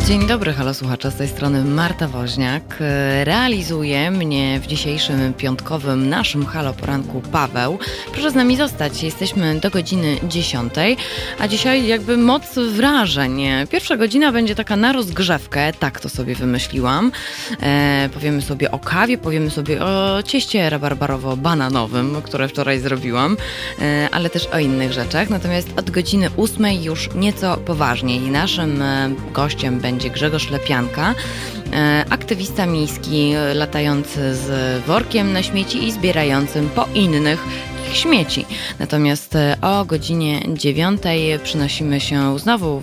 Dzień dobry, halo słuchacze, z tej strony Marta Woźniak. Realizuje mnie w dzisiejszym piątkowym naszym Halo Poranku Paweł. Proszę z nami zostać, jesteśmy do godziny 10, a dzisiaj jakby moc wrażeń. Pierwsza godzina będzie taka na rozgrzewkę, tak to sobie wymyśliłam. Powiemy sobie o kawie, powiemy sobie o cieście rabarbarowo-bananowym, które wczoraj zrobiłam, ale też o innych rzeczach. Natomiast od godziny 8 już nieco poważniej. Naszym gościem będzie Grzegorz Lepianka, aktywista miejski latający z workiem na śmieci i zbierającym po innych śmieci. Natomiast o godzinie 9 przynosimy się znowu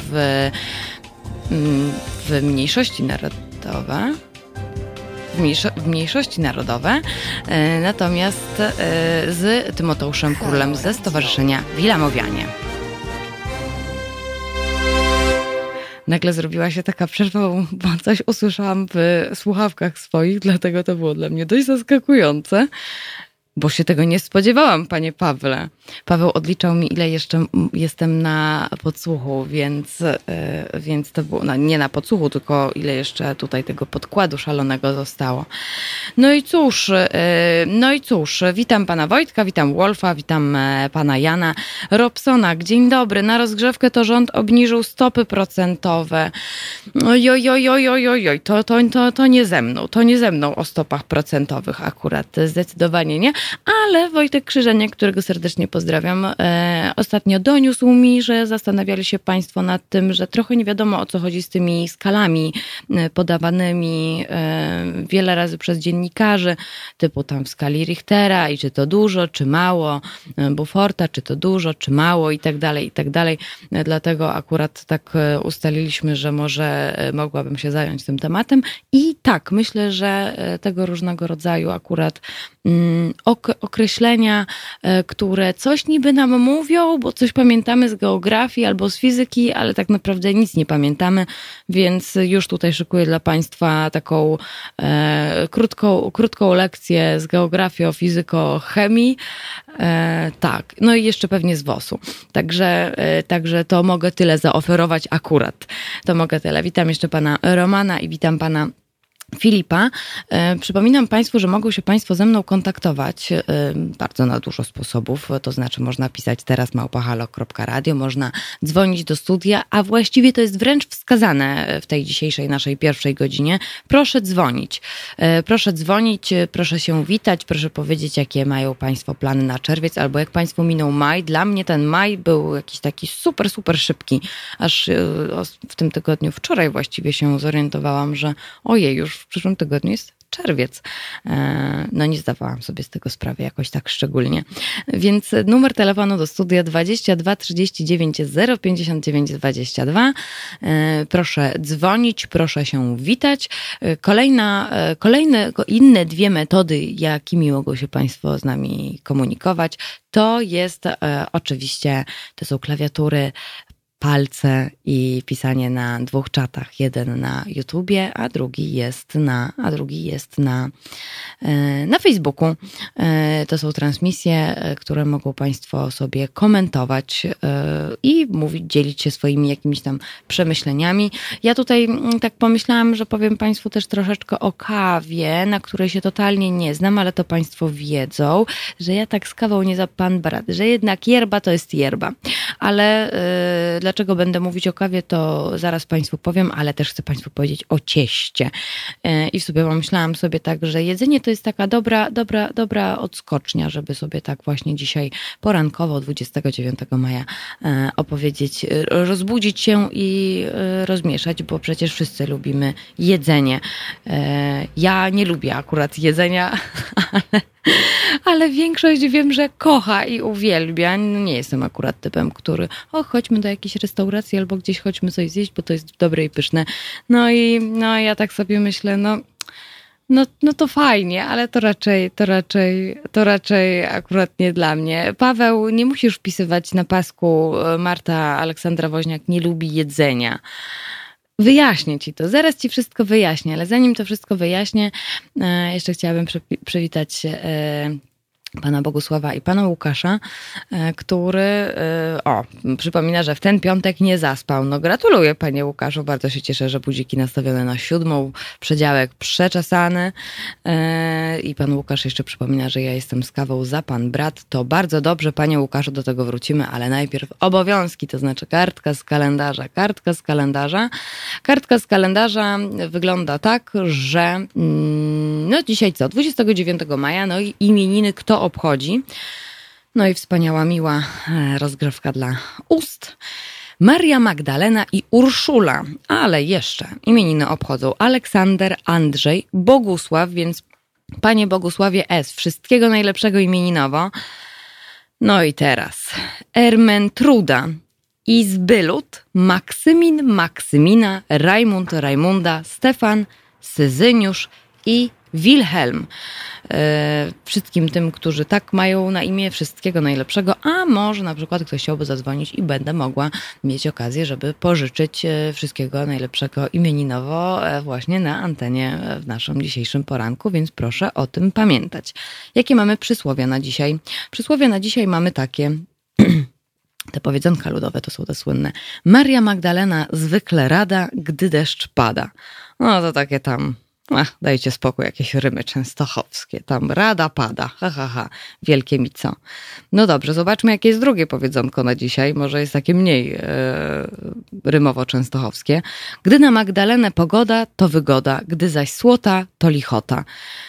w mniejszości narodowe. W mniejszości narodowe, natomiast z Tymoteuszem Królem ze Stowarzyszenia Wilamowianie. Nagle zrobiła się taka przerwa, bo coś usłyszałam w słuchawkach swoich, dlatego to było dla mnie dość zaskakujące, bo się tego nie spodziewałam, panie Pawle. Paweł odliczał mi, ile jeszcze jestem na podsłuchu, więc to było, no nie na podsłuchu, tylko ile jeszcze tutaj tego podkładu szalonego zostało. No i cóż, witam pana Wojtka, witam Wolfa, witam pana Jana Robsona. Dzień dobry, na rozgrzewkę to rząd obniżył stopy procentowe. Ojoj, to nie ze mną o stopach procentowych akurat, zdecydowanie nie. Ale Wojtek Krzyżeniak, którego serdecznie pozdrawiam, ostatnio doniósł mi, że zastanawiali się państwo nad tym, że trochę nie wiadomo, o co chodzi z tymi skalami podawanymi wiele razy przez dziennikarzy, typu tam w skali Richtera i czy to dużo, czy mało, Beauforta, czy to dużo, czy mało i tak dalej, i tak dalej. Dlatego akurat tak ustaliliśmy, że może mogłabym się zająć tym tematem. I tak, myślę, że tego różnego rodzaju akurat określenia, które coś niby nam mówią, bo coś pamiętamy z geografii albo z fizyki, ale tak naprawdę nic nie pamiętamy, więc już tutaj szykuję dla państwa taką krótką lekcję z geografii, fizyko, chemii, tak, no i jeszcze pewnie z WOS-u. Także to mogę tyle zaoferować akurat. To mogę tyle. Witam jeszcze pana Romana i witam pana Filipa. Przypominam państwu, że mogą się państwo ze mną kontaktować bardzo na dużo sposobów, to znaczy można pisać teraz @halo.radio, można dzwonić do studia, a właściwie to jest wręcz wskazane w tej dzisiejszej naszej pierwszej godzinie. Proszę dzwonić, proszę się witać, proszę powiedzieć, jakie mają państwo plany na czerwiec, albo jak państwu minął maj. Dla mnie ten maj był jakiś taki super szybki, aż w tym tygodniu, wczoraj właściwie się zorientowałam, że ojej, już w przyszłym tygodniu jest czerwiec. No nie zdawałam sobie z tego sprawy jakoś tak szczególnie. Więc numer telefonu do studia 22 39 059 22. Proszę dzwonić, proszę się witać. Kolejne inne dwie metody, jakimi mogą się państwo z nami komunikować, to jest oczywiście, to są klawiatury, palce i pisanie na dwóch czatach. Jeden na YouTubie, a drugi jest na Facebooku. To są transmisje, które mogą państwo sobie komentować i mówić, dzielić się swoimi jakimiś tam przemyśleniami. Ja tutaj tak pomyślałam, że powiem państwu też troszeczkę o kawie, na której się totalnie nie znam, ale to państwo wiedzą, że ja tak z kawą nie za pan brat, że jednak yerba to jest yerba. Ale dlaczego będę mówić o kawie, to zaraz państwu powiem, ale też chcę państwu powiedzieć o cieście. I sobie pomyślałam sobie tak, że jedzenie to jest taka dobra odskocznia, żeby sobie tak właśnie dzisiaj porankowo 29 maja opowiedzieć, rozbudzić się i rozmieszać, bo przecież wszyscy lubimy jedzenie. Ja nie lubię akurat jedzenia, ale większość wiem, że kocha i uwielbia. Nie jestem akurat typem, który chodźmy do jakiejś restauracji albo gdzieś chodźmy coś zjeść, bo to jest dobre i pyszne. No ja tak sobie myślę, no to fajnie, ale to raczej akurat nie dla mnie. Paweł, nie musisz wpisywać na pasku Marta Aleksandra Woźniak nie lubi jedzenia. Wyjaśnię ci to, zaraz ci wszystko wyjaśnię, ale zanim to wszystko wyjaśnię, jeszcze chciałabym przywitać pana Bogusława i pana Łukasza, który przypomina, że w ten piątek nie zaspał. No gratuluję, panie Łukaszu, bardzo się cieszę, że budziki nastawione na 7, przedziałek przeczesany i pan Łukasz jeszcze przypomina, że ja jestem z kawą za pan brat. To bardzo dobrze, panie Łukaszu, do tego wrócimy, ale najpierw obowiązki, to znaczy kartka z kalendarza. Kartka z kalendarza wygląda tak, że no dzisiaj co, 29 maja, no i imieniny kto obchodzi? No i wspaniała, miła rozgrzewka dla ust. Maria Magdalena i Urszula, ale jeszcze imieniny obchodzą Aleksander, Andrzej, Bogusław, więc panie Bogusławie S., wszystkiego najlepszego imieninowo. No i teraz Ermentruda, Izbylut, Maksymin, Maksymina, Rajmund, Rajmunda, Stefan, Syzyniusz i Wilhelm. Wszystkim tym, którzy tak mają na imię, wszystkiego najlepszego, a może na przykład ktoś chciałby zadzwonić i będę mogła mieć okazję, żeby pożyczyć wszystkiego najlepszego imieninowo właśnie na antenie w naszym dzisiejszym poranku, więc proszę o tym pamiętać. Jakie mamy przysłowia na dzisiaj? Przysłowia na dzisiaj mamy takie... Te powiedzonka ludowe to są te słynne. Maria Magdalena zwykle rada, gdy deszcz pada. No to takie tam... dajcie spokój, jakieś rymy częstochowskie. Tam rada pada, wielkie mi co. No dobrze, zobaczmy, jakie jest drugie powiedzonko na dzisiaj. Może jest takie mniej rymowo częstochowskie. Gdy na Magdalenę pogoda, to wygoda. Gdy zaś słota, to lichota.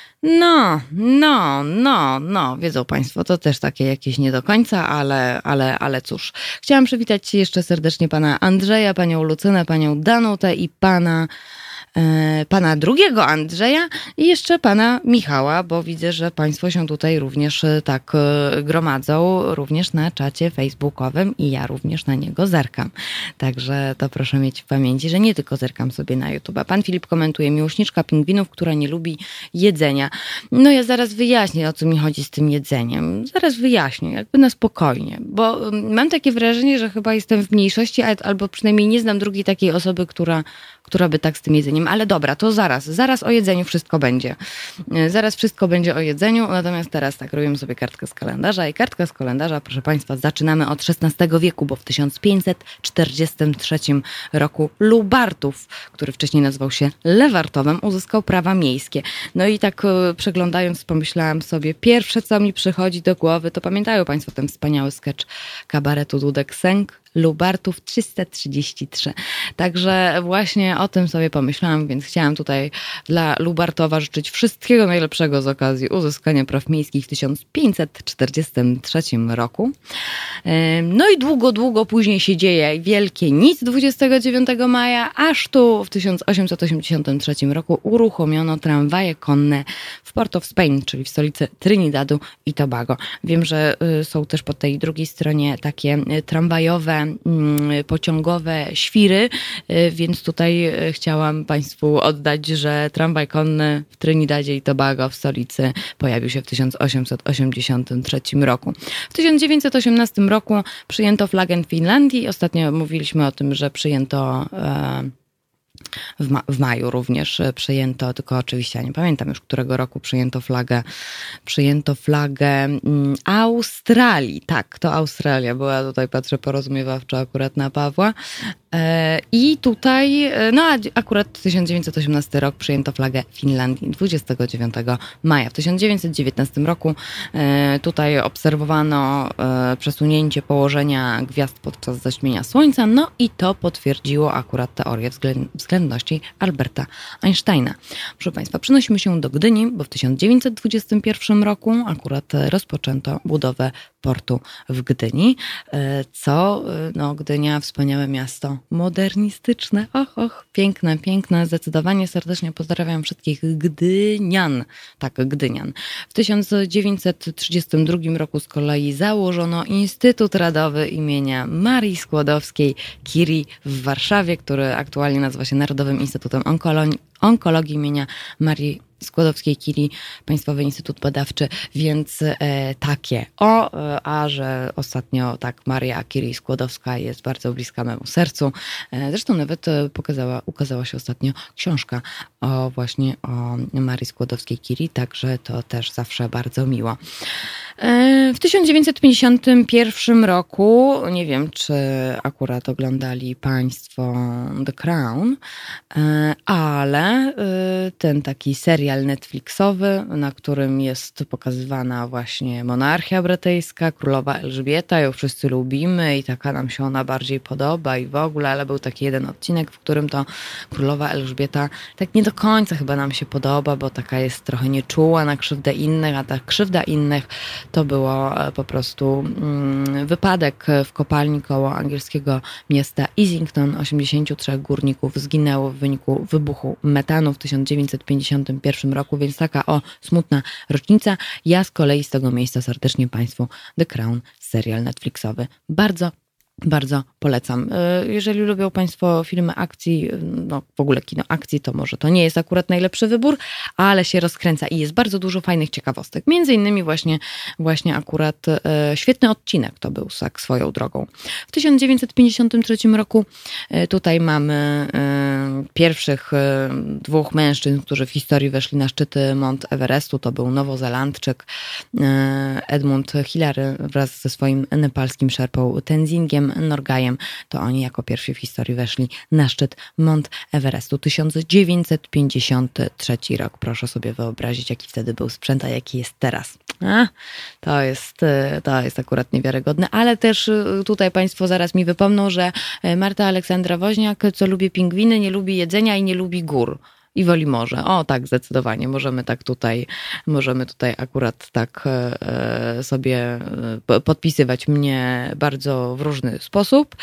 No, wiedzą państwo, to też takie jakieś nie do końca, ale cóż. Chciałam przywitać jeszcze serdecznie pana Andrzeja, panią Lucynę, panią Danutę i pana drugiego Andrzeja i jeszcze pana Michała, bo widzę, że państwo się tutaj również tak gromadzą, również na czacie facebookowym i ja również na niego zerkam. Także to proszę mieć w pamięci, że nie tylko zerkam sobie na YouTube. Pan Filip komentuje: miłośniczka pingwinów, która nie lubi jedzenia. No ja zaraz wyjaśnię, o co mi chodzi z tym jedzeniem. Zaraz wyjaśnię, jakby na spokojnie, bo mam takie wrażenie, że chyba jestem w mniejszości, albo przynajmniej nie znam drugiej takiej osoby, która by tak z tym jedzeniem. Ale dobra, to zaraz o jedzeniu wszystko będzie. Zaraz wszystko będzie o jedzeniu, natomiast teraz tak, robimy sobie kartkę z kalendarza i kartka z kalendarza, proszę państwa, zaczynamy od XVI wieku, bo w 1543 roku Lubartów, który wcześniej nazywał się Lewartowem, uzyskał prawa miejskie. No i tak przeglądając, pomyślałam sobie, pierwsze co mi przychodzi do głowy, to pamiętają państwo ten wspaniały sketch kabaretu Dudek Sęk, Lubartów 333. Także właśnie o tym sobie pomyślałam, więc chciałam tutaj dla Lubartowa życzyć wszystkiego najlepszego z okazji uzyskania praw miejskich w 1543 roku. No i długo później się dzieje wielkie nic 29 maja, aż tu w 1883 roku uruchomiono tramwaje konne w Port of Spain, czyli w stolicy Trinidadu i Tobago. Wiem, że są też po tej drugiej stronie takie tramwajowe, pociągowe świry, więc tutaj chciałam państwu oddać, że tramwaj konny w Trinidadzie i Tobago w stolicy pojawił się w 1883 roku. W 1918 roku przyjęto flagę Finlandii. Ostatnio mówiliśmy o tym, że przyjęto w maju również przyjęto, tylko oczywiście ja nie pamiętam już, którego roku przyjęto flagę Australii. Tak, to Australia była, tutaj patrzę porozumiewawczo akurat na Pawła. I tutaj, no akurat 1918 rok przyjęto flagę Finlandii 29 maja. W 1919 roku tutaj obserwowano przesunięcie położenia gwiazd podczas zaćmienia Słońca, no i to potwierdziło akurat teorię względności Alberta Einsteina. Proszę państwa, przenosimy się do Gdyni, bo w 1921 roku akurat rozpoczęto budowę portu w Gdyni, co Gdynia, wspaniałe miasto, modernistyczne, piękne, zdecydowanie serdecznie pozdrawiam wszystkich Gdynian. Tak, Gdynian. W 1932 roku z kolei założono Instytut Radowy imienia Marii Skłodowskiej-Curie w Warszawie, który aktualnie nazywa się Narodowym Instytutem Onkologii imienia Marii Skłodowskiej-Curie, Państwowy Instytut Badawczy, więc takie. A że ostatnio tak Maria Curie Skłodowska jest bardzo bliska memu sercu. Zresztą nawet ukazała się ostatnio książka właśnie o Marii Skłodowskiej-Curie, także to też zawsze bardzo miło. W 1951 roku, nie wiem, czy akurat oglądali Państwo The Crown, ale ten taki serial Netflixowy, na którym jest pokazywana właśnie monarchia brytyjska, królowa Elżbieta, ją wszyscy lubimy i taka nam się ona bardziej podoba i w ogóle, ale był taki jeden odcinek, w którym to królowa Elżbieta tak nie do końca chyba nam się podoba, bo taka jest trochę nieczuła na krzywdę innych, a ta krzywda innych to było po prostu wypadek w kopalni koło angielskiego miasta Easington. 83 górników zginęło w wyniku wybuchu metanu w 1951 roku, więc taka smutna rocznica. Ja z kolei z tego miejsca serdecznie Państwu The Crown, serial Netflixowy, bardzo polecam. Jeżeli lubią Państwo filmy akcji, no w ogóle kino akcji, to może to nie jest akurat najlepszy wybór, ale się rozkręca i jest bardzo dużo fajnych ciekawostek. Między innymi właśnie akurat świetny odcinek to był tak swoją drogą. W 1953 roku tutaj mamy pierwszych dwóch mężczyzn, którzy w historii weszli na szczyty Mount Everestu. To był Nowozelandczyk Edmund Hillary wraz ze swoim nepalskim szerpą Tenzingiem Norgajem. To oni jako pierwsi w historii weszli na szczyt Mount Everestu. 1953 rok. Proszę sobie wyobrazić, jaki wtedy był sprzęt, a jaki jest teraz. To jest akurat niewiarygodne, ale też tutaj Państwo zaraz mi wypomną, że Marta Aleksandra Woźniak, co lubi pingwiny, nie lubi jedzenia i nie lubi gór. I woli morze. Tak, zdecydowanie. Możemy tutaj akurat tak sobie podpisywać mnie bardzo w różny sposób.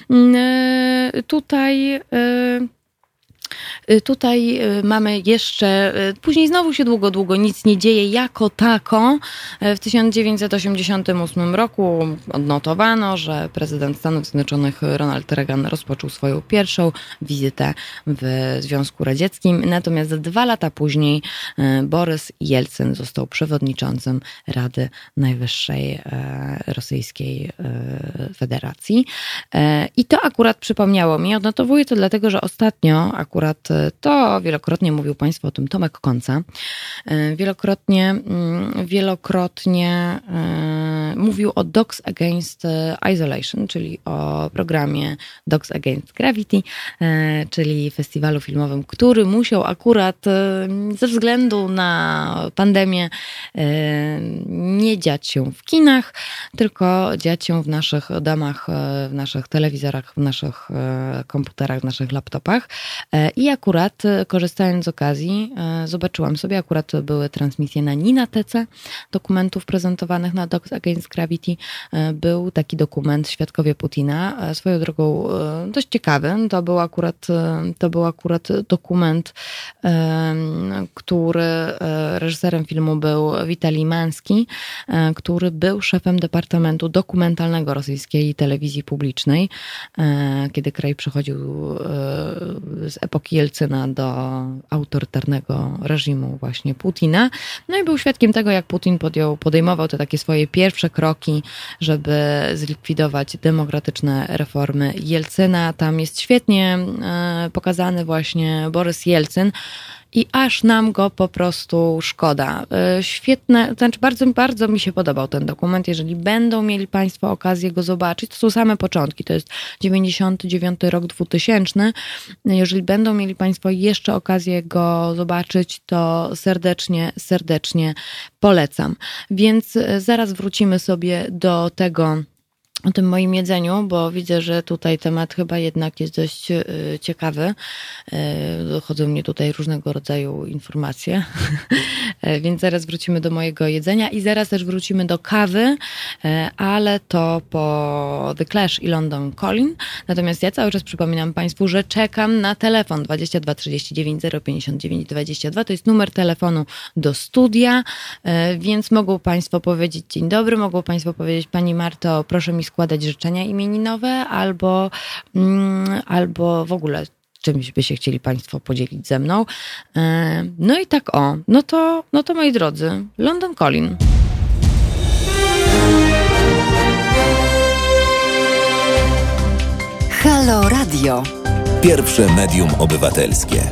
Tutaj mamy jeszcze, później znowu się długo nic nie dzieje jako tako. W 1988 roku odnotowano, że prezydent Stanów Zjednoczonych Ronald Reagan rozpoczął swoją pierwszą wizytę w Związku Radzieckim. Natomiast 2 lata później Borys Jelcyn został przewodniczącym Rady Najwyższej Rosyjskiej Federacji. I to akurat przypomniało mi, odnotowuję to dlatego, że ostatnio akurat to wielokrotnie mówił Państwu o tym Tomek Końca. Wielokrotnie mówił o Dogs Against Isolation, czyli o programie Dogs Against Gravity, czyli festiwalu filmowym, który musiał akurat ze względu na pandemię nie dziać się w kinach, tylko dziać się w naszych domach, w naszych telewizorach, w naszych komputerach, w naszych laptopach. I akurat korzystając z okazji zobaczyłam sobie, akurat były transmisje na Ninatece dokumentów prezentowanych na Dogs Against Gravity. Był taki dokument Świadkowie Putina. Swoją drogą dość ciekawy. To był akurat dokument, który reżyserem filmu był Witalij Manski, który był szefem Departamentu Dokumentalnego rosyjskiej telewizji publicznej, kiedy kraj przechodził z epoki Jelcyna do autorytarnego reżimu właśnie Putina. No i był świadkiem tego, jak Putin podejmował te takie swoje pierwsze kroki, żeby zlikwidować demokratyczne reformy Jelcyna. Tam jest świetnie pokazany właśnie Borys Jelcyn. I aż nam go po prostu szkoda. Świetne, to znaczy bardzo mi się podobał ten dokument. Jeżeli będą mieli Państwo okazję go zobaczyć, to są same początki. To jest 99 rok 2000. Jeżeli będą mieli Państwo jeszcze okazję go zobaczyć, to serdecznie polecam. Więc zaraz wrócimy sobie do tego, o tym moim jedzeniu, bo widzę, że tutaj temat chyba jednak jest dość ciekawy. Dochodzą mnie tutaj różnego rodzaju informacje, więc zaraz wrócimy do mojego jedzenia i zaraz też wrócimy do kawy, ale to po The Clash i London Calling. Natomiast ja cały czas przypominam Państwu, że czekam na telefon 22 39 059 22. To jest numer telefonu do studia, więc mogą Państwo powiedzieć dzień dobry, mogą Państwo powiedzieć: Pani Marto, proszę mi składać życzenia imieninowe, albo w ogóle czymś by się chcieli Państwo podzielić ze mną. No i tak no to moi drodzy, London Calling. Halo Radio. Pierwsze medium obywatelskie.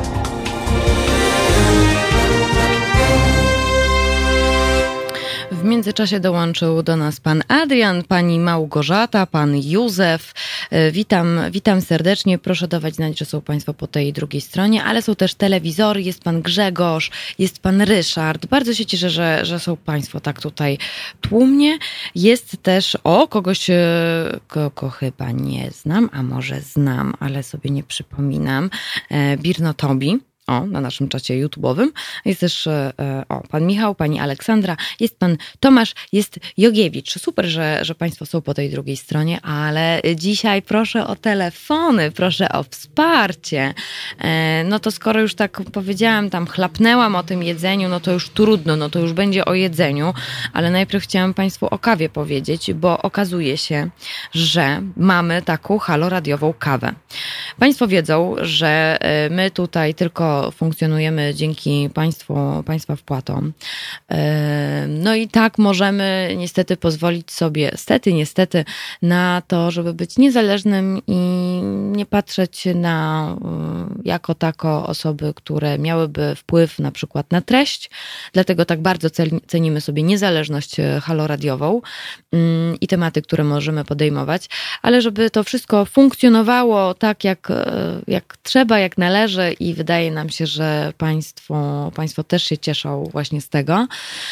W międzyczasie dołączył do nas pan Adrian, pani Małgorzata, pan Józef. Witam serdecznie. Proszę dawać znać, że są Państwo po tej drugiej stronie, ale są też telewizory. Jest pan Grzegorz, jest pan Ryszard. Bardzo się cieszę, że są Państwo tak tutaj tłumnie. Jest też kogoś, kogo chyba nie znam, a może znam, ale sobie nie przypominam. Birno Tobi. Na naszym czacie YouTube'owym. Jest też pan Michał, pani Aleksandra, jest pan Tomasz, jest Jogiewicz. Super, że Państwo są po tej drugiej stronie, ale dzisiaj proszę o telefony, proszę o wsparcie. No to skoro już tak powiedziałam, tam chlapnęłam o tym jedzeniu, no to już trudno, no to już będzie o jedzeniu, ale najpierw chciałam Państwu o kawie powiedzieć, bo okazuje się, że mamy taką haloradiową kawę. Państwo wiedzą, że my tutaj tylko funkcjonujemy dzięki Państwa wpłatom. No i tak możemy niestety pozwolić sobie, niestety, na to, żeby być niezależnym i nie patrzeć na jako tako osoby, które miałyby wpływ na przykład na treść. Dlatego tak bardzo cenimy sobie niezależność haloradiową i tematy, które możemy podejmować, ale żeby to wszystko funkcjonowało tak, jak trzeba, jak należy i wydaje nam się, że Państwo też się cieszą właśnie z tego,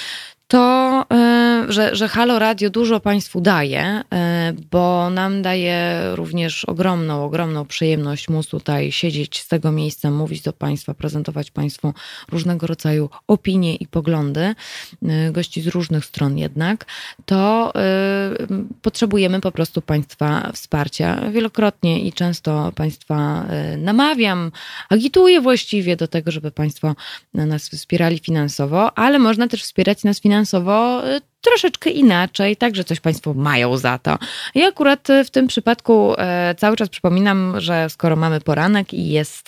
to, że Halo Radio dużo Państwu daje, bo nam daje również ogromną przyjemność móc tutaj siedzieć z tego miejsca, mówić do Państwa, prezentować Państwu różnego rodzaju opinie i poglądy, gości z różnych stron jednak, to potrzebujemy po prostu Państwa wsparcia. Wielokrotnie i często Państwa namawiam, agituję właściwie do tego, żeby Państwo nas wspierali finansowo, ale można też wspierać nas finansowo troszeczkę inaczej, także coś Państwo mają za to. I akurat w tym przypadku cały czas przypominam, że skoro mamy poranek i jest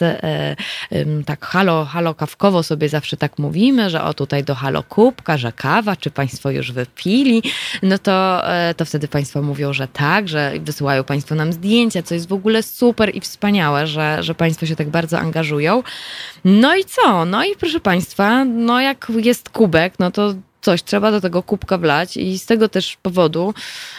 tak halo kawkowo sobie zawsze tak mówimy, że tutaj do halo kubka, że kawa, czy Państwo już wypili, no to wtedy Państwo mówią, że tak, że wysyłają Państwo nam zdjęcia, co jest w ogóle super i wspaniałe, że Państwo się tak bardzo angażują. No i co? No i proszę Państwa, no jak jest kubek, no to coś trzeba do tego kubka wlać i z tego też powodu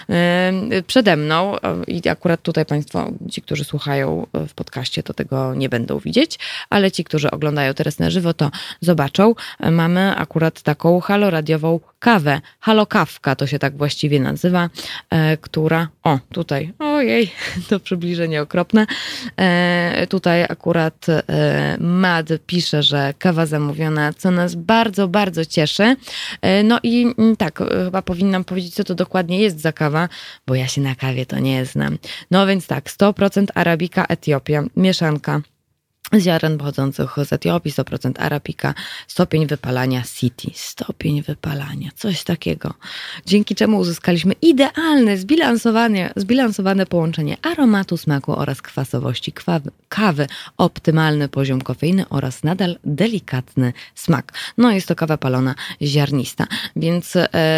przede mną, i akurat tutaj Państwo, ci, którzy słuchają w podcaście, to tego nie będą widzieć, ale ci, którzy oglądają teraz na żywo, to zobaczą. Mamy akurat taką haloradiową kawę. Halokawka to się tak właściwie nazywa, która, tutaj, ojej, to przybliżenie okropne. Tutaj akurat Mad pisze, że kawa zamówiona, co nas bardzo, bardzo cieszy. No i tak, chyba powinnam powiedzieć, co to dokładnie jest za kawa, bo ja się na kawie to nie znam. No więc tak, 100% Arabika Etiopia, mieszanka z ziaren pochodzących z Etiopii, 100% Arabika, stopień wypalania City, stopień wypalania, coś takiego. Dzięki czemu uzyskaliśmy idealne, zbilansowane połączenie aromatu, smaku oraz kwasowości kawy, optymalny poziom kofeiny oraz nadal delikatny smak. No jest to kawa palona ziarnista, więc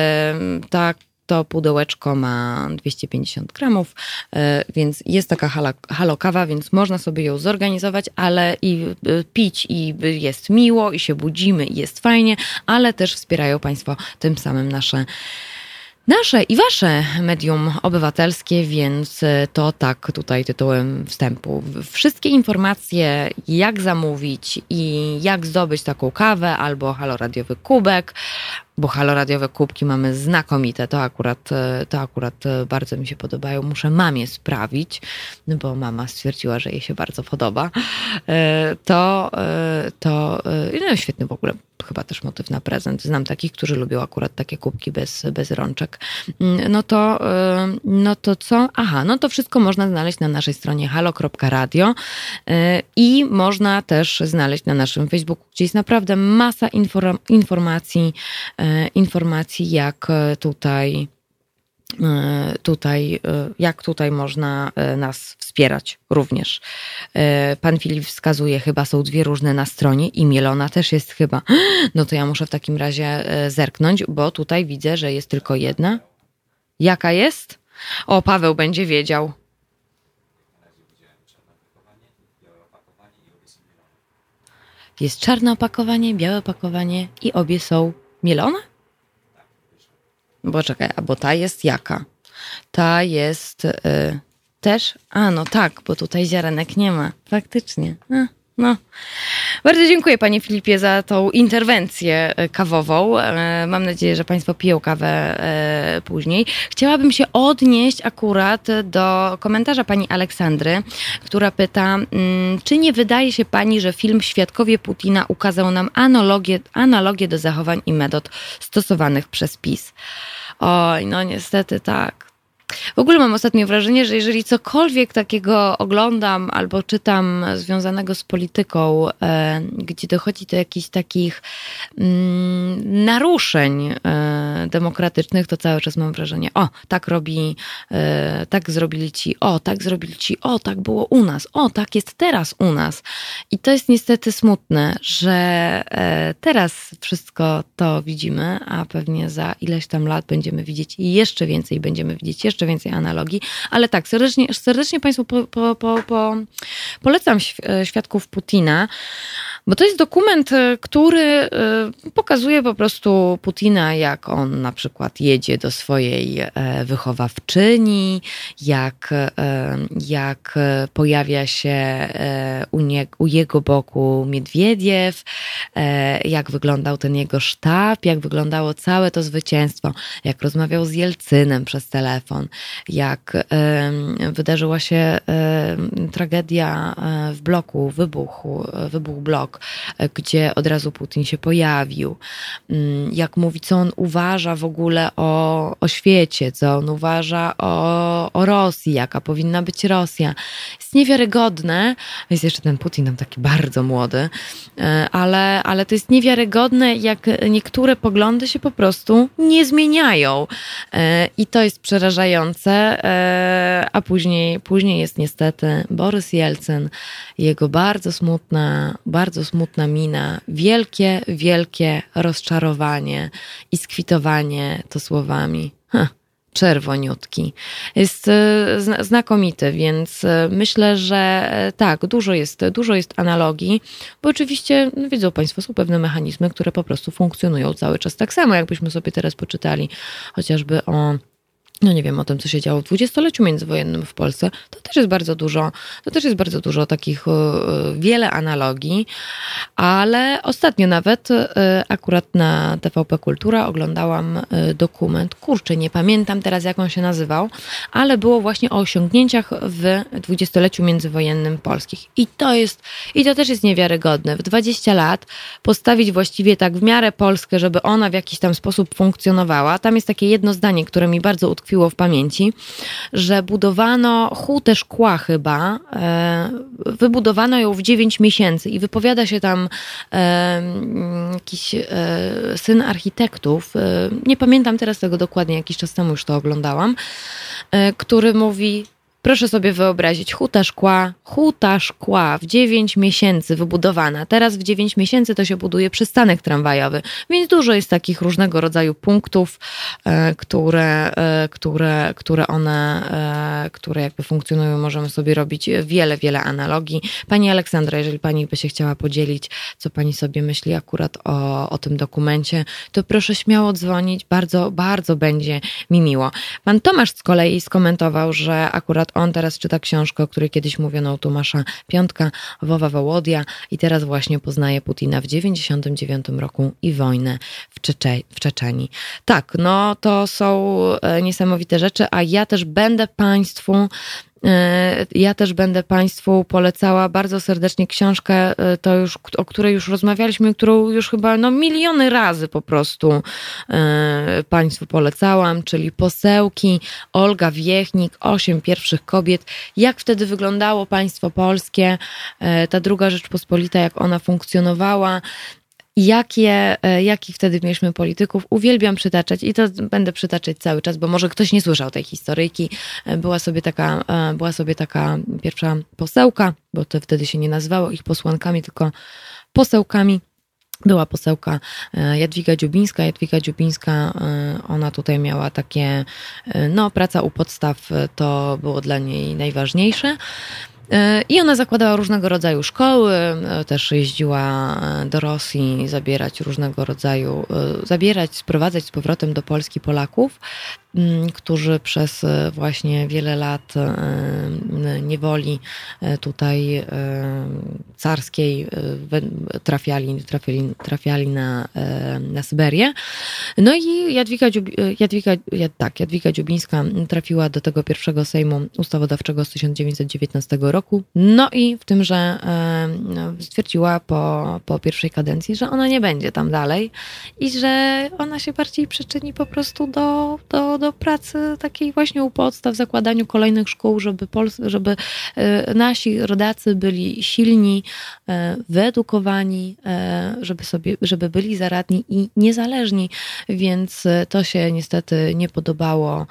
to pudełeczko ma 250 gramów, więc jest taka halokawa, więc można sobie ją zorganizować, ale i pić i jest miło i się budzimy i jest fajnie, ale też wspierają Państwo tym samym nasze i wasze medium obywatelskie, więc to tak tutaj tytułem wstępu. Wszystkie informacje, jak zamówić i jak zdobyć taką kawę albo haloradiowy kubek, bo haloradiowe kubki mamy znakomite, to akurat bardzo mi się podobają. Muszę mamie sprawić, bo mama stwierdziła, że jej się bardzo podoba. No świetny w ogóle chyba też motyw na prezent. Znam takich, którzy lubią akurat takie kubki bez rączek. No to co? Aha, no to wszystko można znaleźć na naszej stronie halo.radio i można też znaleźć na naszym Facebooku, gdzie jest naprawdę masa informacji, jak tutaj tutaj, jak tutaj można nas wspierać również. Pan Filip wskazuje, chyba są dwie różne na stronie i mielona też jest chyba. No to ja muszę w takim razie zerknąć, bo tutaj widzę, że jest tylko jedna. Jaka jest? O, Paweł będzie wiedział. Jest czarne opakowanie, białe opakowanie i obie są mielone? Bo czekaj, bo ta jest jaka? Ta jest też? A, no tak, bo tutaj ziarenek nie ma. Faktycznie. No. Bardzo dziękuję panie Filipie za tą interwencję kawową. Mam nadzieję, że państwo piją kawę później. Chciałabym się odnieść akurat do komentarza pani Aleksandry, która pyta, czy nie wydaje się pani, że film Świadkowie Putina ukazał nam analogię do zachowań i metod stosowanych przez PiS? Oj, no niestety tak. W ogóle mam ostatnio wrażenie, że jeżeli cokolwiek takiego oglądam albo czytam związanego z polityką, gdzie dochodzi do jakichś takich naruszeń demokratycznych, to cały czas mam wrażenie, o, tak robi, tak zrobili ci, o, tak zrobili ci, o, tak było u nas, o, tak jest teraz u nas. I to jest niestety smutne, że teraz wszystko to widzimy, a pewnie za ileś tam lat będziemy widzieć jeszcze więcej, będziemy widzieć jeszcze więcej analogii, ale tak, serdecznie Państwu polecam Świadków Putina, bo to jest dokument, który pokazuje po prostu Putina, jak on na przykład jedzie do swojej wychowawczyni, jak pojawia się u jego boku Miedwiediew, jak wyglądał ten jego sztab, jak wyglądało całe to zwycięstwo, jak rozmawiał z Jelcynem przez telefon, jak wydarzyła się tragedia w bloku, wybuchł blok, gdzie od razu Putin się pojawił, jak mówi, co on uważa w ogóle o świecie, co on uważa o Rosji, jaka powinna być Rosja. Jest niewiarygodne, jest jeszcze ten Putin tam taki bardzo młody, ale to jest niewiarygodne, jak niektóre poglądy się po prostu nie zmieniają i to jest przerażające, a później jest niestety Borys Jelcyn, jego bardzo smutna mina, wielkie rozczarowanie i skwitowanie to słowami czerwoniutki. Jest znakomity, więc myślę, że tak, dużo jest analogii, bo oczywiście, wiedzą Państwo, są pewne mechanizmy, które po prostu funkcjonują cały czas tak samo, jakbyśmy sobie teraz poczytali chociażby o tym, co się działo w dwudziestoleciu międzywojennym w Polsce, to też jest bardzo dużo takich, wiele analogii, ale ostatnio nawet akurat na TVP Kultura oglądałam dokument, nie pamiętam teraz, jak on się nazywał, ale było właśnie o osiągnięciach w dwudziestoleciu międzywojennym polskich. I to też jest niewiarygodne. W 20 lat postawić właściwie tak w miarę Polskę, żeby ona w jakiś tam sposób funkcjonowała. Tam jest takie jedno zdanie, które mi bardzo utkwiło w pamięci, że budowano hutę szkła chyba, wybudowano ją w 9 miesięcy i wypowiada się tam jakiś syn architektów, nie pamiętam teraz tego dokładnie, jakiś czas temu już to oglądałam, który mówi, proszę sobie wyobrazić, huta szkła w 9 miesięcy wybudowana. Teraz w 9 miesięcy to się buduje przystanek tramwajowy. Więc dużo jest takich różnego rodzaju punktów, które jakby funkcjonują. Możemy sobie robić wiele analogii. Pani Aleksandra, jeżeli pani by się chciała podzielić, co pani sobie myśli akurat o tym dokumencie, to proszę śmiało dzwonić. Bardzo, bardzo będzie mi miło. Pan Tomasz z kolei skomentował, że akurat on teraz czyta książkę, o której kiedyś mówiono, u Tomasza Piątka, Wowa Wołodia, i teraz właśnie poznaje Putina w 99 roku i wojnę w Czeczenii. Tak, no to są niesamowite rzeczy, a ja też będę Państwu polecała bardzo serdecznie książkę, o której już rozmawialiśmy, którą już chyba miliony razy po prostu Państwu polecałam, czyli Posełki, Olga Wiechnik, 8 pierwszych kobiet. Jak wtedy wyglądało państwo polskie, ta druga Rzeczpospolita, jak ona funkcjonowała. jakich wtedy mieliśmy polityków. Uwielbiam przytaczać i to będę przytaczać cały czas, bo może ktoś nie słyszał tej historyjki. Była sobie taka pierwsza posełka, bo to wtedy się nie nazywało ich posłankami, tylko posełkami. Była posełka Jadwiga Dziubińska. Jadwiga Dziubińska, ona tutaj miała takie, praca u podstaw to było dla niej najważniejsze. I ona zakładała różnego rodzaju szkoły, też jeździła do Rosji sprowadzać z powrotem do Polski Polaków, którzy przez właśnie wiele lat niewoli tutaj carskiej trafiali na Syberię. No i Jadwiga Dziubińska trafiła do tego pierwszego Sejmu Ustawodawczego z 1919 roku. No i w tymże stwierdziła po pierwszej kadencji, że ona nie będzie tam dalej i że ona się bardziej przyczyni po prostu do pracy takiej właśnie u podstaw, zakładaniu kolejnych szkół, żeby nasi rodacy byli silni, wyedukowani, żeby byli zaradni i niezależni, więc to się niestety nie podobało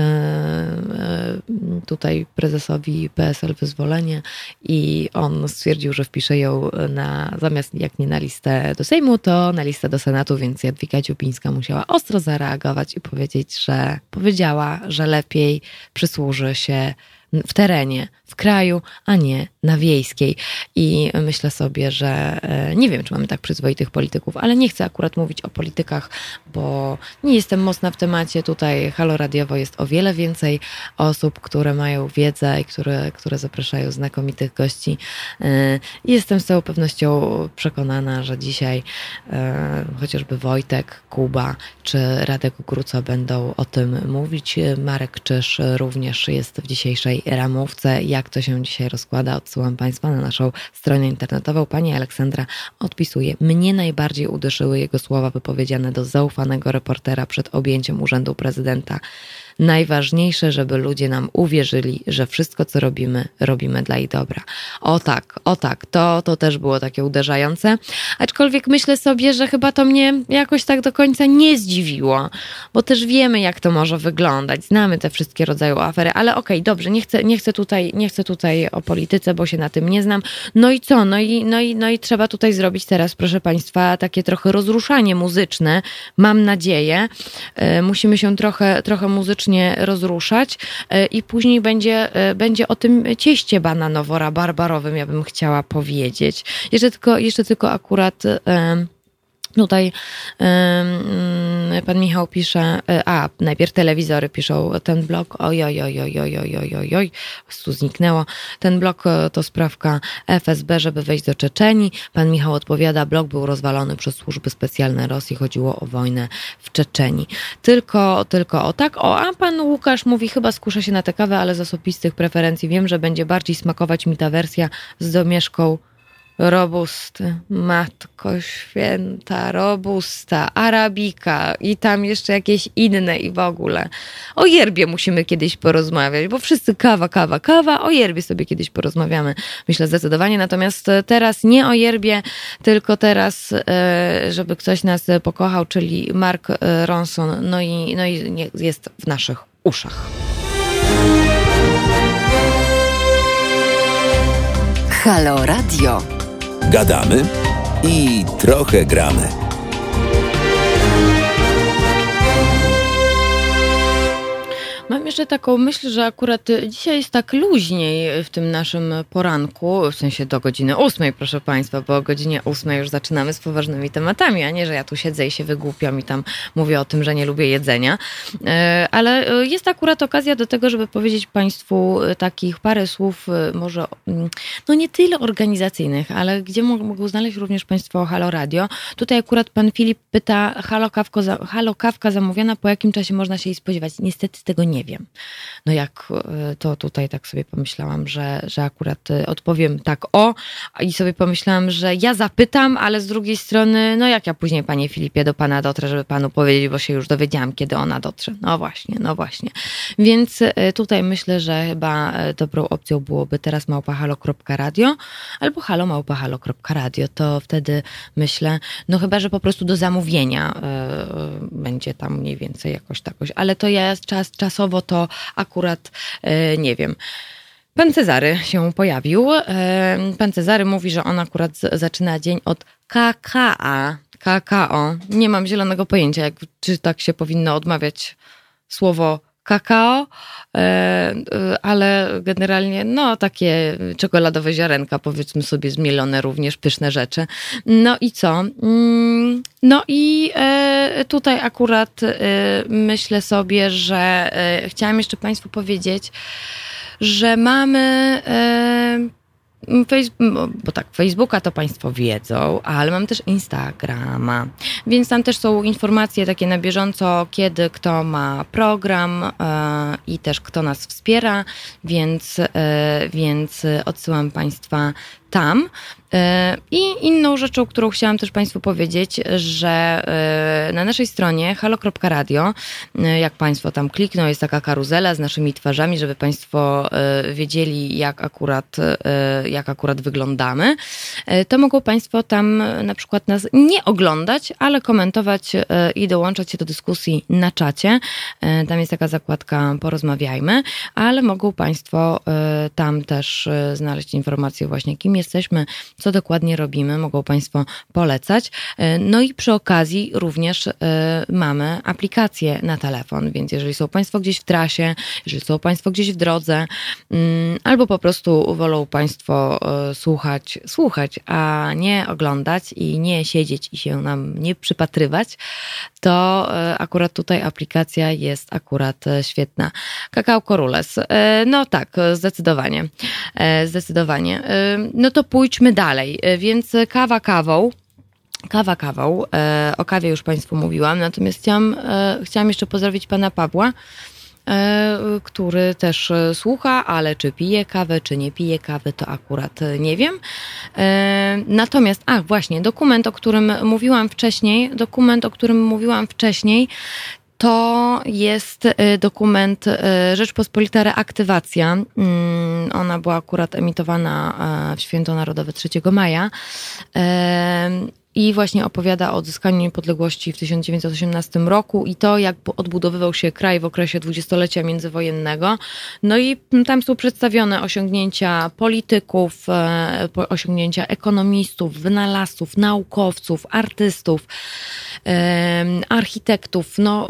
tutaj prezesowi PSL Wyzwolenie i on stwierdził, że wpisze ją zamiast jak nie na listę do Sejmu, to na listę do Senatu, więc Jadwiga Dziubińska musiała ostro zareagować i powiedziała, że lepiej przysłuży się w terenie, w kraju, a nie na wiejskiej. I myślę sobie, że nie wiem, czy mamy tak przyzwoitych polityków, ale nie chcę akurat mówić o politykach, bo nie jestem mocna w temacie. Tutaj Halo Radiowo jest o wiele więcej osób, które mają wiedzę i które zapraszają znakomitych gości. Jestem z całą pewnością przekonana, że dzisiaj chociażby Wojtek, Kuba czy Radek Gruca będą o tym mówić. Marek Czyż również jest w dzisiejszej ramówce. Jak to się dzisiaj rozkłada? Odsyłam Państwa na naszą stronę internetową. Pani Aleksandra odpisuje: mnie najbardziej uderzyły jego słowa wypowiedziane do zaufanego reportera przed objęciem urzędu prezydenta. Najważniejsze, żeby ludzie nam uwierzyli, że wszystko, co robimy dla ich dobra. O tak, to też było takie uderzające. Aczkolwiek myślę sobie, że chyba to mnie jakoś tak do końca nie zdziwiło, bo też wiemy, jak to może wyglądać. Znamy te wszystkie rodzaje afery, ale okej, dobrze, nie chcę tutaj o polityce, bo się na tym nie znam. No i co? No i trzeba tutaj zrobić teraz, proszę Państwa, takie trochę rozruszanie muzyczne. Mam nadzieję. Musimy się trochę muzycznie rozruszać i później będzie o tym cieście bananowo-rabarbarowym, ja bym chciała powiedzieć. Jeszcze tylko akurat tutaj pan Michał pisze, najpierw telewizory piszą, ten blok, oj, tu zniknęło. Ten blok to sprawka FSB, żeby wejść do Czeczenii. Pan Michał odpowiada, blok był rozwalony przez służby specjalne Rosji, chodziło o wojnę w Czeczenii. Tylko o tak. A pan Łukasz mówi, chyba skuszę się na tę kawę, ale z osobistych preferencji wiem, że będzie bardziej smakować mi ta wersja z domieszką robusty, matko święta, robusta, arabika i tam jeszcze jakieś inne i w ogóle. O yerbie musimy kiedyś porozmawiać, bo wszyscy kawa, o yerbie sobie kiedyś porozmawiamy. Myślę zdecydowanie, natomiast teraz nie o yerbie, tylko teraz, żeby ktoś nas pokochał, czyli Mark Ronson, no i jest w naszych uszach. Halo Radio. Gadamy i trochę gramy. Mam jeszcze taką myśl, że akurat dzisiaj jest tak luźniej w tym naszym poranku, w sensie do godziny 8, proszę Państwa, bo o godzinie 8 już zaczynamy z poważnymi tematami, a nie, że ja tu siedzę i się wygłupiam i tam mówię o tym, że nie lubię jedzenia. Ale jest akurat okazja do tego, żeby powiedzieć Państwu takich parę słów, może no nie tyle organizacyjnych, ale gdzie mogą znaleźć również Państwo Halo Radio. Tutaj akurat pan Filip pyta, Halo Kawka zamówiona, po jakim czasie można się jej spodziewać? Niestety tego nie wiem. wiem. No jak to tutaj tak sobie pomyślałam, że akurat odpowiem tak i sobie pomyślałam, że ja zapytam, ale z drugiej strony, no jak ja później, panie Filipie, do pana dotrę, żeby panu powiedzieć, bo się już dowiedziałam, kiedy ona dotrze. No właśnie. Więc tutaj myślę, że chyba dobrą opcją byłoby teraz @halo.radio albo halo@halo.radio. To wtedy myślę, no chyba, że po prostu do zamówienia będzie tam mniej więcej jakoś takoś, ale to jest czasowo to akurat nie wiem. Pan Cezary się pojawił. Pan Cezary mówi, że on akurat zaczyna dzień od kakao. Nie mam zielonego pojęcia, czy tak się powinno odmawiać słowo kakao, ale generalnie no takie czekoladowe ziarenka, powiedzmy sobie zmielone również, pyszne rzeczy. No i co? No i tutaj akurat myślę sobie, że chciałam jeszcze Państwu powiedzieć, że mamy bo tak, Facebooka to Państwo wiedzą, ale mam też Instagrama, więc tam też są informacje takie na bieżąco, kiedy kto ma program i też kto nas wspiera, więc odsyłam Państwa tam. I inną rzeczą, którą chciałam też Państwu powiedzieć, że na naszej stronie halo.radio, jak Państwo tam klikną, jest taka karuzela z naszymi twarzami, żeby Państwo wiedzieli, jak akurat wyglądamy, to mogą Państwo tam na przykład nas nie oglądać, ale komentować i dołączać się do dyskusji na czacie. Tam jest taka zakładka Porozmawiajmy, ale mogą Państwo tam też znaleźć informacje właśnie, kim jesteśmy, co dokładnie robimy, mogą Państwo polecać. No i przy okazji również mamy aplikację na telefon, więc jeżeli są Państwo gdzieś w trasie, jeżeli są Państwo gdzieś w drodze, albo po prostu wolą Państwo słuchać, a nie oglądać i nie siedzieć i się nam nie przypatrywać, to akurat tutaj aplikacja jest akurat świetna. Kakao Korules. No tak, zdecydowanie. No to pójdźmy dalej. Więc kawa kawą. O kawie już Państwu mówiłam, natomiast chciałam jeszcze pozdrowić pana Pawła, który też słucha, ale czy pije kawę, czy nie pije kawy, to akurat nie wiem. Natomiast, właśnie, dokument, o którym mówiłam wcześniej, to jest dokument Rzeczpospolita Reaktywacja. Ona była akurat emitowana w Święto Narodowe 3 maja. I właśnie opowiada o odzyskaniu niepodległości w 1918 roku i to, jak odbudowywał się kraj w okresie dwudziestolecia międzywojennego. No i tam są przedstawione osiągnięcia polityków, osiągnięcia ekonomistów, wynalazców, naukowców, artystów, architektów, no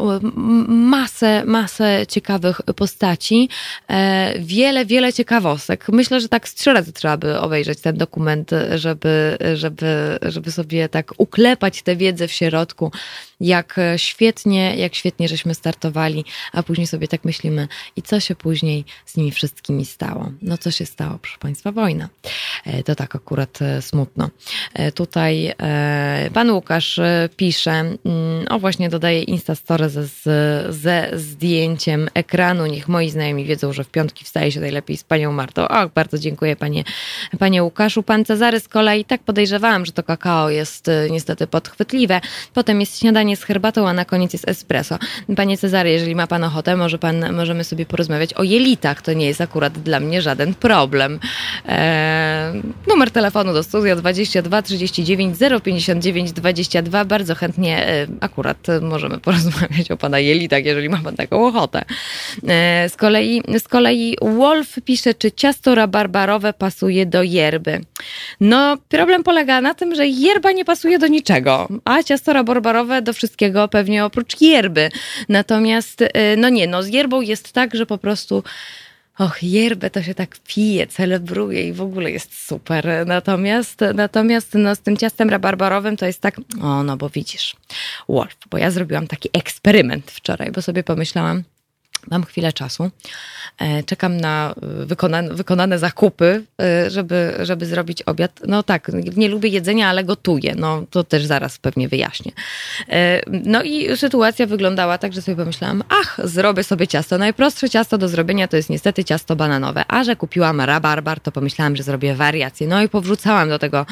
masę ciekawych postaci, wiele ciekawostek. Myślę, że tak z 3 razy trzeba by obejrzeć ten dokument, żeby sobie tak uklepać tę wiedzę w środku, jak świetnie żeśmy startowali, a później sobie tak myślimy, i co się później z nimi wszystkimi stało. No co się stało, proszę Państwa? Wojna. To tak akurat smutno. Tutaj pan Łukasz pisze, właśnie dodaję Instastory ze zdjęciem ekranu. Niech moi znajomi wiedzą, że w piątki wstaje się najlepiej z panią Martą. Bardzo dziękuję panie Łukaszu. Pan Cezary z kolei, tak podejrzewałam, że to kakao jest niestety podchwytliwe. Potem jest śniadanie z herbatą, a na koniec jest espresso. Panie Cezary, jeżeli ma pan ochotę, możemy sobie porozmawiać o jelitach. To nie jest akurat dla mnie żaden problem. Numer telefonu do studia 22 39 059 22. Bardzo chętnie akurat możemy porozmawiać o pana jelitach, jeżeli ma pan taką ochotę. Z kolei Wolf pisze, czy ciasto rabarbarowe pasuje do yerby. No, problem polega na tym, że yerba nie pasuje do niczego, a ciasto rabarbarowe do wszystkiego, pewnie oprócz yerby. Natomiast, z yerbą jest tak, że po prostu yerbę to się tak pije, celebruje i w ogóle jest super. Natomiast z tym ciastem rabarbarowym to jest tak, bo widzisz, Wolf, bo ja zrobiłam taki eksperyment wczoraj, bo sobie pomyślałam, mam chwilę czasu, czekam na wykonane zakupy, żeby zrobić obiad. No tak, nie lubię jedzenia, ale gotuję. No to też zaraz pewnie wyjaśnię. No i sytuacja wyglądała tak, że sobie pomyślałam, zrobię sobie ciasto. Najprostsze ciasto do zrobienia to jest niestety ciasto bananowe. A że kupiłam rabarbar, to pomyślałam, że zrobię wariację. No i powrzucałam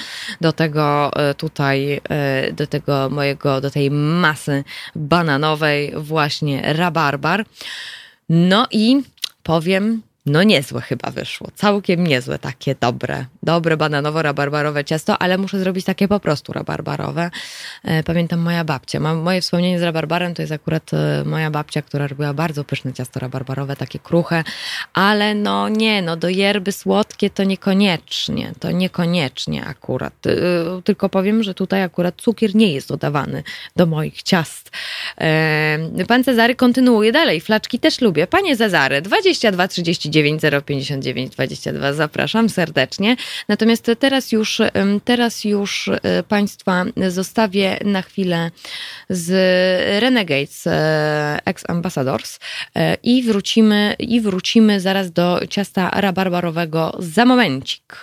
do tej masy bananowej właśnie rabarbar. No i powiem, no niezłe chyba wyszło. Całkiem niezłe, takie dobre bananowo-rabarbarowe ciasto, ale muszę zrobić takie po prostu rabarbarowe. Pamiętam moja babcia. Moje wspomnienie z rabarbarem to jest akurat moja babcia, która robiła bardzo pyszne ciasto rabarbarowe, takie kruche, ale do yerby słodkie to niekoniecznie akurat. Tylko powiem, że tutaj akurat cukier nie jest dodawany do moich ciast. Pan Cezary kontynuuje dalej. Flaczki też lubię. Panie Cezary, 22 39 059 22. Zapraszam serdecznie. Natomiast teraz już Państwa zostawię na chwilę z Renegades Ex-Ambassadors i wrócimy zaraz do ciasta rabarbarowego za momencik.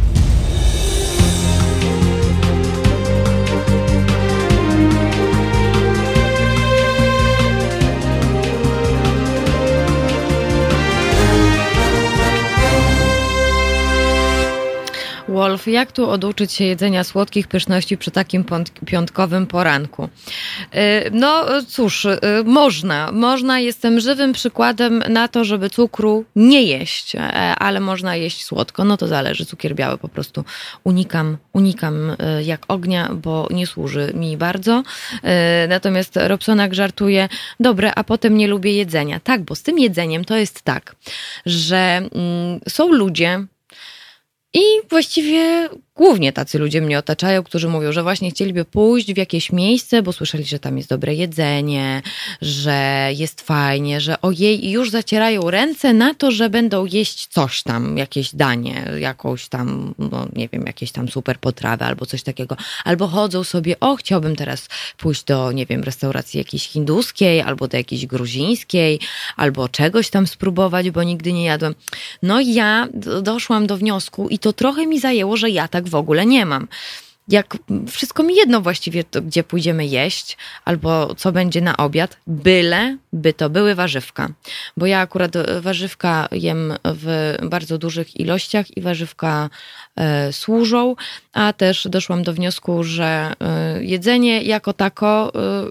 Wolf, jak tu oduczyć się jedzenia słodkich pyszności przy takim piątkowym poranku? No cóż, można. Jestem żywym przykładem na to, żeby cukru nie jeść, ale można jeść słodko. No to zależy. Cukier biały po prostu unikam jak ognia, bo nie służy mi bardzo. Natomiast Robsonak żartuje, dobre, a potem nie lubię jedzenia. Tak, bo z tym jedzeniem to jest tak, że są ludzie, i właściwie głównie tacy ludzie mnie otaczają, którzy mówią, że właśnie chcieliby pójść w jakieś miejsce, bo słyszeli, że tam jest dobre jedzenie, że jest fajnie, że ojej, i już zacierają ręce na to, że będą jeść coś tam, jakieś danie, jakąś tam, jakieś tam super potrawę albo coś takiego. Albo chodzą sobie, chciałbym teraz pójść do, restauracji jakiejś hinduskiej, albo do jakiejś gruzińskiej, albo czegoś tam spróbować, bo nigdy nie jadłem. No i ja doszłam do wniosku i to trochę mi zajęło, że ja tak w ogóle nie mam. Jak wszystko mi jedno właściwie, to gdzie pójdziemy jeść, albo co będzie na obiad, by to były warzywka. Bo ja akurat warzywka jem w bardzo dużych ilościach i warzywka służą, a też doszłam do wniosku, że jedzenie jako tako,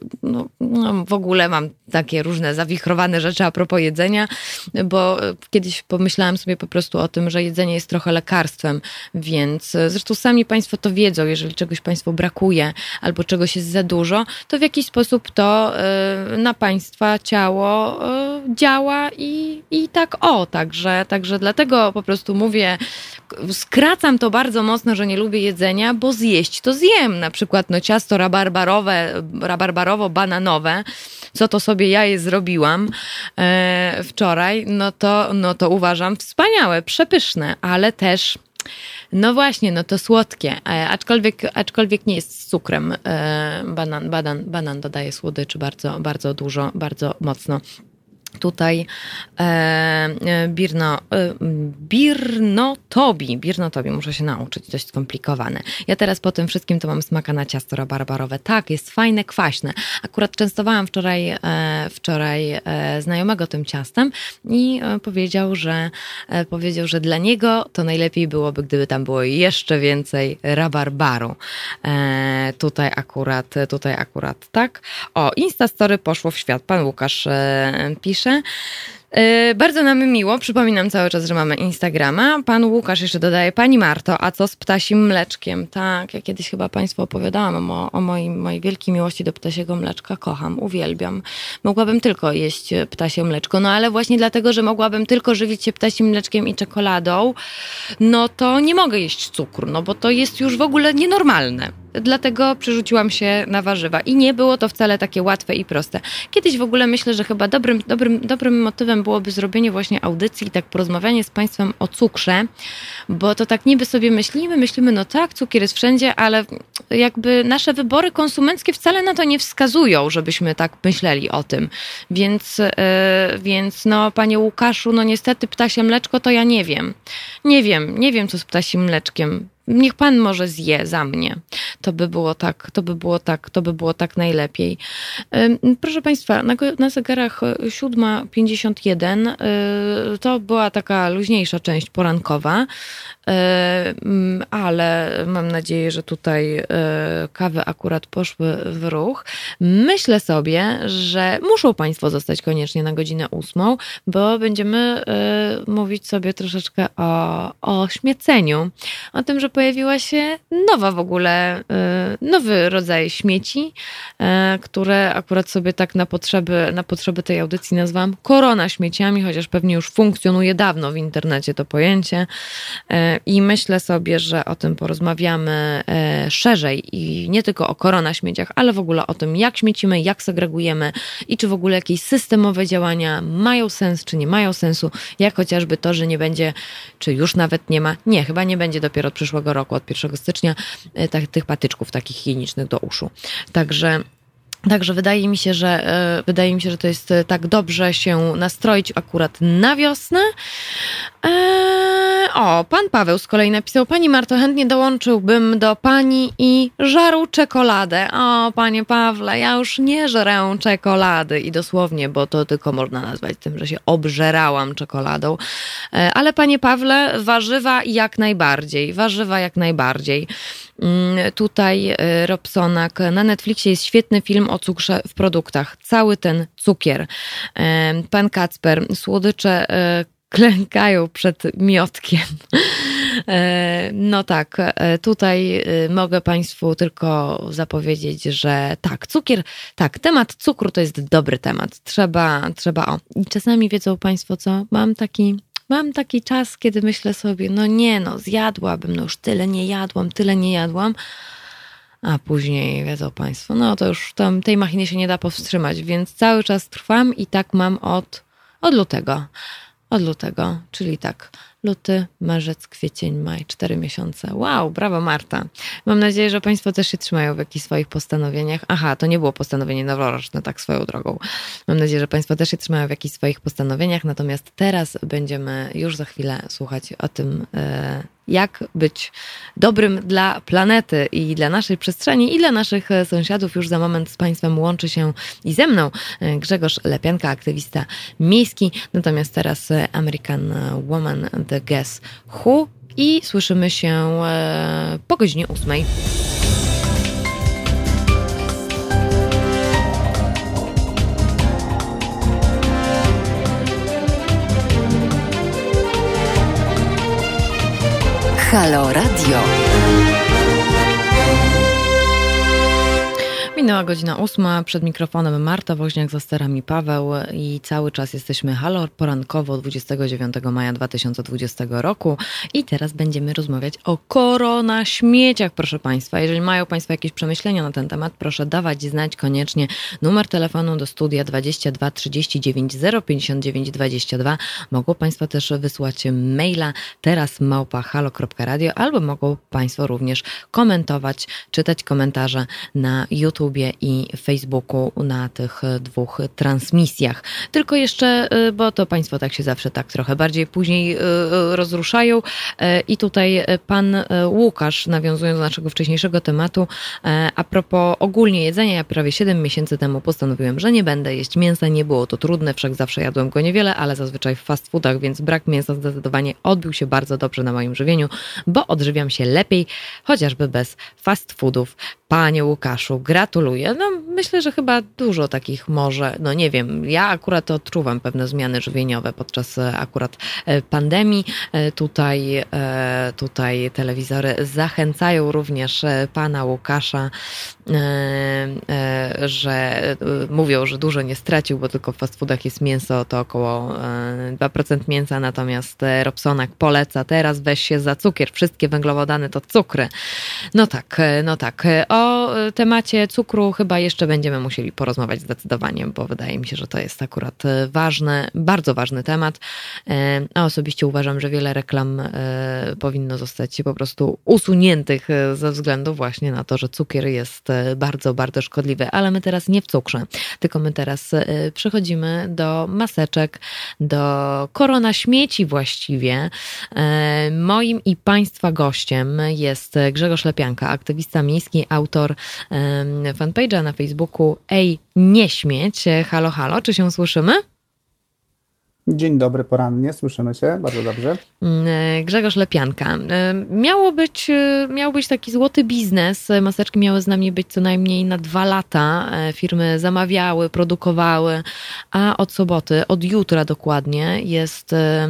w ogóle mam takie różne zawichrowane rzeczy a propos jedzenia, bo kiedyś pomyślałam sobie po prostu o tym, że jedzenie jest trochę lekarstwem, więc zresztą sami Państwo to wiedzą, jeżeli czegoś Państwu brakuje albo czegoś jest za dużo, to w jakiś sposób to na Państwa ciało działa i także dlatego po prostu mówię, skracam to bardzo mocno, że nie lubię jedzenia, bo zjeść to zjem. Na przykład ciasto rabarbarowo-bananowe, co to sobie ja je zrobiłam wczoraj, no to uważam wspaniałe, przepyszne, ale też to słodkie, aczkolwiek nie jest z cukrem. Banan dodaje słodyczy bardzo, bardzo dużo, bardzo mocno. Tutaj Birnotobi, muszę się nauczyć, dość skomplikowane. Ja teraz po tym wszystkim to mam smaka na ciasto rabarbarowe. Tak, jest fajne, kwaśne. Akurat częstowałam wczoraj znajomego tym ciastem i powiedział, że dla niego to najlepiej byłoby, gdyby tam było jeszcze więcej rabarbaru. Tutaj akurat tak. Instastory poszło w świat. Pan Łukasz pisze. Bardzo nam miło, przypominam cały czas, że mamy Instagrama. Pan Łukasz jeszcze dodaje, pani Marto, a co z ptasim mleczkiem? Tak, ja kiedyś chyba Państwu opowiadałam o mojej wielkiej miłości do ptasiego mleczka. Kocham, uwielbiam. Mogłabym tylko jeść ptasie mleczko, ale właśnie dlatego, że mogłabym tylko żywić się ptasim mleczkiem i czekoladą, to nie mogę jeść cukru, bo to jest już w ogóle nienormalne. dlatego przerzuciłam się na warzywa. I nie było to wcale takie łatwe i proste. Kiedyś w ogóle myślę, że chyba dobrym motywem byłoby zrobienie właśnie audycji i tak porozmawianie z Państwem o cukrze, bo to tak niby sobie myślimy, no tak, cukier jest wszędzie, ale jakby nasze wybory konsumenckie wcale na to nie wskazują, żebyśmy tak myśleli o tym. Więc no, panie Łukaszu, no niestety ptasie mleczko to ja nie wiem. Nie wiem, co z ptasim mleczkiem. Niech pan może zje za mnie. To by było tak najlepiej. Proszę Państwa, na zegarach 7:51 to była taka luźniejsza część porankowa, ale mam nadzieję, że tutaj kawy akurat poszły w ruch. Myślę sobie, że muszą Państwo zostać koniecznie na godzinę 8, bo będziemy mówić sobie troszeczkę o śmieceniu. O tym, że pojawiła się nowy rodzaj śmieci, które akurat sobie tak na potrzeby tej audycji nazwałam korona śmieciami, chociaż pewnie już funkcjonuje dawno w internecie to pojęcie. I myślę sobie, że o tym porozmawiamy szerzej i nie tylko o korona śmieciach, ale w ogóle o tym, jak śmiecimy, jak segregujemy i czy w ogóle jakieś systemowe działania mają sens, czy nie mają sensu, jak chociażby to, że nie będzie, czy już nawet nie ma, chyba nie będzie dopiero od przyszłego roku, od 1 stycznia tych patyczków takich higienicznych do uszu. Także wydaje mi się, że to jest tak dobrze się nastroić akurat na wiosnę. Pan Paweł z kolei napisał: Pani Marto, chętnie dołączyłbym do pani i żarł czekoladę. Panie Pawle, ja już nie żerę czekolady i dosłownie, bo to tylko można nazwać tym, że się obżerałam czekoladą. Ale panie Pawle, warzywa jak najbardziej. Tutaj Robsonak. Na Netflixie jest świetny film o cukrze w produktach. Cały ten cukier. Pan Kacper. Słodycze klękają przed miotkiem. No tak, tutaj mogę Państwu tylko zapowiedzieć, że temat cukru to jest dobry temat. Trzeba. I czasami wiedzą Państwo co? Mam taki czas, kiedy myślę sobie, zjadłabym, już tyle nie jadłam, a później, wiedzą Państwo, to już tej machiny się nie da powstrzymać, więc cały czas trwam i tak mam od lutego. Czyli tak, luty, marzec, kwiecień, maj, 4 miesiące. Wow, brawo Marta. Mam nadzieję, że Państwo też się trzymają w jakichś swoich postanowieniach. To nie było postanowienie noworoczne, tak swoją drogą. Mam nadzieję, że Państwo też się trzymają w jakichś swoich postanowieniach, natomiast teraz będziemy już za chwilę słuchać o tym, jak być dobrym dla planety i dla naszej przestrzeni i dla naszych sąsiadów. Już za moment z Państwem łączy się i ze mną Grzegorz Lepianka, aktywista miejski. Natomiast teraz American Woman, The Guess Who i słyszymy się po godzinie 8. Halo Radio. Minęła godzina 8, przed mikrofonem Marta Woźniak, za sterami Paweł i cały czas jesteśmy Halo porankowo 29 maja 2020 roku i teraz będziemy rozmawiać o korona śmieciach, proszę Państwa. Jeżeli mają Państwo jakieś przemyślenia na ten temat, proszę dawać znać koniecznie. Numer telefonu do studia 22 39 059 22. Mogą Państwo też wysłać maila teraz@halo.radio albo mogą Państwo również komentować, czytać komentarze na YouTube i Facebooku na tych 2 transmisjach. Tylko jeszcze, bo to Państwo tak się zawsze tak trochę bardziej później rozruszają i tutaj pan Łukasz, nawiązując do naszego wcześniejszego tematu, a propos ogólnie jedzenia, ja prawie 7 miesięcy temu postanowiłem, że nie będę jeść mięsa, nie było to trudne, wszak zawsze jadłem go niewiele, ale zazwyczaj w fast foodach, więc brak mięsa zdecydowanie odbił się bardzo dobrze na moim żywieniu, bo odżywiam się lepiej, chociażby bez fast foodów Panie Łukaszu, gratuluję. No, myślę, że chyba dużo takich może, no nie wiem, ja akurat odczuwam pewne zmiany żywieniowe podczas akurat pandemii. Tutaj telewizory zachęcają również pana Łukasza, że mówią, że dużo nie stracił, bo tylko w fast foodach jest mięso, to około 2% mięsa, natomiast Robsonak poleca, teraz weź się za cukier, wszystkie węglowodany to cukry. No tak. O temacie cukru chyba jeszcze będziemy musieli porozmawiać zdecydowanie, bo wydaje mi się, że to jest akurat ważny, bardzo ważny temat. A osobiście uważam, że wiele reklam powinno zostać po prostu usuniętych ze względu właśnie na to, że cukier jest bardzo, bardzo szkodliwy. Ale my teraz nie w cukrze, tylko my teraz przechodzimy do maseczek, do korona śmieci właściwie. Moim i Państwa gościem jest Grzegorz Lepianka, aktywista miejski, autor fanpage'a na Facebooku Ej, nie śmieć. Halo, halo, czy się słyszymy? Dzień dobry, porannie, słyszymy się bardzo dobrze. Grzegorz Lepianka. Miał być taki złoty biznes. Maseczki miały z nami być co najmniej na 2 lata. Firmy zamawiały, produkowały, a od soboty, od jutra dokładnie, jest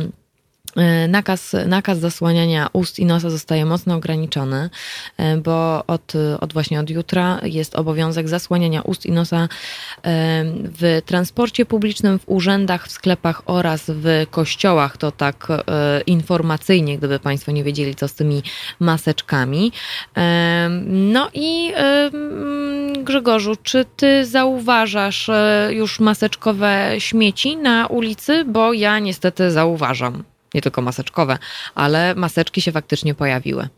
nakaz zasłaniania ust i nosa zostaje mocno ograniczony, bo od jutra jest obowiązek zasłaniania ust i nosa w transporcie publicznym, w urzędach, w sklepach oraz w kościołach. To tak informacyjnie, gdyby Państwo nie wiedzieli, co z tymi maseczkami. No i Grzegorzu, czy Ty zauważasz już maseczkowe śmieci na ulicy? Bo ja niestety zauważam. Nie tylko maseczkowe, ale maseczki się faktycznie pojawiły.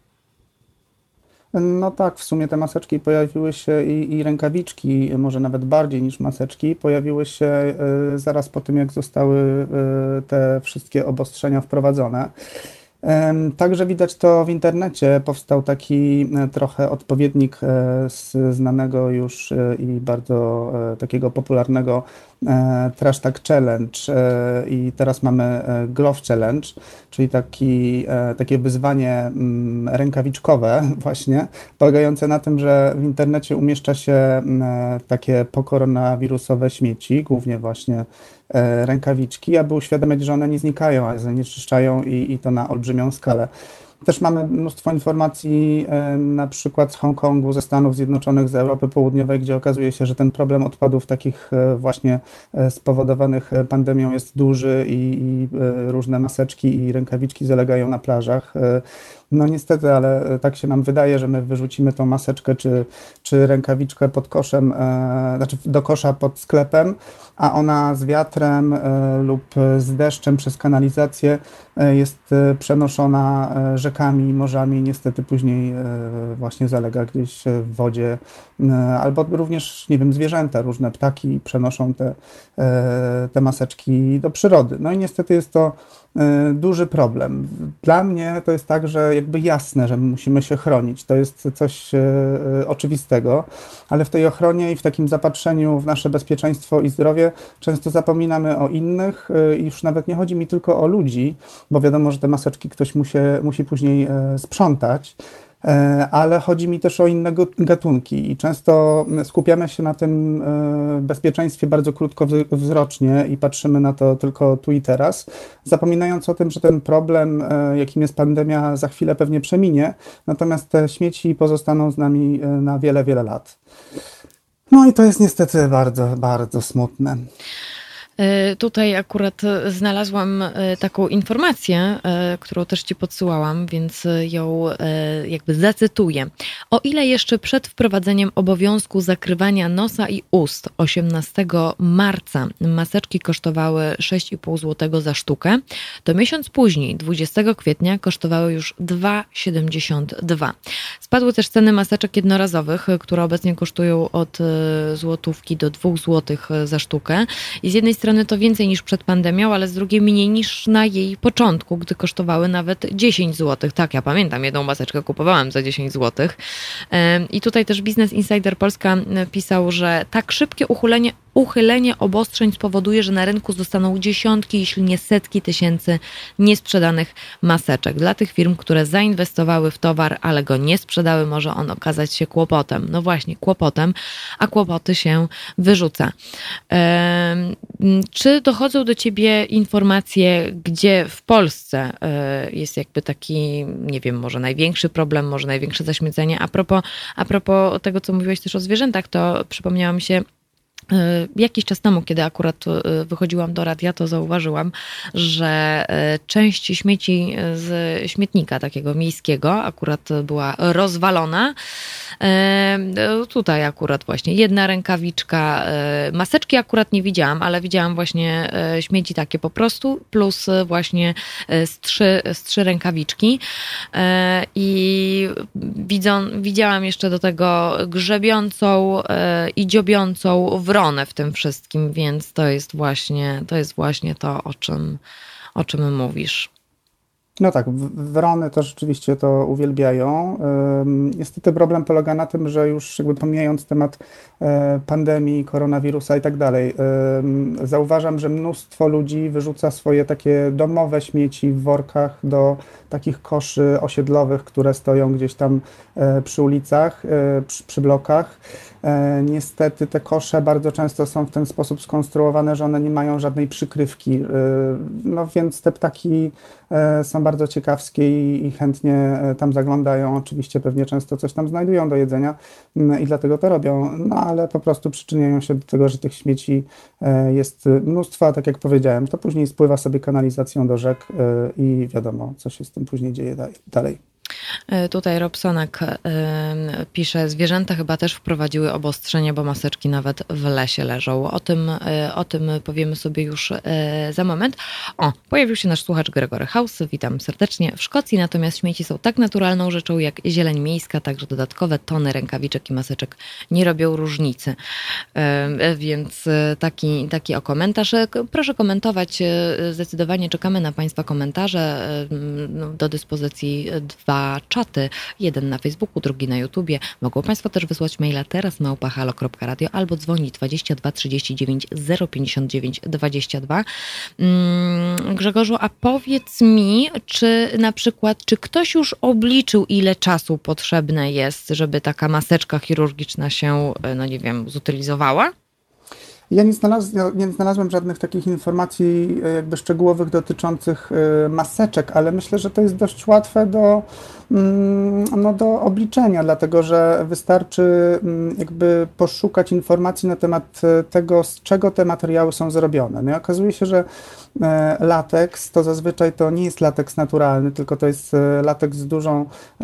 No tak, w sumie te maseczki pojawiły się i rękawiczki, może nawet bardziej niż maseczki, pojawiły się zaraz po tym, jak zostały te wszystkie obostrzenia wprowadzone. Także widać to w internecie. Powstał taki trochę odpowiednik znanego już i bardzo takiego popularnego Trash Tag Challenge i teraz mamy Glove Challenge, czyli takie wyzwanie rękawiczkowe właśnie, polegające na tym, że w internecie umieszcza się takie pokoronawirusowe śmieci, głównie właśnie rękawiczki, aby uświadamiać, że one nie znikają, ale zanieczyszczają i to na olbrzymią skalę. Też mamy mnóstwo informacji na przykład z Hongkongu, ze Stanów Zjednoczonych, z Europy Południowej, gdzie okazuje się, że ten problem odpadów takich właśnie spowodowanych pandemią jest duży i różne maseczki i rękawiczki zalegają na plażach. No niestety, ale tak się nam wydaje, że my wyrzucimy tą maseczkę czy rękawiczkę pod koszem, znaczy do kosza pod sklepem, a ona z wiatrem lub z deszczem przez kanalizację jest przenoszona rzekami, morzami, niestety później właśnie zalega gdzieś w wodzie, albo również, nie wiem, zwierzęta, różne ptaki przenoszą te maseczki do przyrody. No i niestety jest to duży problem. Dla mnie to jest tak, że jakby jasne, że musimy się chronić. To jest coś oczywistego, ale w tej ochronie i w takim zapatrzeniu w nasze bezpieczeństwo i zdrowie często zapominamy o innych i już nawet nie chodzi mi tylko o ludzi, bo wiadomo, że te maseczki ktoś musi później sprzątać, ale chodzi mi też o inne gatunki i często skupiamy się na tym bezpieczeństwie bardzo krótkowzrocznie i patrzymy na to tylko tu i teraz, zapominając o tym, że ten problem, jakim jest pandemia, za chwilę pewnie przeminie, natomiast te śmieci pozostaną z nami na wiele, wiele lat. No i to jest niestety bardzo, bardzo smutne. Tutaj akurat znalazłam taką informację, którą też Ci podsyłałam, więc ją jakby zacytuję. O ile jeszcze przed wprowadzeniem obowiązku zakrywania nosa i ust 18 marca maseczki kosztowały 6,5 zł za sztukę, to miesiąc później, 20 kwietnia, kosztowały już 2,72. Spadły też ceny maseczek jednorazowych, które obecnie kosztują od złotówki do 2 zł za sztukę. I z jednej strony to więcej niż przed pandemią, ale z drugiej mniej niż na jej początku, gdy kosztowały nawet 10 zł. Tak, ja pamiętam, jedną maseczkę kupowałam za 10 zł. I tutaj też Business Insider Polska pisał, że tak szybkie uchylenie obostrzeń spowoduje, że na rynku zostaną dziesiątki, jeśli nie setki tysięcy niesprzedanych maseczek. Dla tych firm, które zainwestowały w towar, ale go nie sprzedały, może on okazać się kłopotem. No właśnie, kłopotem, a kłopoty się wyrzuca. Czy dochodzą do ciebie informacje, gdzie w Polsce jest jakby taki, nie wiem, może największy problem, może największe zaśmiecenie? A propos tego, co mówiłeś też o zwierzętach, to przypomniało mi się, jakiś czas temu, kiedy akurat wychodziłam do radia, to zauważyłam, że część śmieci z śmietnika takiego miejskiego akurat była rozwalona. Tutaj akurat właśnie jedna rękawiczka, maseczki akurat nie widziałam, ale widziałam właśnie śmieci takie po prostu, plus właśnie z trzy rękawiczki. I widziałam jeszcze do tego grzebiącą i dziobiącą wronę w tym wszystkim, więc to jest właśnie to, o czym mówisz. No tak, wrony to rzeczywiście to uwielbiają. Niestety problem polega na tym, że już jakby pomijając temat pandemii, koronawirusa i tak dalej, zauważam, że mnóstwo ludzi wyrzuca swoje takie domowe śmieci w workach do takich koszy osiedlowych, które stoją gdzieś tam przy ulicach, przy blokach. Niestety te kosze bardzo często są w ten sposób skonstruowane, że one nie mają żadnej przykrywki. No więc te ptaki są bardzo ciekawskie i chętnie tam zaglądają. Oczywiście pewnie często coś tam znajdują do jedzenia i dlatego to robią. No ale po prostu przyczyniają się do tego, że tych śmieci jest mnóstwo, a tak jak powiedziałem, to później spływa sobie kanalizacją do rzek i wiadomo, co się z tym później dzieje dalej. Tutaj Robsonak pisze, zwierzęta chyba też wprowadziły obostrzenia, bo maseczki nawet w lesie leżą. O tym powiemy sobie już za moment. Pojawił się nasz słuchacz Gregory House, witam serdecznie. W Szkocji natomiast śmieci są tak naturalną rzeczą jak zieleń miejska, także dodatkowe tony rękawiczek i maseczek nie robią różnicy. Więc taki komentarz. Proszę komentować, zdecydowanie czekamy na Państwa komentarze. Do dyspozycji 2 czaty, jeden na Facebooku, drugi na YouTubie. Mogą Państwo też wysłać maila teraz @halo.radio albo dzwonić 22 39 059 22. Grzegorzu, a powiedz mi, czy na przykład, czy ktoś już obliczył, ile czasu potrzebne jest, żeby taka maseczka chirurgiczna się, no nie wiem, zutylizowała? Ja nie znalazłem żadnych takich informacji jakby szczegółowych dotyczących maseczek, ale myślę, że to jest dość łatwe do obliczenia, dlatego że wystarczy jakby poszukać informacji na temat tego, z czego te materiały są zrobione. No i okazuje się, że lateks to zazwyczaj to nie jest lateks naturalny, tylko to jest lateks z dużą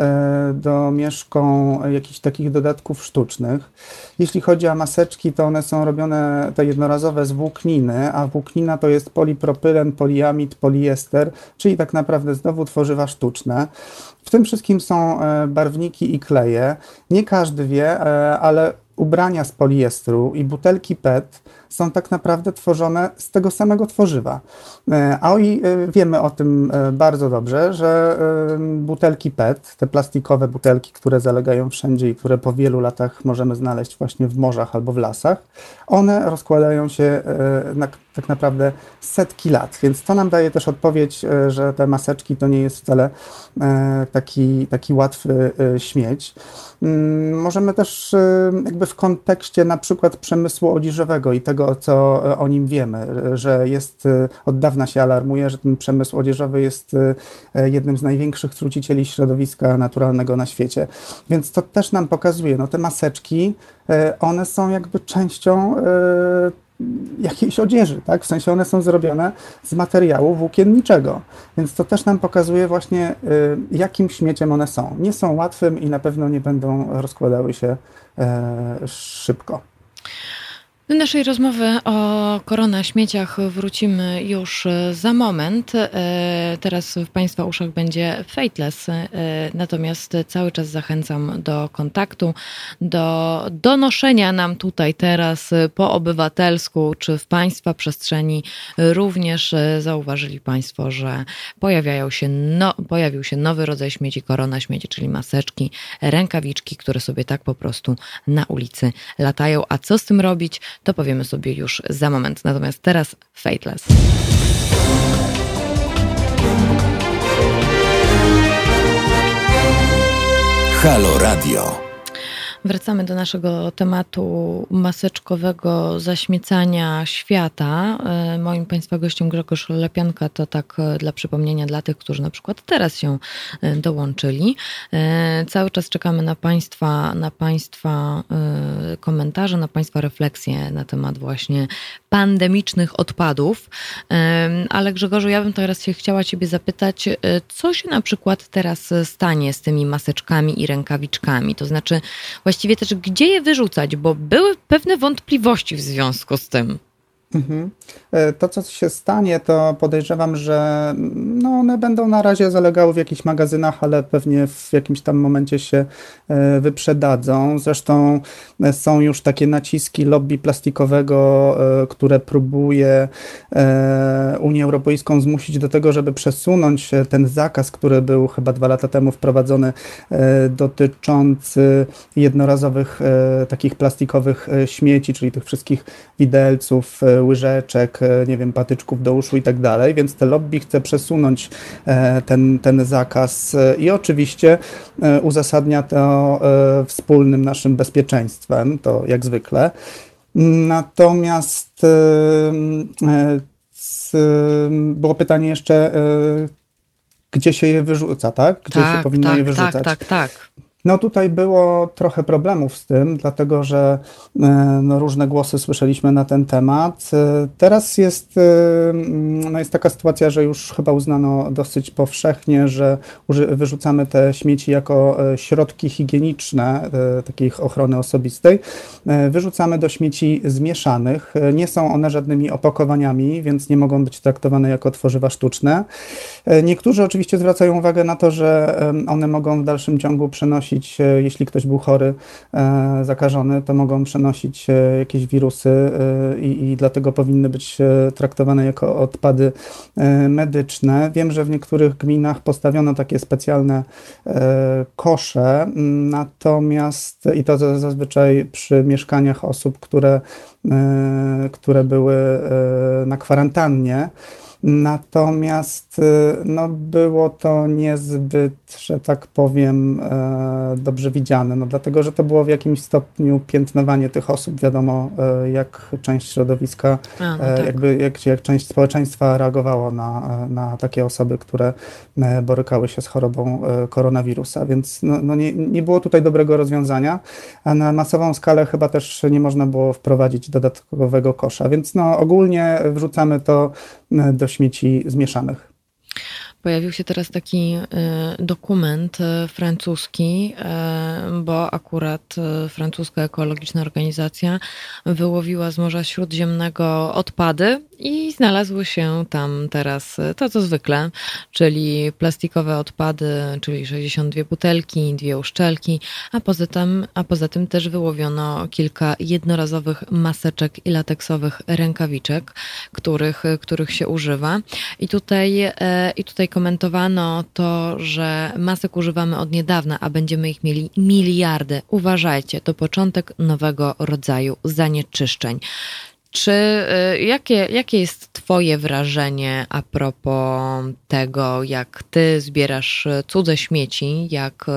domieszką jakichś takich dodatków sztucznych. Jeśli chodzi o maseczki, to one są robione te jednorazowe z włókniny, a włóknina to jest polipropylen, poliamid, poliester, czyli tak naprawdę znowu tworzywa sztuczne. W tym wszystkim są barwniki i kleje. Nie każdy wie, ale ubrania z poliestru i butelki PET są tak naprawdę tworzone z tego samego tworzywa. A wiemy o tym bardzo dobrze, że butelki PET, te plastikowe butelki, które zalegają wszędzie i które po wielu latach możemy znaleźć właśnie w morzach albo w lasach, one rozkładają się tak naprawdę setki lat. Więc to nam daje też odpowiedź, że te maseczki to nie jest wcale taki łatwy śmieć. Możemy też jakby w kontekście na przykład przemysłu odzieżowego i tego, co o nim wiemy, że od dawna się alarmuje, że ten przemysł odzieżowy jest jednym z największych trucicieli środowiska naturalnego na świecie. Więc to też nam pokazuje, no te maseczki, one są jakby częścią jakiejś odzieży, tak? W sensie one są zrobione z materiału włókienniczego, więc to też nam pokazuje właśnie, jakim śmieciem one są. Nie są łatwym i na pewno nie będą rozkładały się szybko. Do naszej rozmowy o koronaśmieciach wrócimy już za moment. Teraz w Państwa uszach będzie Fateless, natomiast cały czas zachęcam do kontaktu, do donoszenia nam tutaj teraz po obywatelsku, czy w Państwa przestrzeni również zauważyli Państwo, że pojawił się nowy rodzaj śmieci, koronaśmieci, czyli maseczki, rękawiczki, które sobie tak po prostu na ulicy latają. A co z tym robić? to powiemy sobie już za moment. Natomiast teraz Fateless. Halo Radio. Wracamy do naszego tematu maseczkowego zaśmiecania świata. Moim Państwa gościem Grzegorz Lepianka, to tak dla przypomnienia dla tych, którzy na przykład teraz się dołączyli. Cały czas czekamy na Państwa komentarze, na Państwa refleksje na temat właśnie pandemicznych odpadów. Ale Grzegorzu, ja bym teraz się chciała Ciebie zapytać, co się na przykład teraz stanie z tymi maseczkami i rękawiczkami? To znaczy właściwie też gdzie je wyrzucać, bo były pewne wątpliwości w związku z tym. To, co się stanie, to podejrzewam, że one będą na razie zalegały w jakichś magazynach, ale pewnie w jakimś tam momencie się wyprzedadzą. Zresztą są już takie naciski lobby plastikowego, które próbuje Unię Europejską zmusić do tego, żeby przesunąć ten zakaz, który był chyba 2 lata temu wprowadzony, dotyczący jednorazowych takich plastikowych śmieci, czyli tych wszystkich widelców, łyżeczek, nie wiem, patyczków do uszu i tak dalej, więc te lobby chce przesunąć ten zakaz i oczywiście uzasadnia to wspólnym naszym bezpieczeństwem, to jak zwykle. Natomiast było pytanie jeszcze, gdzie się je wyrzuca, tak? Gdzie się powinno je wyrzucać? Tak. No tutaj było trochę problemów z tym, dlatego że różne głosy słyszeliśmy na ten temat. Teraz jest taka sytuacja, że już chyba uznano dosyć powszechnie, że wyrzucamy te śmieci jako środki higieniczne, takich ochrony osobistej. Wyrzucamy do śmieci zmieszanych. Nie są one żadnymi opakowaniami, więc nie mogą być traktowane jako tworzywa sztuczne. Niektórzy oczywiście zwracają uwagę na to, że one mogą w dalszym ciągu przenosić, jeśli ktoś był chory, zakażony, to mogą przenosić jakieś wirusy i dlatego powinny być traktowane jako odpady medyczne. Wiem, że w niektórych gminach postawiono takie specjalne kosze, natomiast i to zazwyczaj przy mieszkaniach osób, które były na kwarantannie. Natomiast było to niezbyt, że tak powiem, dobrze widziane, dlatego że to było w jakimś stopniu piętnowanie tych osób. Wiadomo, jak część środowiska, jak część społeczeństwa reagowało na takie osoby, które borykały się z chorobą koronawirusa, więc nie było tutaj dobrego rozwiązania, a na masową skalę chyba też nie można było wprowadzić dodatkowego kosza, więc ogólnie wrzucamy to do śmieci zmieszanych. Pojawił się teraz taki dokument francuski, bo akurat francuska ekologiczna organizacja wyłowiła z Morza Śródziemnego odpady i znalazły się tam teraz to, co zwykle, czyli plastikowe odpady, czyli 62 butelki, 2 uszczelki, a poza tym też wyłowiono kilka jednorazowych maseczek i lateksowych rękawiczek, których się używa. I tutaj komentowano to, że masek używamy od niedawna, a będziemy ich mieli miliardy. Uważajcie, to początek nowego rodzaju zanieczyszczeń. Jakie jest Twoje wrażenie a propos tego, jak Ty zbierasz cudze śmieci,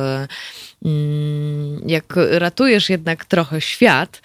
jak ratujesz jednak trochę świat?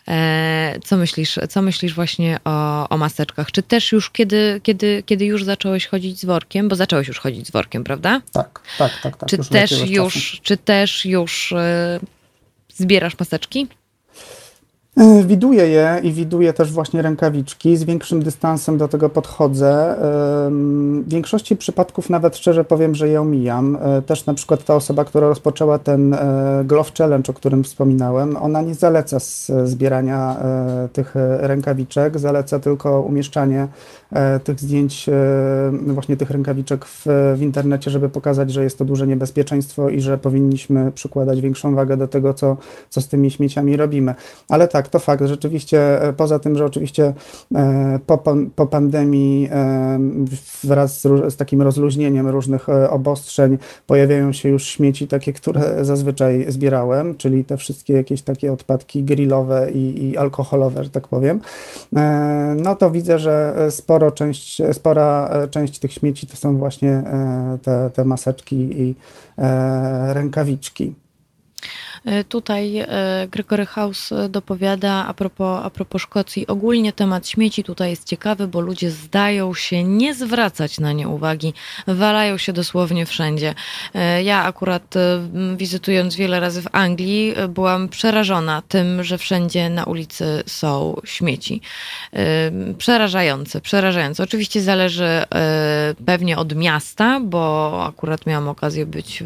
Co myślisz właśnie o maseczkach? Czy też już kiedy już zacząłeś chodzić z workiem? Bo zacząłeś już chodzić z workiem, prawda? Tak. Czy też już zbierasz maseczki? Widuję je i widuję też właśnie rękawiczki. Z większym dystansem do tego podchodzę. W większości przypadków nawet szczerze powiem, że je omijam. Też na przykład ta osoba, która rozpoczęła ten Glove Challenge, o którym wspominałem, ona nie zaleca zbierania tych rękawiczek, zaleca tylko umieszczanie tych zdjęć, właśnie tych rękawiczek w internecie, żeby pokazać, że jest to duże niebezpieczeństwo i że powinniśmy przykładać większą wagę do tego, co z tymi śmieciami robimy. Ale tak, tak, to fakt. Rzeczywiście, poza tym, że oczywiście po pandemii wraz z takim rozluźnieniem różnych obostrzeń pojawiają się już śmieci takie, które zazwyczaj zbierałem, czyli te wszystkie jakieś takie odpadki grillowe i alkoholowe, że tak powiem. No to widzę, że spora część tych śmieci to są właśnie te maseczki i rękawiczki. Tutaj Gregory House dopowiada a propos Szkocji. Ogólnie temat śmieci tutaj jest ciekawy, bo ludzie zdają się nie zwracać na nie uwagi. Walają się dosłownie wszędzie. Ja akurat wizytując wiele razy w Anglii byłam przerażona tym, że wszędzie na ulicy są śmieci. Przerażające. Oczywiście zależy pewnie od miasta, bo akurat miałam okazję być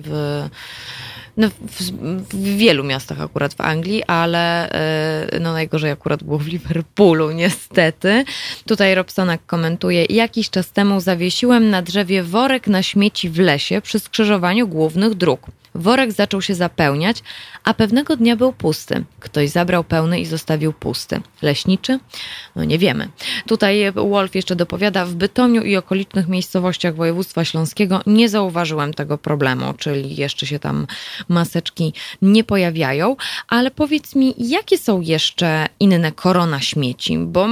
w wielu miastach akurat w Anglii, ale no najgorzej akurat było w Liverpoolu niestety. Tutaj Robsonak komentuje: jakiś czas temu zawiesiłem na drzewie worek na śmieci w lesie przy skrzyżowaniu głównych dróg. Worek zaczął się zapełniać, a pewnego dnia był pusty. Ktoś zabrał pełny i zostawił pusty. Leśniczy? No nie wiemy. Tutaj Wolf jeszcze dopowiada: w Bytomiu i okolicznych miejscowościach województwa śląskiego nie zauważyłem tego problemu, czyli jeszcze się tam maseczki nie pojawiają. Ale powiedz mi, jakie są jeszcze inne korona śmieci? Bo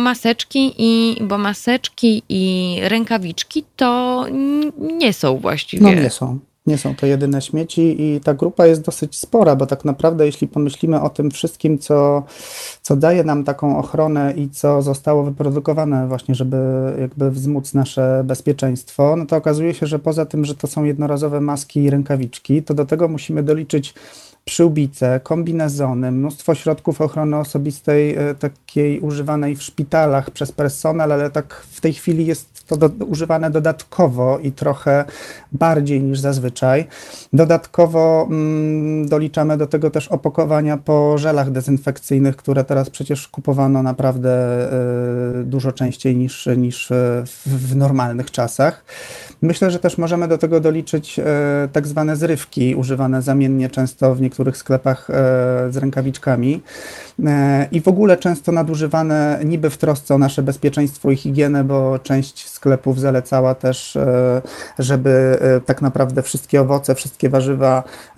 maseczki i rękawiczki to nie są właściwie... No nie są. Nie są to jedyne śmieci i ta grupa jest dosyć spora, bo tak naprawdę jeśli pomyślimy o tym wszystkim, co daje nam taką ochronę i co zostało wyprodukowane właśnie, żeby jakby wzmóc nasze bezpieczeństwo, no to okazuje się, że poza tym, że to są jednorazowe maski i rękawiczki, to do tego musimy doliczyć przyłbice, kombinezony, mnóstwo środków ochrony osobistej, takiej używanej w szpitalach przez personel, ale tak w tej chwili jest to używane dodatkowo i trochę bardziej niż zazwyczaj. Dodatkowo doliczamy do tego też opakowania po żelach dezynfekcyjnych, które teraz przecież kupowano naprawdę dużo częściej niż w normalnych czasach. Myślę, że też możemy do tego doliczyć tak zwane zrywki, używane zamiennie często w niektórych sklepach z rękawiczkami i w ogóle często nadużywane niby w trosce o nasze bezpieczeństwo i higienę, bo część sklepów zalecała też, żeby tak naprawdę wszystkie owoce, wszystkie warzywa,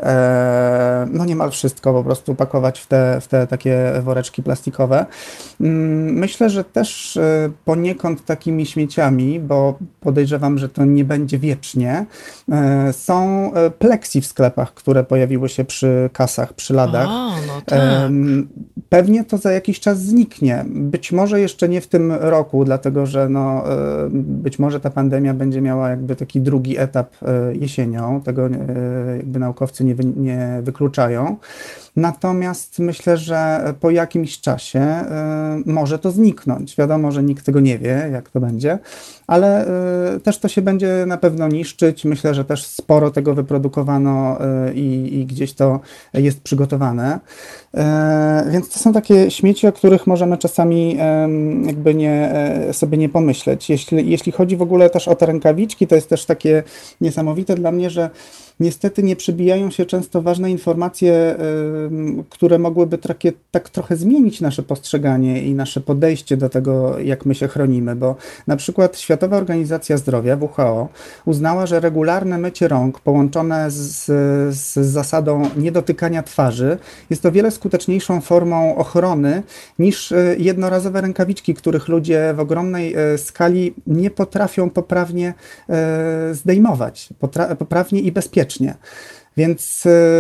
no niemal wszystko po prostu pakować w te takie woreczki plastikowe. Myślę, że też poniekąd takimi śmieciami, bo podejrzewam, że to nie będzie wiecznie, są pleksi w sklepach, które pojawiły się przy kasach, przy ladach. O, no tak. Pewnie to za jakiś czas zniknie. Być może jeszcze nie w tym roku, dlatego że no, być może ta pandemia będzie miała jakby taki drugi etap jesienią. Tego jakby naukowcy nie wykluczają. Natomiast myślę, że po jakimś czasie może to zniknąć. Wiadomo, że nikt tego nie wie, jak to będzie, ale też to się będzie na pewno niszczyć. Myślę, że też sporo tego wyprodukowano i gdzieś to jest przygotowane. Więc to są takie śmieci, o których możemy czasami jakby sobie nie pomyśleć. Jeśli chodzi w ogóle też o te rękawiczki, to jest też takie niesamowite dla mnie, że niestety nie przebijają się często ważne informacje, które mogłyby tak trochę zmienić nasze postrzeganie i nasze podejście do tego, jak my się chronimy, bo na przykład Światowa Organizacja Zdrowia, WHO, uznała, że regularne mycie rąk połączone z zasadą niedotykania twarzy jest o wiele skuteczniejszą formą ochrony niż jednorazowe rękawiczki, których ludzie w ogromnej skali nie potrafią poprawnie zdejmować, poprawnie i bezpiecznie. Więc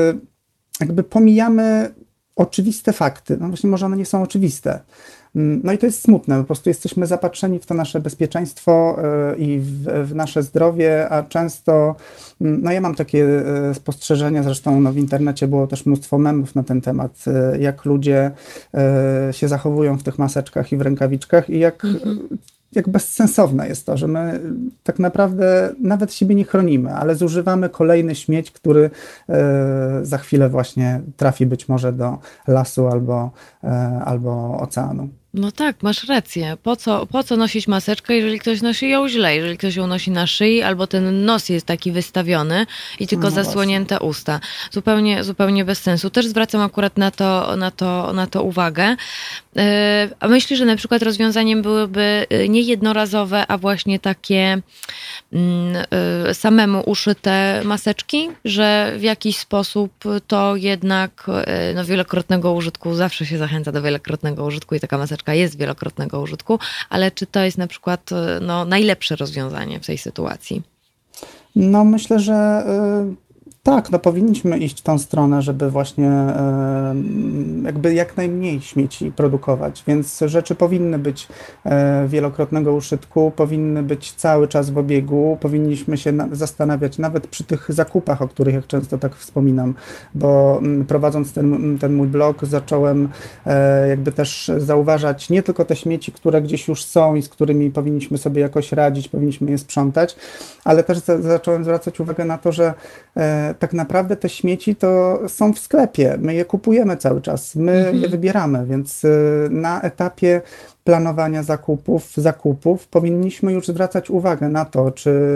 jakby pomijamy oczywiste fakty. No właśnie może one nie są oczywiste. No i to jest smutne. Po prostu jesteśmy zapatrzeni w to nasze bezpieczeństwo i w nasze zdrowie, a często, no ja mam takie spostrzeżenia, zresztą no w internecie było też mnóstwo memów na ten temat, jak ludzie się zachowują w tych maseczkach i w rękawiczkach i jak bezsensowne jest to, że my tak naprawdę nawet siebie nie chronimy, ale zużywamy kolejny śmieć, który za chwilę właśnie trafi być może do lasu albo oceanu. No tak, masz rację. Po co nosić maseczkę, jeżeli ktoś nosi ją źle, jeżeli ktoś ją nosi na szyi, albo ten nos jest taki wystawiony i tylko zasłonięte usta. Zupełnie bez sensu. Też zwracam akurat na to uwagę. A myślę, że na przykład rozwiązaniem byłyby nie jednorazowe, a właśnie takie samemu uszyte maseczki, że w jakiś sposób to jednak wielokrotnego użytku, zawsze się zachęca do wielokrotnego użytku i taka maseczka jest wielokrotnego użytku, ale czy to jest na przykład najlepsze rozwiązanie w tej sytuacji? No myślę, że tak, powinniśmy iść w tą stronę, żeby właśnie jakby jak najmniej śmieci produkować, więc rzeczy powinny być wielokrotnego użytku, powinny być cały czas w obiegu, powinniśmy się zastanawiać nawet przy tych zakupach, o których jak często tak wspominam, bo prowadząc ten mój blog zacząłem jakby też zauważać nie tylko te śmieci, które gdzieś już są i z którymi powinniśmy sobie jakoś radzić, powinniśmy je sprzątać, ale też zacząłem zwracać uwagę na to, że tak naprawdę te śmieci to są w sklepie, my je kupujemy cały czas, my je wybieramy, więc na etapie planowania zakupów powinniśmy już zwracać uwagę na to,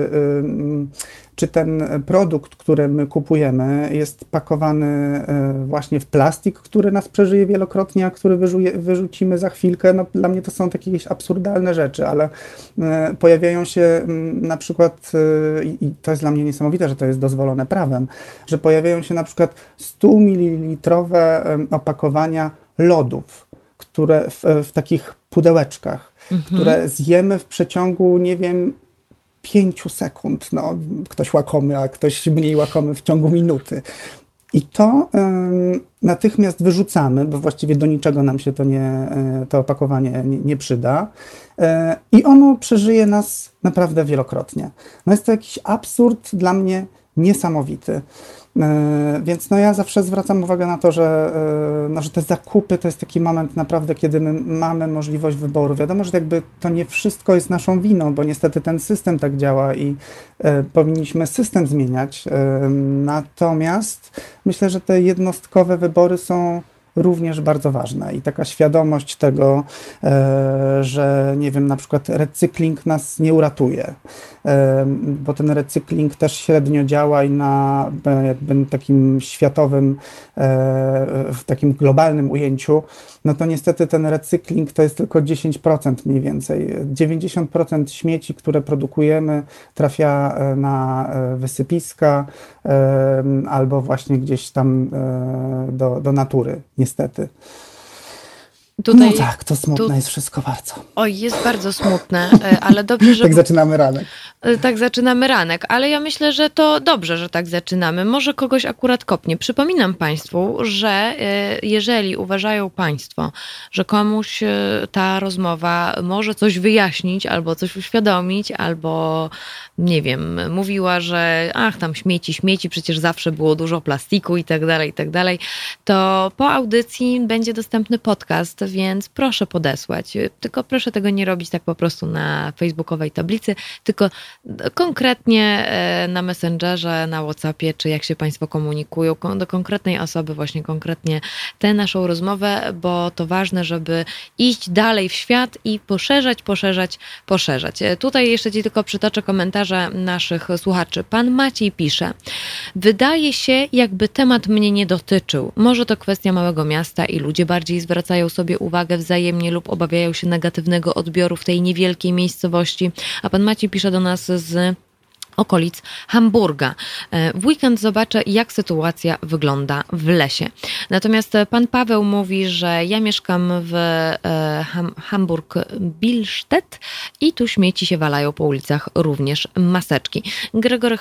czy ten produkt, który my kupujemy, jest pakowany właśnie w plastik, który nas przeżyje wielokrotnie, a który wyrzucimy za chwilkę. No, dla mnie to są takie jakieś absurdalne rzeczy, ale pojawiają się na przykład, i to jest dla mnie niesamowite, że to jest dozwolone prawem, że pojawiają się na przykład 100 ml opakowania lodów, które w takich pudełeczkach, które zjemy w przeciągu, nie wiem, 5 sekund. No, ktoś łakomy, a ktoś mniej łakomy w ciągu minuty. I to natychmiast wyrzucamy, bo właściwie do niczego nam się to opakowanie nie przyda. I ono przeżyje nas naprawdę wielokrotnie. No jest to jakiś absurd dla mnie niesamowity. Więc ja zawsze zwracam uwagę na to, że te zakupy to jest taki moment naprawdę, kiedy my mamy możliwość wyboru. Wiadomo, że jakby to nie wszystko jest naszą winą, bo niestety ten system tak działa i powinniśmy system zmieniać. Natomiast myślę, że te jednostkowe wybory są również bardzo ważne i taka świadomość tego, że nie wiem, na przykład recykling nas nie uratuje, bo ten recykling też średnio działa i na jakby takim światowym, w takim globalnym ujęciu, no to niestety ten recykling to jest tylko 10% mniej więcej. 90% śmieci, które produkujemy, trafia na wysypiska albo właśnie gdzieś tam do natury, niestety. Tutaj, no tak, to smutne jest wszystko bardzo. Oj, jest bardzo smutne, ale dobrze, że... Tak zaczynamy ranek. Tak zaczynamy ranek, ale ja myślę, że to dobrze, że tak zaczynamy. Może kogoś akurat kopnie. Przypominam Państwu, że jeżeli uważają Państwo, że komuś ta rozmowa może coś wyjaśnić, albo coś uświadomić, albo nie wiem, mówiła, że tam śmieci, przecież zawsze było dużo plastiku i tak dalej, to po audycji będzie dostępny podcast, więc proszę podesłać. Tylko proszę tego nie robić tak po prostu na facebookowej tablicy, tylko konkretnie na Messengerze, na WhatsAppie, czy jak się Państwo komunikują, do konkretnej osoby, właśnie konkretnie tę naszą rozmowę, bo to ważne, żeby iść dalej w świat i poszerzać. Tutaj jeszcze Ci tylko przytoczę komentarze naszych słuchaczy. Pan Maciej pisze: wydaje się, jakby temat mnie nie dotyczył. Może to kwestia małego miasta i ludzie bardziej zwracają sobie uwagę wzajemnie lub obawiają się negatywnego odbioru w tej niewielkiej miejscowości. A pan Maciej pisze do nas z okolic Hamburga. W weekend zobaczę, jak sytuacja wygląda w lesie. Natomiast pan Paweł mówi, że ja mieszkam w Hamburg-Billstedt i tu śmieci się walają po ulicach, również maseczki. Gregory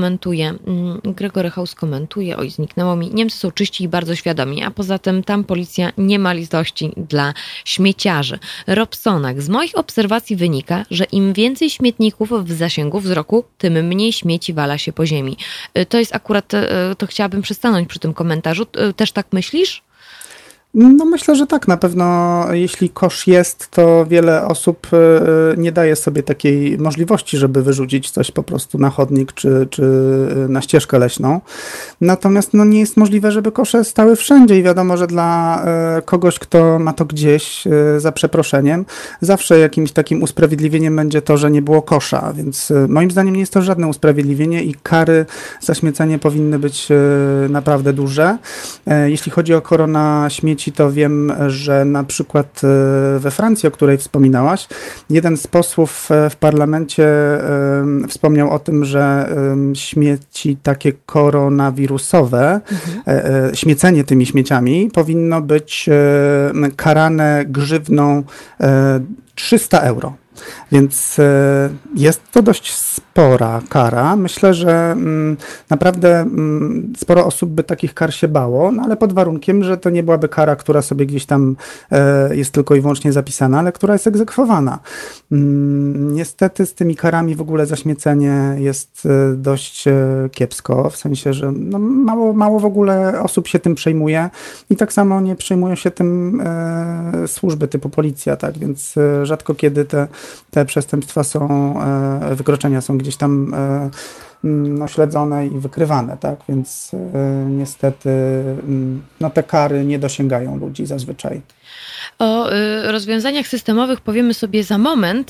House komentuje, oj, zniknęło mi, Niemcy są czyści i bardzo świadomi, a poza tym tam policja nie ma litości dla śmieciarzy. Robsonak: z moich obserwacji wynika, że im więcej śmietników w zasięgu wzroku, tym mniej śmieci wala się po ziemi. To jest akurat, to chciałabym przystanąć przy tym komentarzu. Też tak myślisz? No myślę, że tak, na pewno jeśli kosz jest, to wiele osób nie daje sobie takiej możliwości, żeby wyrzucić coś po prostu na chodnik czy na ścieżkę leśną. Natomiast no, nie jest możliwe, żeby kosze stały wszędzie i wiadomo, że dla kogoś, kto ma to gdzieś, za przeproszeniem, zawsze jakimś takim usprawiedliwieniem będzie to, że nie było kosza, więc moim zdaniem nie jest to żadne usprawiedliwienie i kary za śmiecenie powinny być naprawdę duże. Jeśli chodzi o korona śmieci, to wiem, że na przykład we Francji, o której wspominałaś, jeden z posłów w parlamencie wspomniał o tym, że śmieci takie koronawirusowe, śmiecenie tymi śmieciami powinno być karane grzywną 300 euro. Więc jest to dość spora kara. Myślę, że naprawdę sporo osób by takich kar się bało, no ale pod warunkiem, że to nie byłaby kara, która sobie gdzieś tam jest tylko i wyłącznie zapisana, ale która jest egzekwowana. Niestety z tymi karami w ogóle za śmiecenie jest dość kiepsko, w sensie, że no mało w ogóle osób się tym przejmuje i tak samo nie przejmują się tym służby typu policja, tak, więc rzadko kiedy te przestępstwa są, wykroczenia są gdzieś tam no, śledzone i wykrywane, tak, więc niestety no, te kary nie dosięgają ludzi zazwyczaj. O rozwiązaniach systemowych powiemy sobie za moment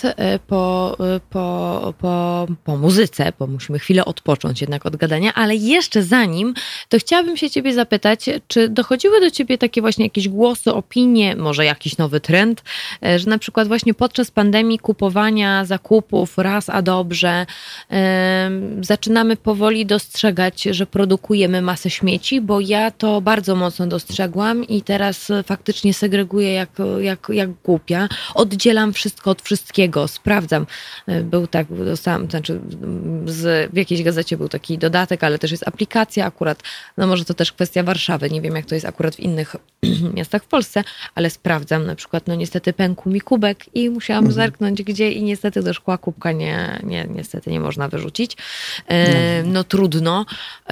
po muzyce, bo musimy chwilę odpocząć jednak od gadania, ale jeszcze zanim, to chciałabym się ciebie zapytać, czy dochodziły do ciebie takie właśnie jakieś głosy, opinie, może jakiś nowy trend, że na przykład właśnie podczas pandemii kupowania zakupów raz a dobrze zaczynamy powoli dostrzegać, że produkujemy masę śmieci, bo ja to bardzo mocno dostrzegłam i teraz faktycznie segreguję jak głupia. Oddzielam wszystko od wszystkiego, sprawdzam. Dostałam, znaczy w jakiejś gazecie był taki dodatek, ale też jest aplikacja akurat, no może to też kwestia Warszawy, nie wiem jak to jest akurat w innych miastach w Polsce, ale sprawdzam na przykład, no niestety pękł mi kubek i musiałam zerknąć gdzie i niestety do szkła kubka niestety nie można wyrzucić. No trudno,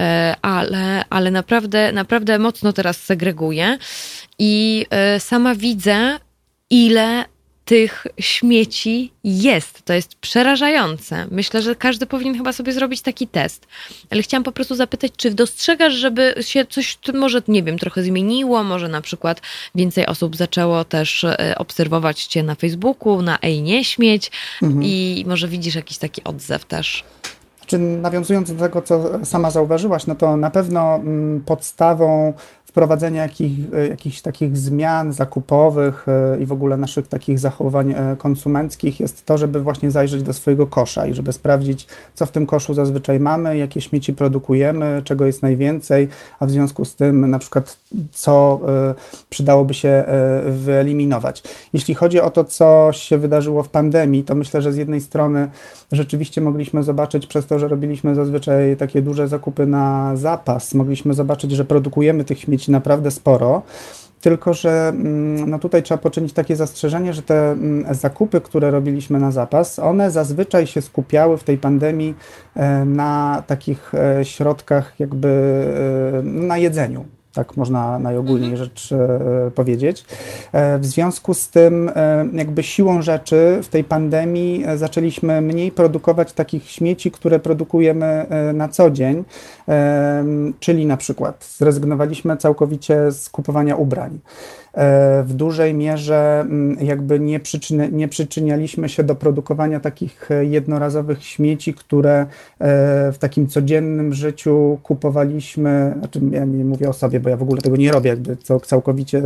ale naprawdę mocno teraz segreguję i sama widzę, ile tych śmieci jest. To jest przerażające. Myślę, że każdy powinien chyba sobie zrobić taki test. Ale chciałam po prostu zapytać, czy dostrzegasz, żeby się coś, może nie wiem, trochę zmieniło, może na przykład więcej osób zaczęło też obserwować cię na Facebooku, na Ej nie śmieć i może widzisz jakiś taki odzew też. Nawiązując do tego, co sama zauważyłaś, no to na pewno podstawą wprowadzenia jakichś takich zmian zakupowych i w ogóle naszych takich zachowań konsumenckich jest to, żeby właśnie zajrzeć do swojego kosza i żeby sprawdzić, co w tym koszu zazwyczaj mamy, jakie śmieci produkujemy, czego jest najwięcej, a w związku z tym na przykład co przydałoby się wyeliminować. Jeśli chodzi o to, co się wydarzyło w pandemii, to myślę, że z jednej strony rzeczywiście mogliśmy zobaczyć przez to, że robiliśmy zazwyczaj takie duże zakupy na zapas, mogliśmy zobaczyć, że produkujemy tych śmieci naprawdę sporo, tylko że no tutaj trzeba poczynić takie zastrzeżenie, że te zakupy, które robiliśmy na zapas, one zazwyczaj się skupiały w tej pandemii na takich środkach jakby na jedzeniu. Tak można najogólniej rzecz powiedzieć. W związku z tym jakby siłą rzeczy w tej pandemii zaczęliśmy mniej produkować takich śmieci, które produkujemy na co dzień, czyli na przykład zrezygnowaliśmy całkowicie z kupowania ubrań. W dużej mierze jakby nie przyczynialiśmy się do produkowania takich jednorazowych śmieci, które w takim codziennym życiu kupowaliśmy, znaczy ja nie mówię o sobie, bo ja w ogóle tego nie robię, jakby całkowicie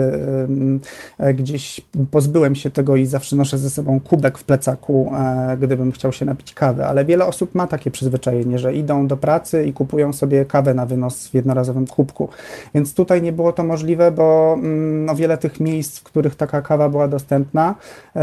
gdzieś pozbyłem się tego i zawsze noszę ze sobą kubek w plecaku, gdybym chciał się napić kawy, ale wiele osób ma takie przyzwyczajenie, że idą do pracy i kupują sobie kawę na wynos w jednorazowym kubku, więc tutaj nie było to możliwe, bo no wiele tych miejsc, w których taka kawa była dostępna,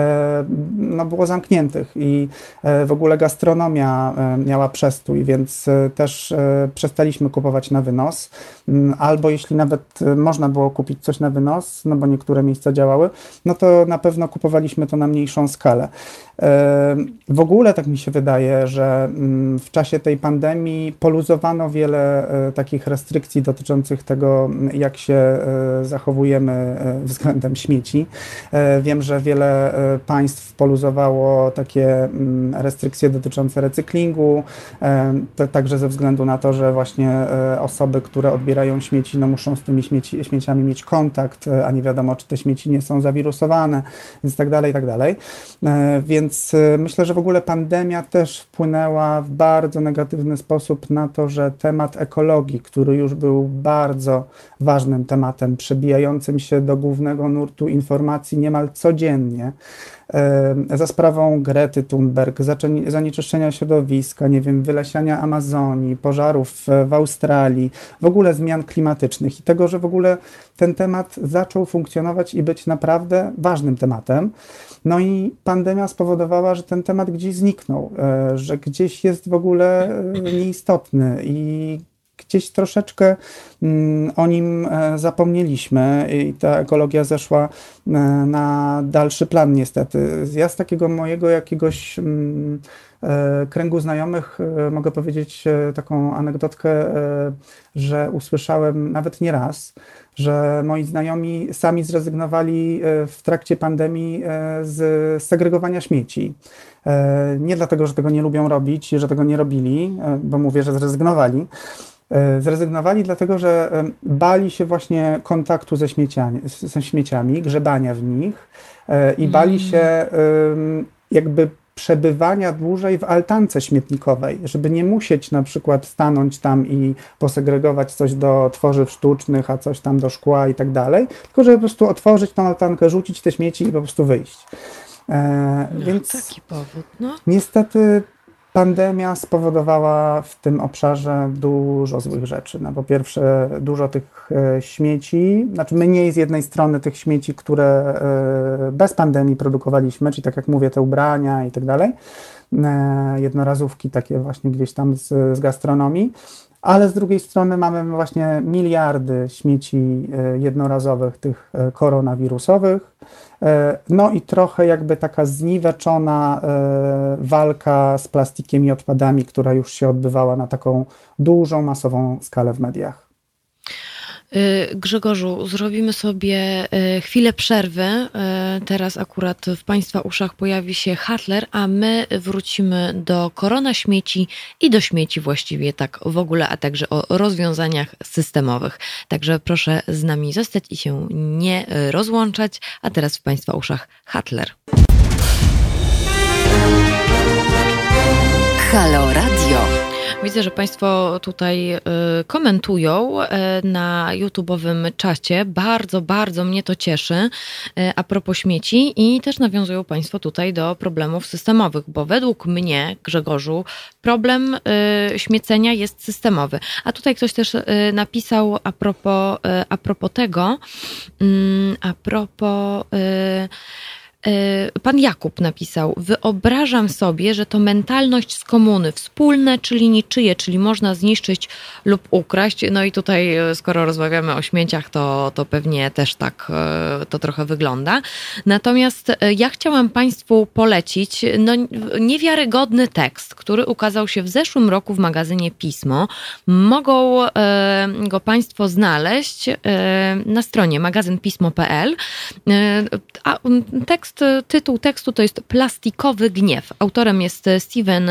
no było zamkniętych i w ogóle gastronomia miała przestój, więc też przestaliśmy kupować na wynos, albo jeśli nawet można było kupić coś na wynos, no bo niektóre miejsca działały, no to na pewno kupowaliśmy to na mniejszą skalę. W ogóle tak mi się wydaje, że w czasie tej pandemii poluzowano wiele takich restrykcji dotyczących tego, jak się zachowujemy względem śmieci. Wiem, że wiele państw poluzowało takie restrykcje dotyczące recyklingu, także ze względu na to, że właśnie osoby, które odbierają śmieci, no muszą z tymi śmieciami mieć kontakt, a nie wiadomo, czy te śmieci nie są zawirusowane, więc tak dalej, tak dalej. Więc myślę, że w ogóle pandemia też wpłynęła w bardzo negatywny sposób na to, że temat ekologii, który już był bardzo ważnym tematem, przebijającym się do głównego nurtu informacji niemal codziennie, za sprawą Grety Thunberg, zanieczyszczenia środowiska, nie wiem, wylesiania Amazonii, pożarów w Australii, w ogóle zmian klimatycznych i tego, że w ogóle ten temat zaczął funkcjonować i być naprawdę ważnym tematem. No i pandemia spowodowała, że ten temat gdzieś zniknął, że gdzieś jest w ogóle nieistotny i gdzieś troszeczkę o nim zapomnieliśmy i ta ekologia zeszła na dalszy plan niestety. Ja z takiego mojego jakiegoś kręgu znajomych mogę powiedzieć taką anegdotkę, że usłyszałem nawet nie raz, że moi znajomi sami zrezygnowali w trakcie pandemii z segregowania śmieci. Nie dlatego, że tego nie lubią robić, że tego nie robili, bo mówię, że zrezygnowali. Zrezygnowali dlatego, że bali się właśnie kontaktu ze śmieciami, grzebania w nich i bali się jakby przebywania dłużej w altance śmietnikowej, żeby nie musieć na przykład stanąć tam i posegregować coś do tworzyw sztucznych, a coś tam do szkła i tak dalej, tylko żeby po prostu otworzyć tą altankę, rzucić te śmieci i po prostu wyjść. Więc taki powód, no. Niestety pandemia spowodowała w tym obszarze dużo złych rzeczy. No, po pierwsze, dużo tych śmieci, znaczy mniej z jednej strony tych śmieci, które bez pandemii produkowaliśmy, czyli tak jak mówię, te ubrania i tak dalej, jednorazówki takie właśnie gdzieś tam z gastronomii, ale z drugiej strony mamy właśnie miliardy śmieci jednorazowych, tych koronawirusowych, no i trochę jakby taka zniweczona walka z plastikiem i odpadami, która już się odbywała na taką dużą, masową skalę w mediach. Grzegorzu, zrobimy sobie chwilę przerwy. Teraz akurat w Państwa uszach pojawi się Hustler, a my wrócimy do korona śmieci i do śmieci właściwie tak w ogóle, a także o rozwiązaniach systemowych. Także proszę z nami zostać i się nie rozłączać. A teraz w Państwa uszach Hustler. Halo Radio. Widzę, że Państwo tutaj komentują na YouTube'owym czacie. Bardzo, bardzo mnie to cieszy a propos śmieci i też nawiązują Państwo tutaj do problemów systemowych, bo według mnie, Grzegorzu, problem śmiecenia jest systemowy. A tutaj ktoś też napisał a propos tego, pan Jakub napisał: wyobrażam sobie, że to mentalność z komuny, wspólne, czyli niczyje, czyli można zniszczyć lub ukraść. No i tutaj, skoro rozmawiamy o śmieciach, to pewnie też tak to trochę wygląda. Natomiast ja chciałam Państwu polecić niewiarygodny tekst, który ukazał się w zeszłym roku w magazynie Pismo. Mogą go Państwo znaleźć na stronie magazynpismo.pl. A tytuł tekstu to jest Plastikowy gniew. Autorem jest Steven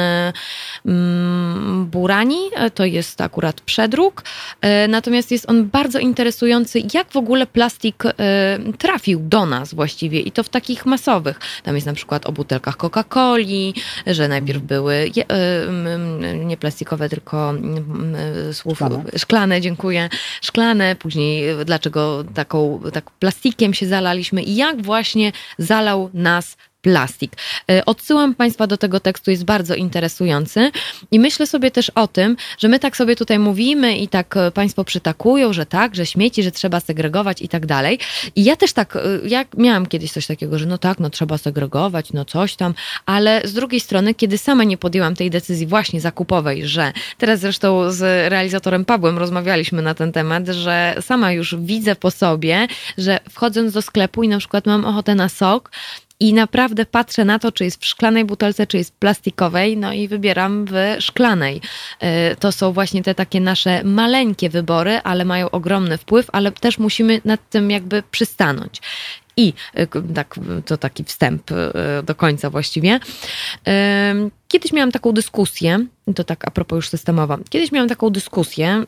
Burani, to jest akurat przedruk, natomiast jest on bardzo interesujący, jak w ogóle plastik trafił do nas właściwie i to w takich masowych. Tam jest na przykład o butelkach Coca-Coli, że najpierw były nie plastikowe, tylko szklane, dziękuję, szklane, później dlaczego tak plastikiem się zalaliśmy i jak właśnie zalał nas plastik. Odsyłam Państwa do tego tekstu, jest bardzo interesujący i myślę sobie też o tym, że my tak sobie tutaj mówimy i tak Państwo przytakują, że tak, że śmieci, że trzeba segregować i tak dalej. I ja też tak, ja miałam kiedyś coś takiego, że no tak, no trzeba segregować, no coś tam, ale z drugiej strony, kiedy sama nie podjęłam tej decyzji właśnie zakupowej, że teraz zresztą z realizatorem Pawłem rozmawialiśmy na ten temat, że sama już widzę po sobie, że wchodząc do sklepu i na przykład mam ochotę na sok, i naprawdę patrzę na to, czy jest w szklanej butelce, czy jest w plastikowej, no i wybieram w szklanej. To są właśnie te takie nasze maleńkie wybory, ale mają ogromny wpływ, ale też musimy nad tym jakby przystanąć. I tak, to taki wstęp do końca właściwie. Kiedyś miałam taką dyskusję, to tak a propos już systemowo, kiedyś miałam taką dyskusję,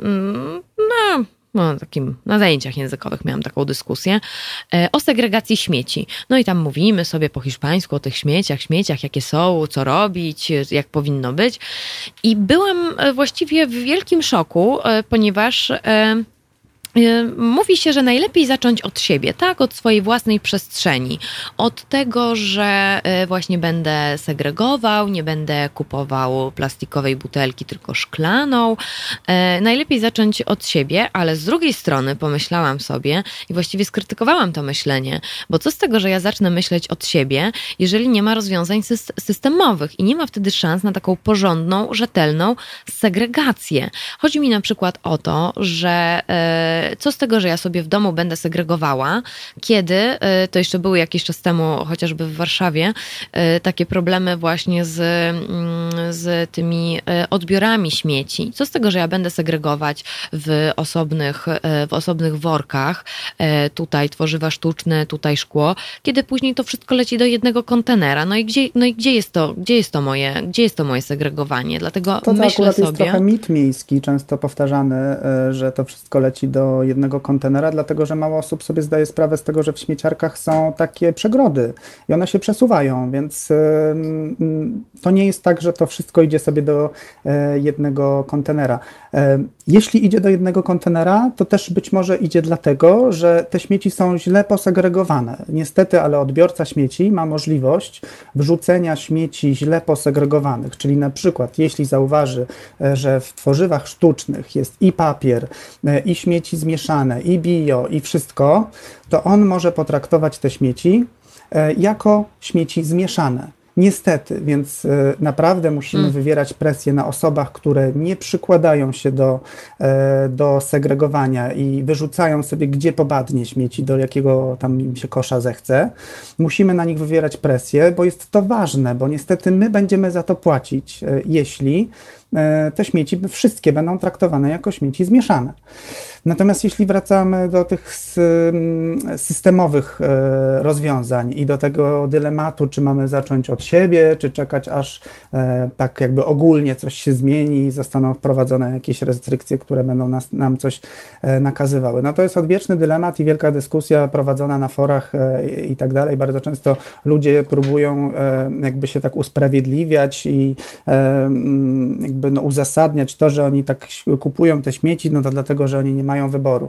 na zajęciach językowych miałam taką dyskusję o segregacji śmieci. No i tam mówimy sobie po hiszpańsku o tych śmieciach, jakie są, co robić, jak powinno być. I byłam właściwie w wielkim szoku, ponieważ mówi się, że najlepiej zacząć od siebie, tak? Od swojej własnej przestrzeni. Od tego, że właśnie będę segregował, nie będę kupował plastikowej butelki, tylko szklaną. Najlepiej zacząć od siebie, ale z drugiej strony pomyślałam sobie i właściwie skrytykowałam to myślenie, bo co z tego, że ja zacznę myśleć od siebie, jeżeli nie ma rozwiązań systemowych i nie ma wtedy szans na taką porządną, rzetelną segregację. Chodzi mi na przykład o to, że co z tego, że ja sobie w domu będę segregowała, kiedy, to jeszcze były jakiś czas temu, chociażby w Warszawie, takie problemy właśnie z tymi odbiorami śmieci. Co z tego, że ja będę segregować w osobnych workach, tutaj tworzywa sztuczne, tutaj szkło, kiedy później to wszystko leci do jednego kontenera. Gdzie jest to moje segregowanie? Dlatego to myślę akurat sobie... jest trochę mit miejski, często powtarzany, że to wszystko leci do jednego kontenera, dlatego że mało osób sobie zdaje sprawę z tego, że w śmieciarkach są takie przegrody i one się przesuwają, więc to nie jest tak, że to wszystko idzie sobie do jednego kontenera. Jeśli idzie do jednego kontenera, to też być może idzie dlatego, że te śmieci są źle posegregowane. Niestety, ale odbiorca śmieci ma możliwość wrzucenia śmieci źle posegregowanych, czyli na przykład jeśli zauważy, że w tworzywach sztucznych jest i papier, i śmieci zmieszane, i bio, i wszystko, to on może potraktować te śmieci jako śmieci zmieszane. Niestety, więc naprawdę musimy wywierać presję na osobach, które nie przykładają się do segregowania i wyrzucają sobie gdzie popadnie śmieci, do jakiego tam im się kosza zechce. Musimy na nich wywierać presję, bo jest to ważne, bo niestety my będziemy za to płacić, jeśli te śmieci wszystkie będą traktowane jako śmieci zmieszane. Natomiast jeśli wracamy do tych systemowych rozwiązań i do tego dylematu, czy mamy zacząć od siebie, czy czekać aż tak jakby ogólnie coś się zmieni i zostaną wprowadzone jakieś restrykcje, które będą nam coś nakazywały. No to jest odwieczny dylemat i wielka dyskusja prowadzona na forach i tak dalej. Bardzo często ludzie próbują jakby się tak usprawiedliwiać i jakby uzasadniać to, że oni tak kupują te śmieci, no to dlatego, że oni nie mają wyboru.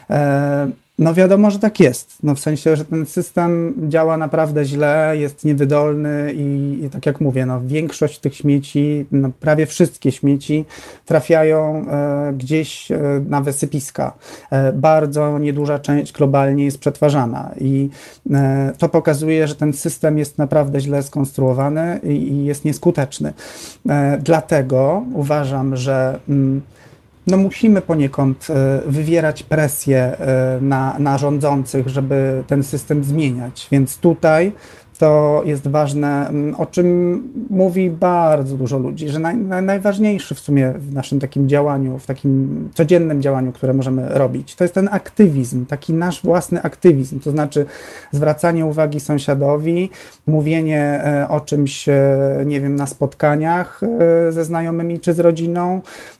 No wiadomo, że tak jest. No w sensie, że ten system działa naprawdę źle, jest niewydolny i tak jak mówię, no większość tych śmieci, no prawie wszystkie śmieci trafiają gdzieś na wysypiska. Bardzo nieduża część globalnie jest przetwarzana i to pokazuje, że ten system jest naprawdę źle skonstruowany i jest nieskuteczny. Dlatego uważam, że no musimy poniekąd wywierać presję na rządzących, żeby ten system zmieniać. Więc tutaj to jest ważne, o czym mówi bardzo dużo ludzi, że najważniejszy w sumie w naszym takim działaniu, w takim codziennym działaniu, które możemy robić, to jest ten aktywizm, taki nasz własny aktywizm, to znaczy zwracanie uwagi sąsiadowi, mówienie o czymś, nie wiem, na spotkaniach ze znajomymi czy z rodziną,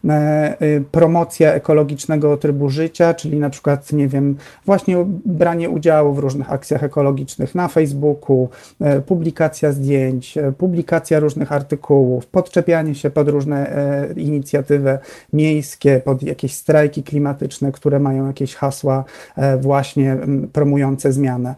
promocja ekologicznego trybu życia, czyli na przykład, nie wiem, właśnie branie udziału w różnych akcjach ekologicznych na Facebooku, publikacja zdjęć, publikacja różnych artykułów, podczepianie się pod różne inicjatywy miejskie, pod jakieś strajki klimatyczne, które mają jakieś hasła właśnie promujące zmianę.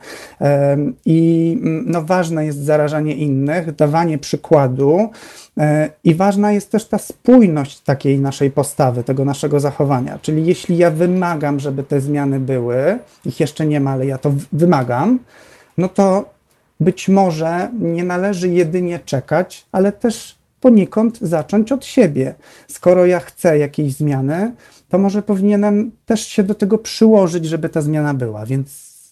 I no, ważne jest zarażanie innych, dawanie przykładu i ważna jest też ta spójność takiej naszej postawy, tego naszego zachowania. Czyli jeśli ja wymagam, żeby te zmiany były, ich jeszcze nie ma, ale ja to wymagam, no to być może nie należy jedynie czekać, ale też poniekąd zacząć od siebie. Skoro ja chcę jakiejś zmiany, to może powinienem też się do tego przyłożyć, żeby ta zmiana była. Więc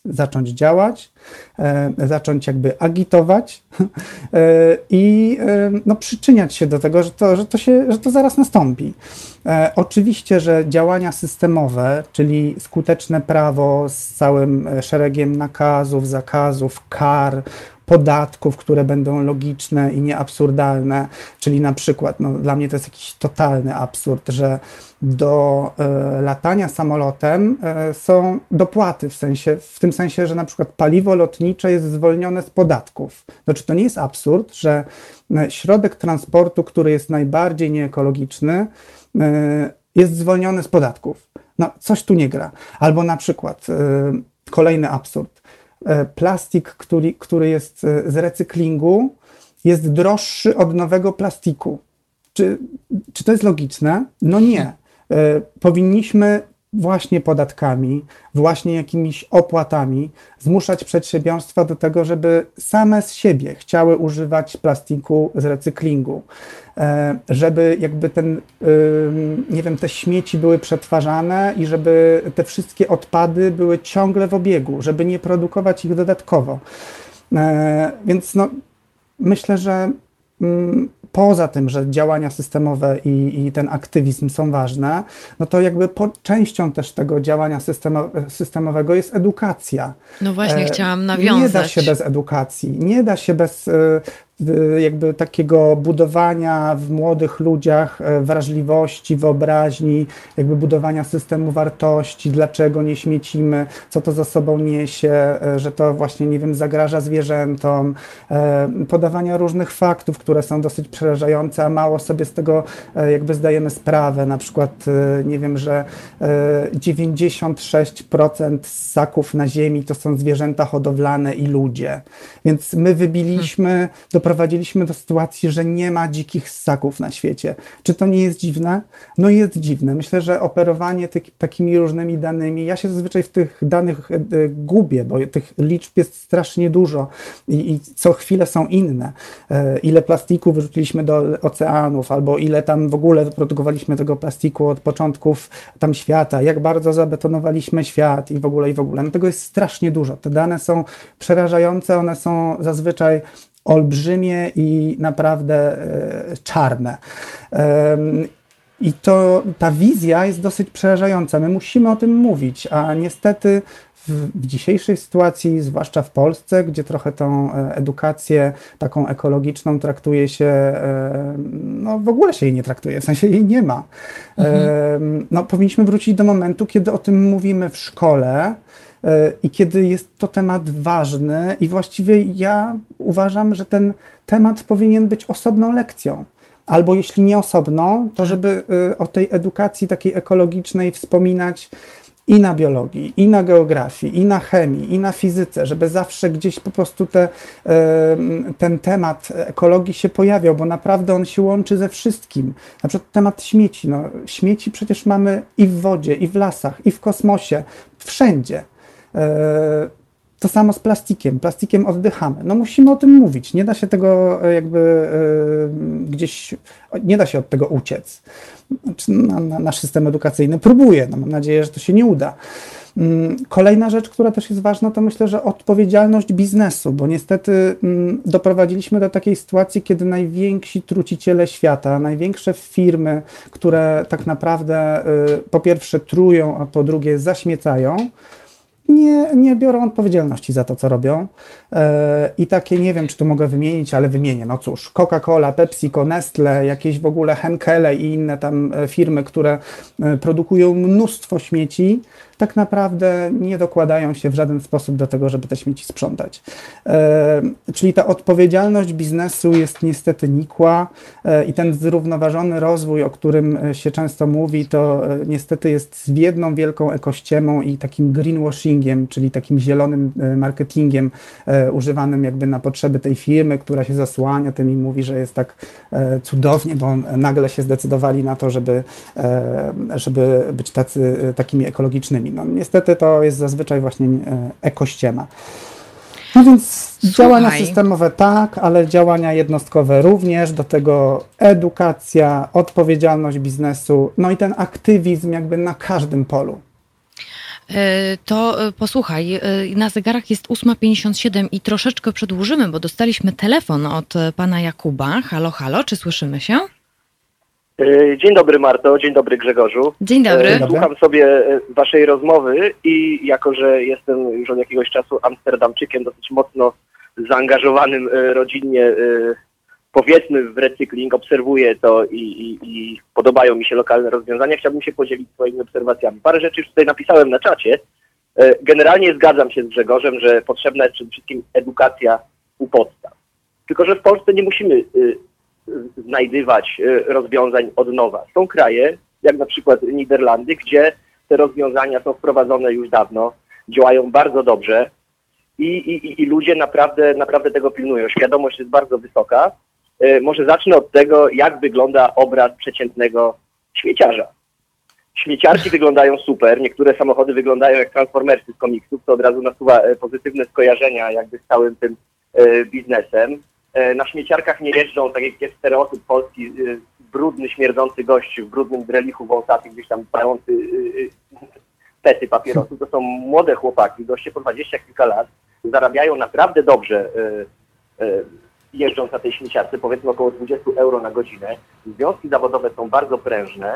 zacząć działać, zacząć jakby agitować i no, przyczyniać się do tego, że to zaraz nastąpi. Oczywiście, że działania systemowe, czyli skuteczne prawo z całym szeregiem nakazów, zakazów, kar, podatków, które będą logiczne i nieabsurdalne, czyli na przykład, no, dla mnie to jest jakiś totalny absurd, że do latania samolotem są dopłaty, w tym sensie, że na przykład paliwo lotnicze jest zwolnione z podatków. Znaczy, to nie jest absurd, że środek transportu, który jest najbardziej nieekologiczny, jest zwolniony z podatków. No, coś tu nie gra. Albo na przykład kolejny absurd. Plastik, który jest z recyklingu, jest droższy od nowego plastiku. Czy to jest logiczne? No nie. Powinniśmy właśnie podatkami, właśnie jakimiś opłatami zmuszać przedsiębiorstwa do tego, żeby same z siebie chciały używać plastiku z recyklingu, żeby jakby nie wiem, te śmieci były przetwarzane i żeby te wszystkie odpady były ciągle w obiegu, żeby nie produkować ich dodatkowo. Więc no, myślę, że poza tym, że działania systemowe i ten aktywizm są ważne, no to jakby częścią też tego działania systemowego jest edukacja. No właśnie, chciałam nawiązać. Nie da się bez edukacji, nie da się bez jakby takiego budowania w młodych ludziach wrażliwości, wyobraźni, jakby budowania systemu wartości, dlaczego nie śmiecimy, co to za sobą niesie, że to właśnie, nie wiem, zagraża zwierzętom, podawania różnych faktów, które są dosyć przerażające, a mało sobie z tego jakby zdajemy sprawę. Na przykład, nie wiem, że 96% ssaków na ziemi to są zwierzęta hodowlane i ludzie. Więc my doprowadziliśmy do sytuacji, że nie ma dzikich ssaków na świecie. Czy to nie jest dziwne? No jest dziwne. Myślę, że operowanie takimi różnymi danymi, ja się zazwyczaj w tych danych gubię, bo tych liczb jest strasznie dużo i co chwilę są inne. Ile plastiku wyrzuciliśmy do oceanów, albo ile tam w ogóle wyprodukowaliśmy tego plastiku od początków tam świata, jak bardzo zabetonowaliśmy świat i w ogóle. No tego jest strasznie dużo. Te dane są przerażające, one są zazwyczaj olbrzymie i naprawdę czarne. I ta wizja jest dosyć przerażająca. My musimy o tym mówić, a niestety w dzisiejszej sytuacji, zwłaszcza w Polsce, gdzie trochę tą edukację taką ekologiczną traktuje się, no w ogóle się jej nie traktuje, w sensie jej nie ma. No, powinniśmy wrócić do momentu, kiedy o tym mówimy w szkole, i kiedy jest to temat ważny i właściwie ja uważam, że ten temat powinien być osobną lekcją. Albo jeśli nie osobną, to żeby o tej edukacji takiej ekologicznej wspominać i na biologii, i na geografii, i na chemii, i na fizyce, żeby zawsze gdzieś po prostu ten temat ekologii się pojawiał, bo naprawdę on się łączy ze wszystkim. Na przykład temat śmieci. No, śmieci przecież mamy i w wodzie, i w lasach, i w kosmosie, wszędzie. To samo z plastikiem. Plastikiem oddychamy. No musimy o tym mówić. Nie da się tego jakby gdzieś, nie da się od tego uciec. Nasz system edukacyjny próbuje. No mam nadzieję, że to się nie uda. Kolejna rzecz, która też jest ważna, to myślę, że odpowiedzialność biznesu, bo niestety doprowadziliśmy do takiej sytuacji, kiedy najwięksi truciciele świata, największe firmy, które tak naprawdę po pierwsze trują, a po drugie zaśmiecają, nie biorą odpowiedzialności za to, co robią. I takie, nie wiem, czy tu mogę wymienić, ale wymienię. No cóż, Coca-Cola, PepsiCo, Nestle, jakieś w ogóle Henkele i inne tam firmy, które produkują mnóstwo śmieci, tak naprawdę nie dokładają się w żaden sposób do tego, żeby te śmieci sprzątać. Czyli ta odpowiedzialność biznesu jest niestety nikła i ten zrównoważony rozwój, o którym się często mówi, to niestety jest jedną wielką ekościemą i takim greenwashingiem, czyli takim zielonym marketingiem używanym jakby na potrzeby tej firmy, która się zasłania tym i mówi, że jest tak cudownie, bo nagle się zdecydowali na to, żeby być takimi ekologicznymi. No, niestety to jest zazwyczaj właśnie ekościema. No więc działania systemowe tak, ale działania jednostkowe również, do tego edukacja, odpowiedzialność biznesu, no i ten aktywizm jakby na każdym polu. To posłuchaj, na zegarach jest 8:57 i troszeczkę przedłużymy, bo dostaliśmy telefon od pana Jakuba. Halo, halo, czy słyszymy się? Dzień dobry Marto, dzień dobry Grzegorzu. Dzień dobry. Słucham sobie waszej rozmowy i jako, że jestem już od jakiegoś czasu Amsterdamczykiem, dosyć mocno zaangażowanym rodzinnie, powiedzmy w recykling, obserwuję to i podobają mi się lokalne rozwiązania. Chciałbym się podzielić swoimi obserwacjami. Parę rzeczy już tutaj napisałem na czacie. Generalnie zgadzam się z Grzegorzem, że potrzebna jest przede wszystkim edukacja u podstaw. Tylko że w Polsce nie musimy znajdywać rozwiązań od nowa. Są kraje, jak na przykład Niderlandy, gdzie te rozwiązania są wprowadzone już dawno, działają bardzo dobrze i ludzie naprawdę tego pilnują. Świadomość jest bardzo wysoka. Może zacznę od tego, jak wygląda obraz przeciętnego śmieciarza. Śmieciarki wyglądają super, niektóre samochody wyglądają jak Transformersy z komiksów, co od razu nasuwa pozytywne skojarzenia jakby z całym tym biznesem. Na śmieciarkach nie jeżdżą, tak jak jest stereotyp polski, brudny, śmierdzący gość w brudnym drelichu wąsaty, gdzieś tam palący pety papierosów. To są młode chłopaki, goście po 20 kilka lat, zarabiają naprawdę dobrze, jeżdżąc na tej śmieciarce, powiedzmy około 20 euro na godzinę. Związki zawodowe są bardzo prężne.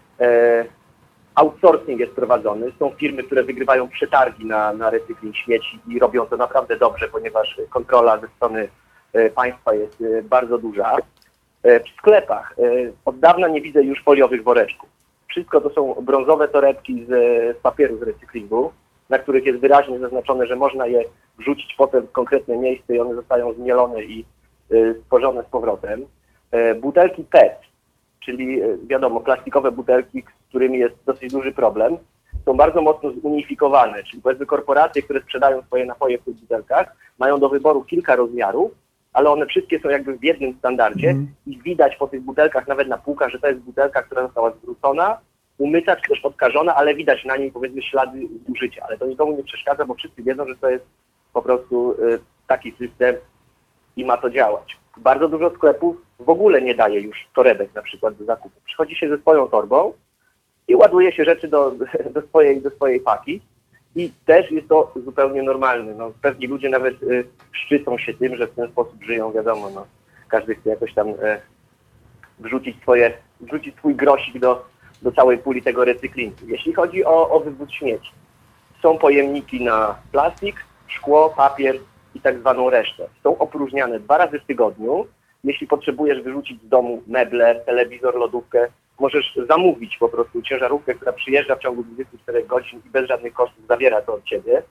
Outsourcing jest prowadzony. Są firmy, które wygrywają przetargi na recykling śmieci i robią to naprawdę dobrze, ponieważ kontrola ze strony państwa jest bardzo duża. W sklepach od dawna nie widzę już foliowych woreczków. Wszystko to są brązowe torebki z papieru z recyklingu, na których jest wyraźnie zaznaczone, że można je wrzucić potem w konkretne miejsce i one zostają zmielone i stworzone z powrotem. Butelki PET, czyli wiadomo, plastikowe butelki, z którymi jest dosyć duży problem, są bardzo mocno zunifikowane, czyli powiedzmy korporacje, które sprzedają swoje napoje w tych butelkach, mają do wyboru kilka rozmiarów, ale one wszystkie są jakby w jednym standardzie i widać po tych butelkach, nawet na półkach, że to jest butelka, która została zwrócona, umyta czy też odkażona, ale widać na niej powiedzmy ślady zużycia, ale to nikomu nie przeszkadza, bo wszyscy wiedzą, że to jest po prostu taki system i ma to działać. Bardzo dużo sklepów w ogóle nie daje już torebek na przykład do zakupu. Przychodzi się ze swoją torbą i ładuje się rzeczy do swojej paki i też jest to zupełnie normalne. No, pewni ludzie nawet szczycą się tym, że w ten sposób żyją, wiadomo, no, każdy chce jakoś tam wrzucić swój grosik do całej puli tego recyklingu. Jeśli chodzi o wywóz śmieci, są pojemniki na plastik, szkło, papier i tak zwaną resztę. Są opróżniane 2 razy w tygodniu. Jeśli potrzebujesz wyrzucić z domu meble, telewizor, lodówkę, możesz zamówić po prostu ciężarówkę, która przyjeżdża w ciągu 24 godzin i bez żadnych kosztów zabiera to od ciebie.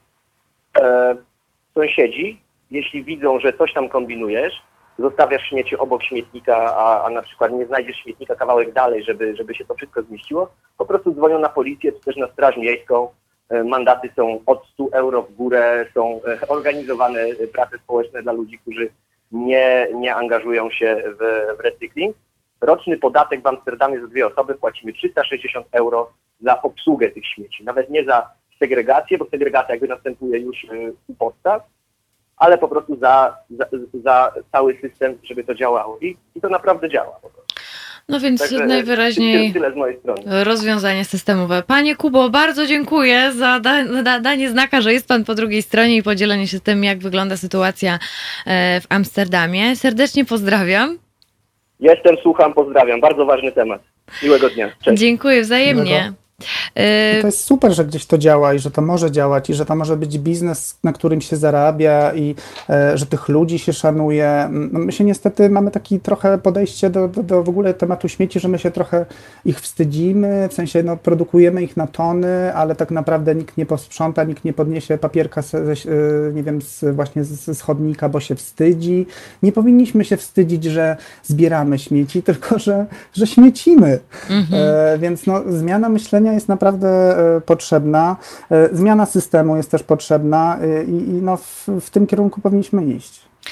Sąsiedzi, jeśli widzą, że coś tam kombinujesz, zostawiasz śmieci obok śmietnika, a na przykład nie znajdziesz śmietnika kawałek dalej, żeby się to wszystko zmieściło, po prostu dzwonią na policję czy też na straż miejską. Mandaty są od 100 euro w górę, są organizowane prace społeczne dla ludzi, którzy nie angażują się w recykling. Roczny podatek w Amsterdamie za 2 osoby płacimy 360 euro za obsługę tych śmieci. Nawet nie za segregację, bo segregacja jakby następuje już u podstaw, ale po prostu za cały system, żeby to działało. I to naprawdę działa po prostu. No więc Także najwyraźniej tyle z mojej strony. Rozwiązanie systemowe. Panie Kubo, bardzo dziękuję za danie znaka, że jest pan po drugiej stronie i podzielenie się tym, jak wygląda sytuacja w Amsterdamie. Serdecznie pozdrawiam. Jestem, słucham, pozdrawiam. Bardzo ważny temat. Miłego dnia. Cześć. Dziękuję wzajemnie. To jest super, że gdzieś to działa i że to może działać i że to może być biznes, na którym się zarabia i że tych ludzi się szanuje. No my się niestety mamy taki trochę podejście do w ogóle tematu śmieci, że my się trochę ich wstydzimy, w sensie no, produkujemy ich na tony, ale tak naprawdę nikt nie posprząta, nikt nie podniesie papierka nie wiem, właśnie z chodnika, bo się wstydzi. Nie powinniśmy się wstydzić, że zbieramy śmieci, tylko że śmiecimy. Więc no, zmiana myślenia jest naprawdę potrzebna. Zmiana systemu jest też potrzebna i no w tym kierunku powinniśmy iść.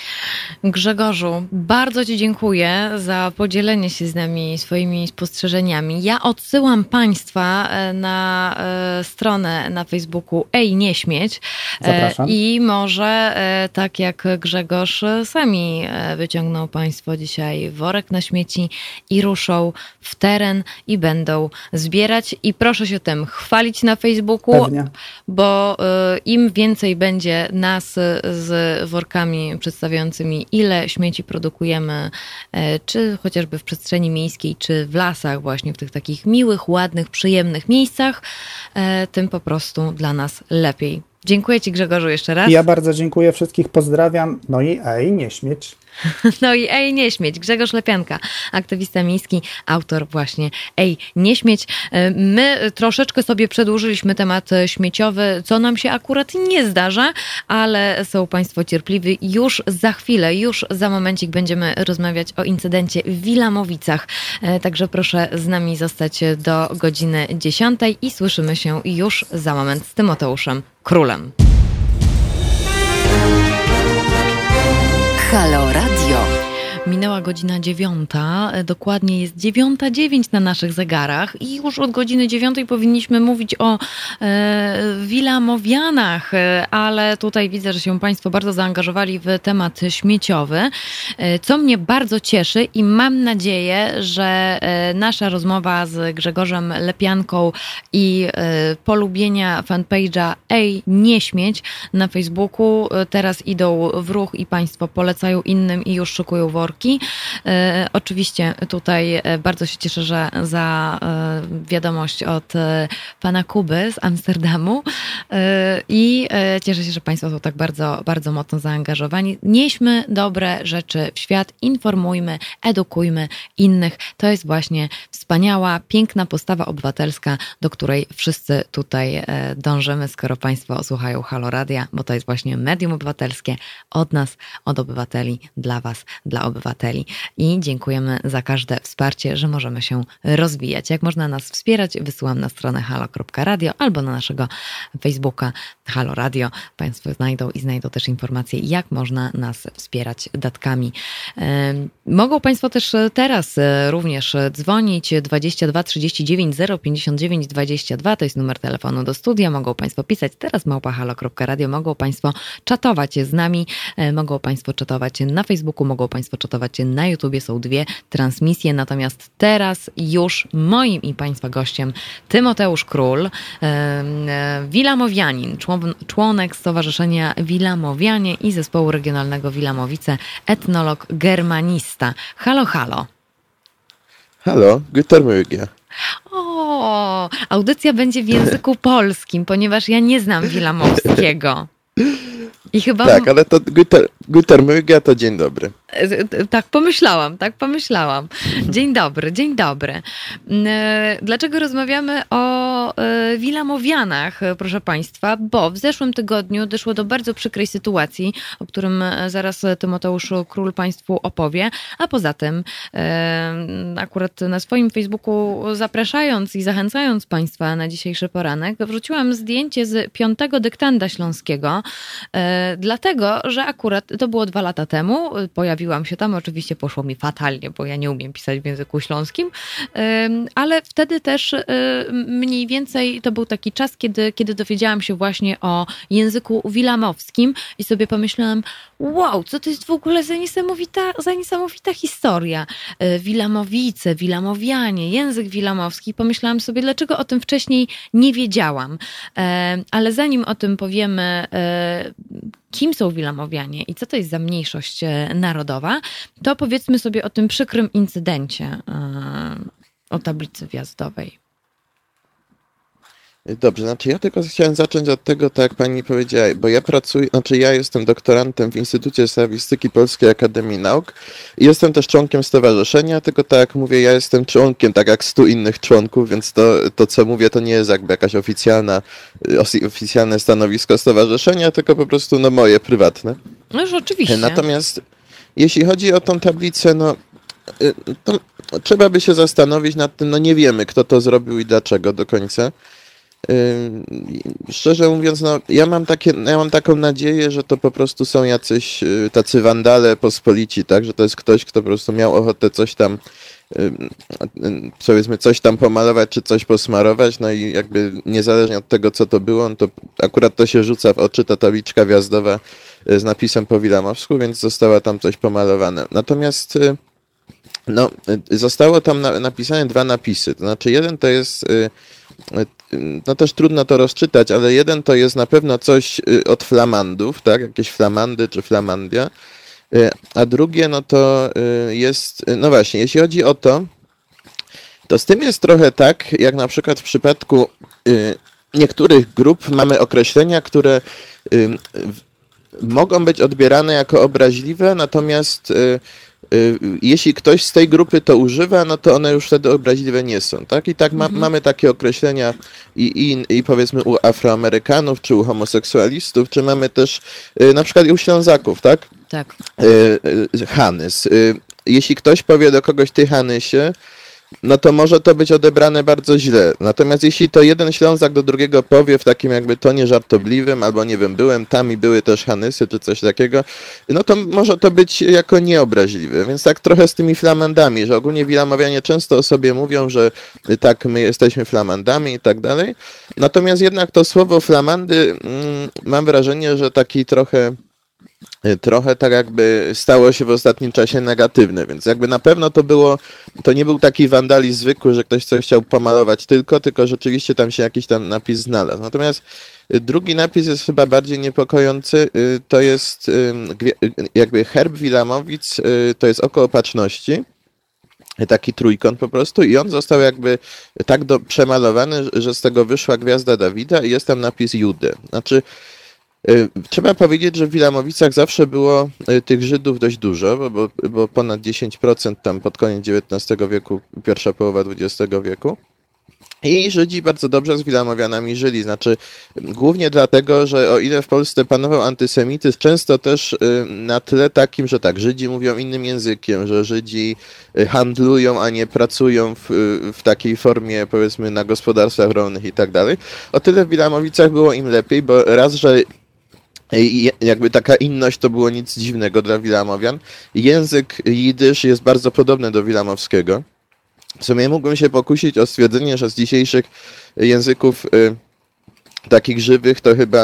Grzegorzu, bardzo Ci dziękuję za podzielenie się z nami swoimi spostrzeżeniami. Ja odsyłam Państwa na stronę na Facebooku Ej, nie śmieć. Zapraszam. I może tak jak Grzegorz, sami wyciągną Państwo dzisiaj worek na śmieci i ruszą w teren i będą zbierać. I proszę się tym chwalić na Facebooku, Pewnie. bo im więcej będzie nas z workami przedstawiającymi, ile śmieci produkujemy, czy chociażby w przestrzeni miejskiej, czy w lasach, właśnie w tych takich miłych, ładnych, przyjemnych miejscach, tym po prostu dla nas lepiej. Dziękuję Ci, Grzegorzu, jeszcze raz. Ja bardzo dziękuję, wszystkich pozdrawiam. No i nie śmieć. No i Ej, nie śmieć. Grzegorz Lepianka, aktywista miejski, autor właśnie Ej, nie śmieć. My troszeczkę sobie przedłużyliśmy temat śmieciowy, co nam się akurat nie zdarza, ale są Państwo cierpliwi. Już za chwilę, już za momencik będziemy rozmawiać o incydencie w Wilamowicach. Także proszę z nami zostać do godziny 10 i słyszymy się już za moment z Tymoteuszem Królem. Halo Radio. Minęła godzina 9, dokładnie jest 9:09 na naszych zegarach i już od godziny 9 powinniśmy mówić o Wilamowianach, ale tutaj widzę, że się Państwo bardzo zaangażowali w temat śmieciowy, co mnie bardzo cieszy i mam nadzieję, że nasza rozmowa z Grzegorzem Lepianką i polubienia fanpage'a Ej, nie śmieć na Facebooku teraz idą w ruch i Państwo polecają innym i już szykują worki. Oczywiście tutaj bardzo się cieszę, że za wiadomość od pana Kuby z Amsterdamu i cieszę się, że Państwo są tak bardzo, bardzo mocno zaangażowani. Nieśmy dobre rzeczy w świat, informujmy, edukujmy innych. To jest właśnie wspaniała, piękna postawa obywatelska, do której wszyscy tutaj dążymy, skoro Państwo słuchają Halo Radia, bo to jest właśnie medium obywatelskie od nas, od obywateli, dla Was, dla obywateli. I dziękujemy za każde wsparcie, że możemy się rozwijać. Jak można nas wspierać, wysyłam na stronę halo.radio albo na naszego Facebooka Halo Radio. Państwo znajdą też informacje, jak można nas wspierać datkami. Mogą Państwo też teraz również dzwonić 22 39 059 22, to jest numer telefonu do studia. Mogą Państwo pisać teraz @halo.radio, mogą Państwo czatować z nami, mogą Państwo czatować na Facebooku, mogą Państwo czatować na YouTubie, są 2 transmisje, natomiast teraz już moim i Państwa gościem Tymoteusz Król, wilamowianin, członek Stowarzyszenia Wilamowianie i Zespołu Regionalnego Wilamowice, etnolog, germanista. Halo, halo. Halo, guten Morgen. O, audycja będzie w języku polskim, ponieważ ja nie znam wilamowskiego. I chyba... Tak, ale to guten Morgen to dzień dobry. Tak pomyślałam. Dzień dobry. Dlaczego rozmawiamy o Wilamowianach, proszę Państwa? Bo w zeszłym tygodniu doszło do bardzo przykrej sytuacji, o którym zaraz Tymoteusz Król Państwu opowie, a poza tym akurat na swoim Facebooku zapraszając i zachęcając Państwa na dzisiejszy poranek, wrzuciłam zdjęcie z 5. dyktanda śląskiego, dlatego, że akurat to było 2 lata temu, pojawiłam się tam, oczywiście poszło mi fatalnie, bo ja nie umiem pisać w języku śląskim, ale wtedy też mniej więcej to był taki czas, kiedy dowiedziałam się właśnie o języku wilamowskim i sobie pomyślałam, wow, co to jest w ogóle za niesamowita historia. Wilamowice, wilamowianie, język wilamowski. Pomyślałam sobie, dlaczego o tym wcześniej nie wiedziałam. Ale zanim o tym powiemy, kim są Wilamowianie i co to jest za mniejszość narodowa, to powiedzmy sobie o tym przykrym incydencie o tablicy wjazdowej. Dobrze, znaczy ja tylko chciałem zacząć od tego, tak jak pani powiedziała, bo ja jestem doktorantem w Instytucie Slawistyki Polskiej Akademii Nauk i jestem też członkiem stowarzyszenia, tylko tak jak mówię, ja jestem członkiem, tak jak 100 innych członków, więc to co mówię, to nie jest jakby jakaś oficjalne stanowisko stowarzyszenia, tylko po prostu moje prywatne. No już oczywiście. Natomiast jeśli chodzi o tą tablicę, to trzeba by się zastanowić nad tym, nie wiemy, kto to zrobił i dlaczego do końca. Szczerze mówiąc, no, ja mam taką nadzieję, że to po prostu są jacyś tacy wandale pospolici, tak, że to jest ktoś, kto po prostu miał ochotę coś tam, powiedzmy, coś tam pomalować, czy coś posmarować, no i jakby niezależnie od tego, co to było, no to akurat to się rzuca w oczy, ta tabliczka wjazdowa z napisem po wilamowsku, więc została tam coś pomalowane. Natomiast no, zostało tam napisane 2 napisy, to znaczy jeden to jest, no też trudno to rozczytać, ale jeden to jest na pewno coś od flamandów, tak, jakieś flamandy czy Flamandia, a drugie no to jest, no właśnie, jeśli chodzi o to z tym jest trochę tak, jak na przykład w przypadku niektórych grup mamy określenia, które mogą być odbierane jako obraźliwe, natomiast jeśli ktoś z tej grupy to używa, no to one już wtedy obraźliwe nie są, tak? I tak mamy takie określenia i powiedzmy u Afroamerykanów, czy u homoseksualistów, czy mamy też na przykład i u Ślązaków, tak? Tak. Hanys. Jeśli ktoś powie do kogoś ty Hanysie, no to może to być odebrane bardzo źle. Natomiast jeśli to jeden Ślązak do drugiego powie w takim jakby tonie żartobliwym, albo nie wiem, byłem tam i były też Hanysy, czy coś takiego, no to może to być jako nieobraźliwe. Więc tak trochę z tymi flamandami, że ogólnie wilamowianie często o sobie mówią, że tak, my jesteśmy flamandami i tak dalej. Natomiast jednak to słowo flamandy, mam wrażenie, że taki trochę tak jakby stało się w ostatnim czasie negatywne, więc jakby na pewno to nie był taki wandalizm zwykły, że ktoś coś chciał pomalować tylko rzeczywiście tam się jakiś tam napis znalazł. Natomiast drugi napis jest chyba bardziej niepokojący, to jest jakby herb Wilamowic, to jest oko opatrzności, taki trójkąt po prostu i on został jakby tak przemalowany, że z tego wyszła gwiazda Dawida i jest tam napis Jude. Znaczy trzeba powiedzieć, że w Wilamowicach zawsze było tych Żydów dość dużo, bo ponad 10% tam pod koniec XIX wieku, pierwsza połowa XX wieku. I Żydzi bardzo dobrze z Wilamowianami żyli, znaczy głównie dlatego, że o ile w Polsce panował antysemityzm, często też na tle takim, że tak, Żydzi mówią innym językiem, że Żydzi handlują, a nie pracują w takiej formie, powiedzmy, na gospodarstwach rolnych i tak dalej. O tyle w Wilamowicach było im lepiej, bo raz, że jakby taka inność to było nic dziwnego dla Wilamowian. Język jidysz jest bardzo podobny do wilamowskiego. W sumie mógłbym się pokusić o stwierdzenie, że z dzisiejszych języków takich żywych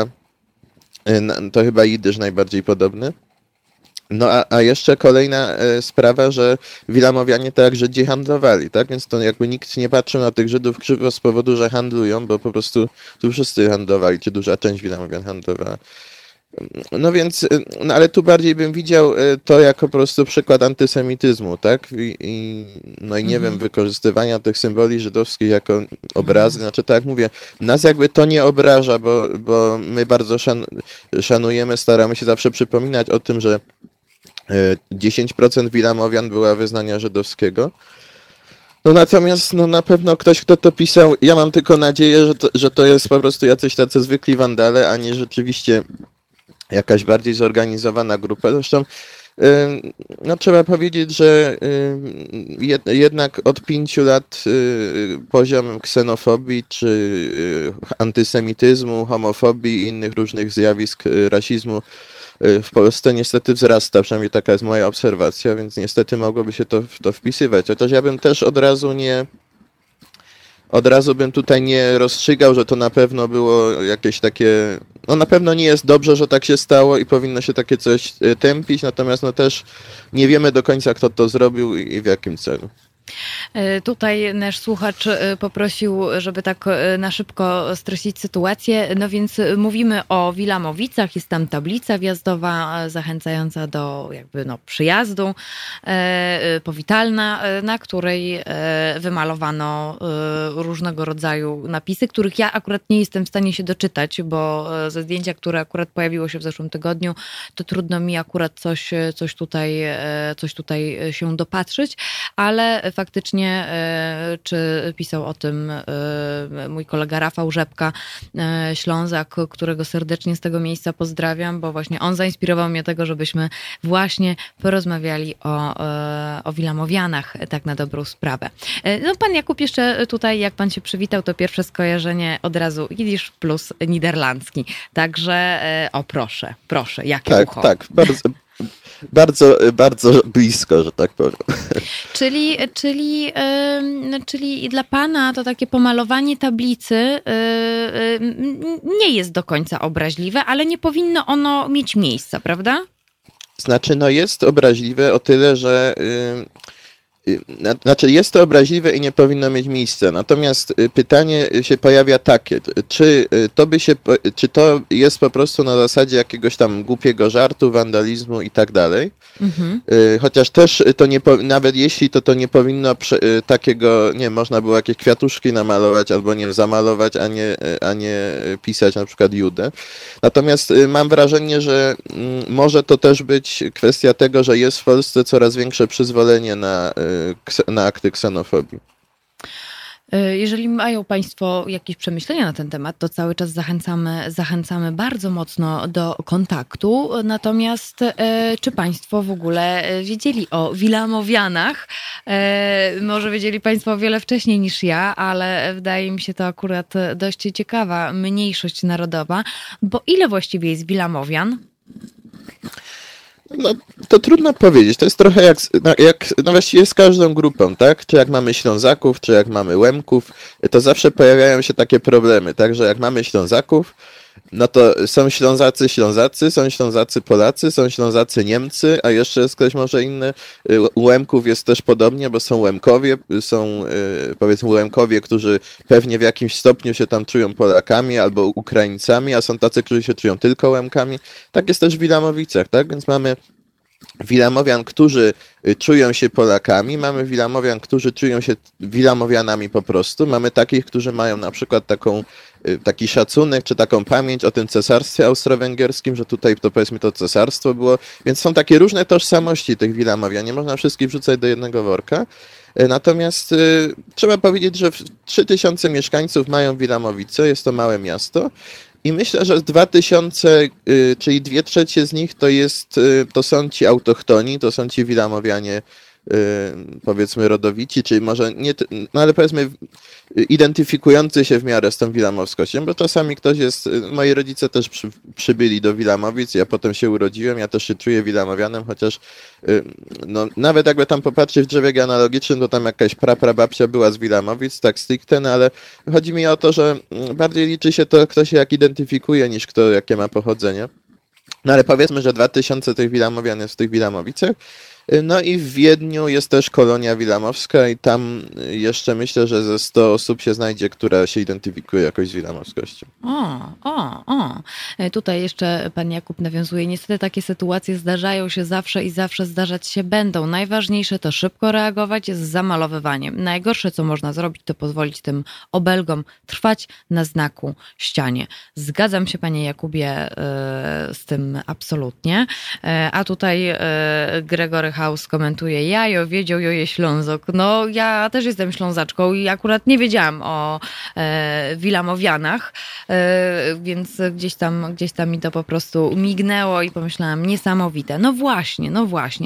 to chyba jidysz najbardziej podobny. No a jeszcze kolejna sprawa, że Wilamowianie tak jak Żydzi handlowali, tak? Więc to jakby nikt nie patrzył na tych Żydów krzywo z powodu, że handlują, bo po prostu tu wszyscy handlowali, czy duża część Wilamowian handlowała. No więc, no ale tu bardziej bym widział to jako po prostu przykład antysemityzmu, tak? No i nie wiem, wykorzystywania tych symboli żydowskich jako obrazy. Znaczy, tak jak mówię, nas jakby to nie obraża, bo my bardzo szanujemy, staramy się zawsze przypominać o tym, że 10% Wilamowian była wyznania żydowskiego. No natomiast no na pewno ktoś, kto to pisał, ja mam tylko nadzieję, że to jest po prostu jacyś tacy zwykli wandale, a nie rzeczywiście jakaś bardziej zorganizowana grupa. Zresztą no, trzeba powiedzieć, że jednak od 5 lat poziom ksenofobii czy antysemityzmu, homofobii i innych różnych zjawisk rasizmu w Polsce niestety wzrasta, przynajmniej taka jest moja obserwacja, więc niestety mogłoby się to wpisywać. Chociaż ja bym też od razu bym tutaj nie rozstrzygał, że to na pewno było jakieś takie, no na pewno nie jest dobrze, że tak się stało i powinno się takie coś tępić, natomiast no też nie wiemy do końca, kto to zrobił i w jakim celu. Tutaj nasz słuchacz poprosił, żeby tak na szybko streścić sytuację. No więc mówimy o Wilamowicach, jest tam tablica wjazdowa zachęcająca do jakby przyjazdu, powitalna, na której wymalowano różnego rodzaju napisy, których ja akurat nie jestem w stanie się doczytać, bo ze zdjęcia, które akurat pojawiło się w zeszłym tygodniu, to trudno mi akurat coś tutaj się dopatrzyć, ale faktycznie, czy pisał o tym mój kolega Rafał Rzepka, Ślązak, którego serdecznie z tego miejsca pozdrawiam, bo właśnie on zainspirował mnie tego, żebyśmy właśnie porozmawiali o Wilamowianach, tak na dobrą sprawę. No pan Jakub jeszcze tutaj, jak pan się przywitał, to pierwsze skojarzenie od razu Jidysz plus niderlandzki. Także, proszę, jakie ucho. Tak, bardzo blisko, że tak powiem. Czyli dla pana to takie pomalowanie tablicy nie jest do końca obraźliwe, ale nie powinno ono mieć miejsca, prawda? Znaczy, jest obraźliwe o tyle, że jest to obraźliwe i nie powinno mieć miejsca. Natomiast pytanie się pojawia takie, czy to jest po prostu na zasadzie jakiegoś tam głupiego żartu, wandalizmu i tak dalej. Chociaż też to nawet jeśli to nie powinno takiego, nie można było jakieś kwiatuszki namalować albo nie zamalować, a nie pisać na przykład Judę. Natomiast mam wrażenie, że może to też być kwestia tego, że jest w Polsce coraz większe przyzwolenie na akty ksenofobii. Jeżeli mają państwo jakieś przemyślenia na ten temat, to cały czas zachęcamy bardzo mocno do kontaktu. Natomiast czy państwo w ogóle wiedzieli o Wilamowianach? Może wiedzieli państwo o wiele wcześniej niż ja, ale wydaje mi się to akurat dość ciekawa mniejszość narodowa, bo ile właściwie jest Wilamowian? To trudno powiedzieć. To jest trochę jak właściwie z każdą grupą, tak? Czy jak mamy Ślązaków, czy jak mamy Łemków, to zawsze pojawiają się takie problemy, tak? Że jak mamy Ślązaków, no to są Ślązacy, są Ślązacy Polacy, są Ślązacy Niemcy, a jeszcze jest ktoś może inny. U Łemków jest też podobnie, bo są Łemkowie, powiedzmy Łemkowie, którzy pewnie w jakimś stopniu się tam czują Polakami albo Ukraińcami, a są tacy, którzy się czują tylko Łemkami. Tak jest też w Wilamowicach, tak? Więc mamy Wilamowian, którzy czują się Polakami, mamy Wilamowian, którzy czują się Wilamowianami po prostu, mamy takich, którzy mają na przykład taki szacunek, czy taką pamięć o tym cesarstwie austro-węgierskim, że tutaj to powiedzmy to cesarstwo było, więc są takie różne tożsamości tych Wilamowian, nie można wszystkich wrzucać do jednego worka. Natomiast trzeba powiedzieć, że 3000 mieszkańców mają Wilamowice, jest to małe miasto. I myślę, że 2000, czyli 2/3 z nich to są ci autochtoni, to są ci Wilamowianie, powiedzmy rodowici, czyli może nie, ale powiedzmy identyfikujący się w miarę z tą wilamowskością, bo czasami ktoś moi rodzice też przybyli do Wilamowic, ja potem się urodziłem, ja też się czuję Wilamowianem, chociaż nawet jakby tam popatrzeć w drzewie genealogicznym, to tam jakaś prababcia była z Wilamowic, tak stricte, ale chodzi mi o to, że bardziej liczy się to, kto się jak identyfikuje, niż kto jakie ma pochodzenie. Ale powiedzmy, że 2000 tych Wilamowian jest w tych Wilamowicach. No i w Wiedniu jest też kolonia wilamowska i tam jeszcze myślę, że ze 100 osób się znajdzie, która się identyfikuje jakoś z wilamowskością. Tutaj jeszcze pan Jakub nawiązuje. Niestety takie sytuacje zdarzają się zawsze i zawsze zdarzać się będą. Najważniejsze to szybko reagować z zamalowywaniem. Najgorsze, co można zrobić, to pozwolić tym obelgom trwać na znaku ścianie. Zgadzam się, panie Jakubie, z tym absolutnie. A tutaj Gregory House komentuje: jajo wiedział, joje Ślązok. No ja też jestem Ślązaczką i akurat nie wiedziałam o Wilamowianach, więc gdzieś tam mi to po prostu mignęło i pomyślałam, niesamowite. No właśnie.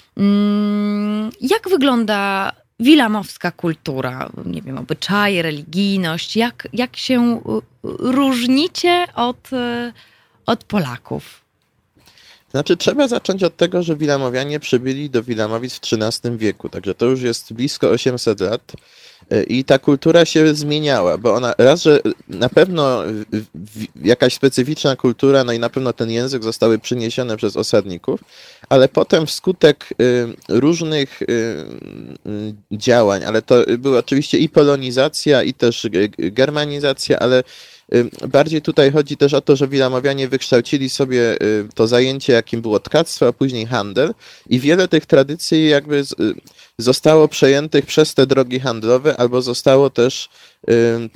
Jak wygląda wilamowska kultura? Nie wiem, obyczaje, religijność. Jak się różnicie od Polaków? Znaczy, trzeba zacząć od tego, że Wilamowianie przybyli do Wilamowic w XIII wieku, także to już jest blisko 800 lat i ta kultura się zmieniała, bo ona że na pewno jakaś specyficzna kultura, no i na pewno ten język zostały przyniesione przez osadników, ale potem wskutek różnych działań, ale to była oczywiście i polonizacja, i też germanizacja, ale bardziej tutaj chodzi też o to, że Wilamowianie wykształcili sobie to zajęcie, jakim było tkactwo, a później handel i wiele tych tradycji jakby zostało przejętych przez te drogi handlowe albo zostało też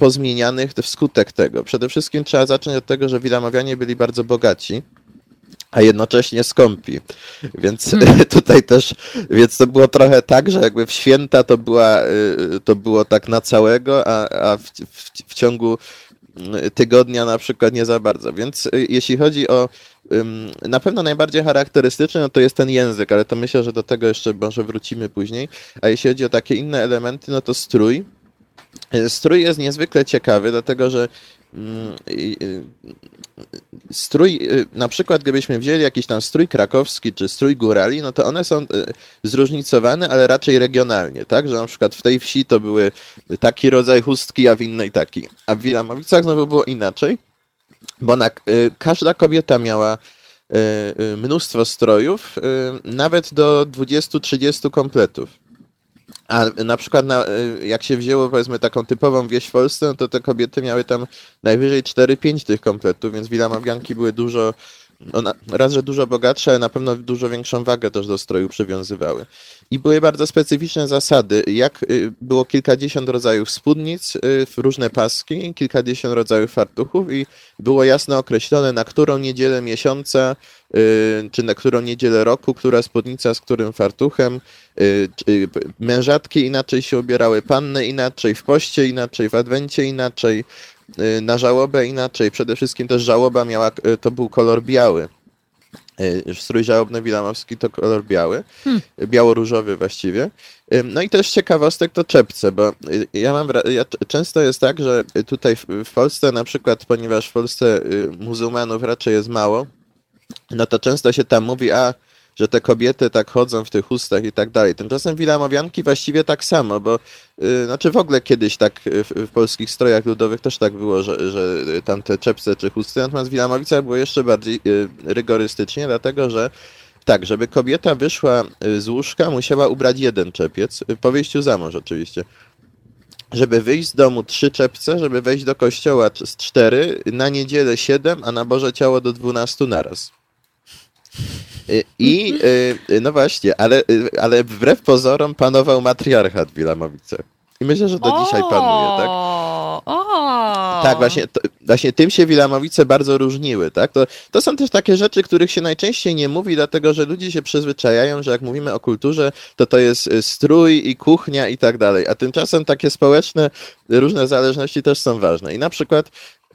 pozmienianych wskutek tego. Przede wszystkim trzeba zacząć od tego, że Wilamowianie byli bardzo bogaci a jednocześnie skąpi. Więc tutaj też, więc to było trochę tak, że jakby w święta to było tak na całego, a w ciągu tygodnia na przykład nie za bardzo. Więc jeśli chodzi o na pewno najbardziej charakterystyczny, no to jest ten język, ale to myślę, że do tego jeszcze może wrócimy później. A jeśli chodzi o takie inne elementy, no to strój. Strój jest niezwykle ciekawy, dlatego że strój, na przykład gdybyśmy wzięli jakiś tam strój krakowski czy strój górali, no to one są zróżnicowane, ale raczej regionalnie, tak? Że na przykład w tej wsi to były taki rodzaj chustki, a w innej taki. A w Wilamowicach znowu było inaczej, bo każda kobieta miała mnóstwo strojów, nawet do 20-30 kompletów. A na przykład jak się wzięło powiedzmy taką typową wieś w Polsce, no to te kobiety miały tam najwyżej 4-5 tych kompletów, więc Wilamowianki były dużo, raz, że dużo bogatsze, ale na pewno dużo większą wagę też do stroju przywiązywały. I były bardzo specyficzne zasady, jak było kilkadziesiąt rodzajów spódnic, różne paski, kilkadziesiąt rodzajów fartuchów i było jasno określone, na którą niedzielę miesiąca, czy na którą niedzielę roku, która spódnica z którym fartuchem. Mężatki inaczej się ubierały, panny inaczej, w poście inaczej, w adwencie inaczej, na żałobę inaczej. Przede wszystkim też żałoba to był kolor biały. Strój żałobny wilamowski to kolor biały, biało-różowy właściwie. No i też ciekawostek to czepce, bo często jest tak, że tutaj w Polsce na przykład, ponieważ w Polsce muzułmanów raczej jest mało, no to często się tam mówi, że te kobiety tak chodzą w tych chustach i tak dalej. Tymczasem Wilamowianki właściwie tak samo, bo znaczy w ogóle kiedyś tak w polskich strojach ludowych też tak było, że tamte czepce czy chusty, natomiast w Wilamowicach było jeszcze bardziej rygorystycznie, dlatego że tak, żeby kobieta wyszła z łóżka, musiała ubrać jeden czepiec, po wyjściu za mąż oczywiście. Żeby wyjść z domu 3 czepce, żeby wejść do kościoła z 4, na niedzielę 7, a na Boże Ciało do 12 naraz. I no właśnie, ale wbrew pozorom panował matriarchat w Wilamowicach. I myślę, że do dzisiaj panuje, tak? Tak, właśnie tym się Wilamowice bardzo różniły, tak? To są też takie rzeczy, których się najczęściej nie mówi, dlatego że ludzie się przyzwyczajają, że jak mówimy o kulturze, to jest strój i kuchnia i tak dalej, a tymczasem takie społeczne różne zależności też są ważne. I na przykład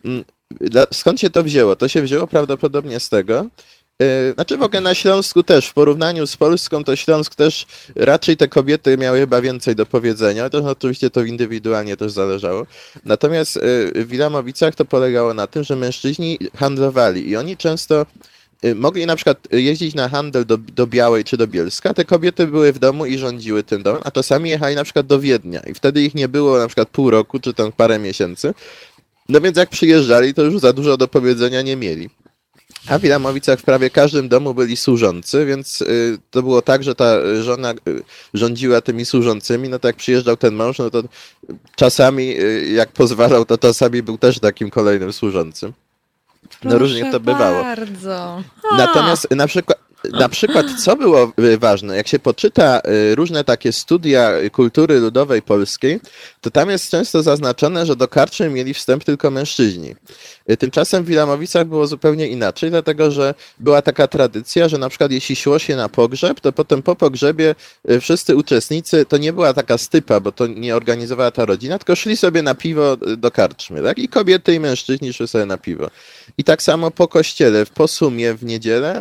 skąd się to wzięło? To się wzięło prawdopodobnie z tego, znaczy w ogóle na Śląsku też, w porównaniu z Polską, to Śląsk też raczej te kobiety miały chyba więcej do powiedzenia, też oczywiście to indywidualnie też zależało. Natomiast w Wilamowicach to polegało na tym, że mężczyźni handlowali i oni często mogli na przykład jeździć na handel do Białej czy do Bielska, te kobiety były w domu i rządziły tym domem, a czasami jechali na przykład do Wiednia i wtedy ich nie było na przykład pół roku czy tam parę miesięcy. No więc jak przyjeżdżali, to już za dużo do powiedzenia nie mieli. A w Wilamowicach w prawie każdym domu byli służący, więc to było tak, że ta żona rządziła tymi służącymi, no to jak przyjeżdżał ten mąż, no to czasami, jak pozwalał, to czasami był też takim kolejnym służącym. No różnie to bywało. Bardzo. Natomiast na przykład, co było ważne, jak się poczyta różne takie studia kultury ludowej polskiej, to tam jest często zaznaczone, że do karczmy mieli wstęp tylko mężczyźni. Tymczasem w Wilamowicach było zupełnie inaczej, dlatego że była taka tradycja, że na przykład jeśli szło się na pogrzeb, to potem po pogrzebie wszyscy uczestnicy, to nie była taka stypa, bo to nie organizowała ta rodzina, tylko szli sobie na piwo do karczmy, tak? I kobiety i mężczyźni szli sobie na piwo. I tak samo po kościele, po sumie w niedzielę,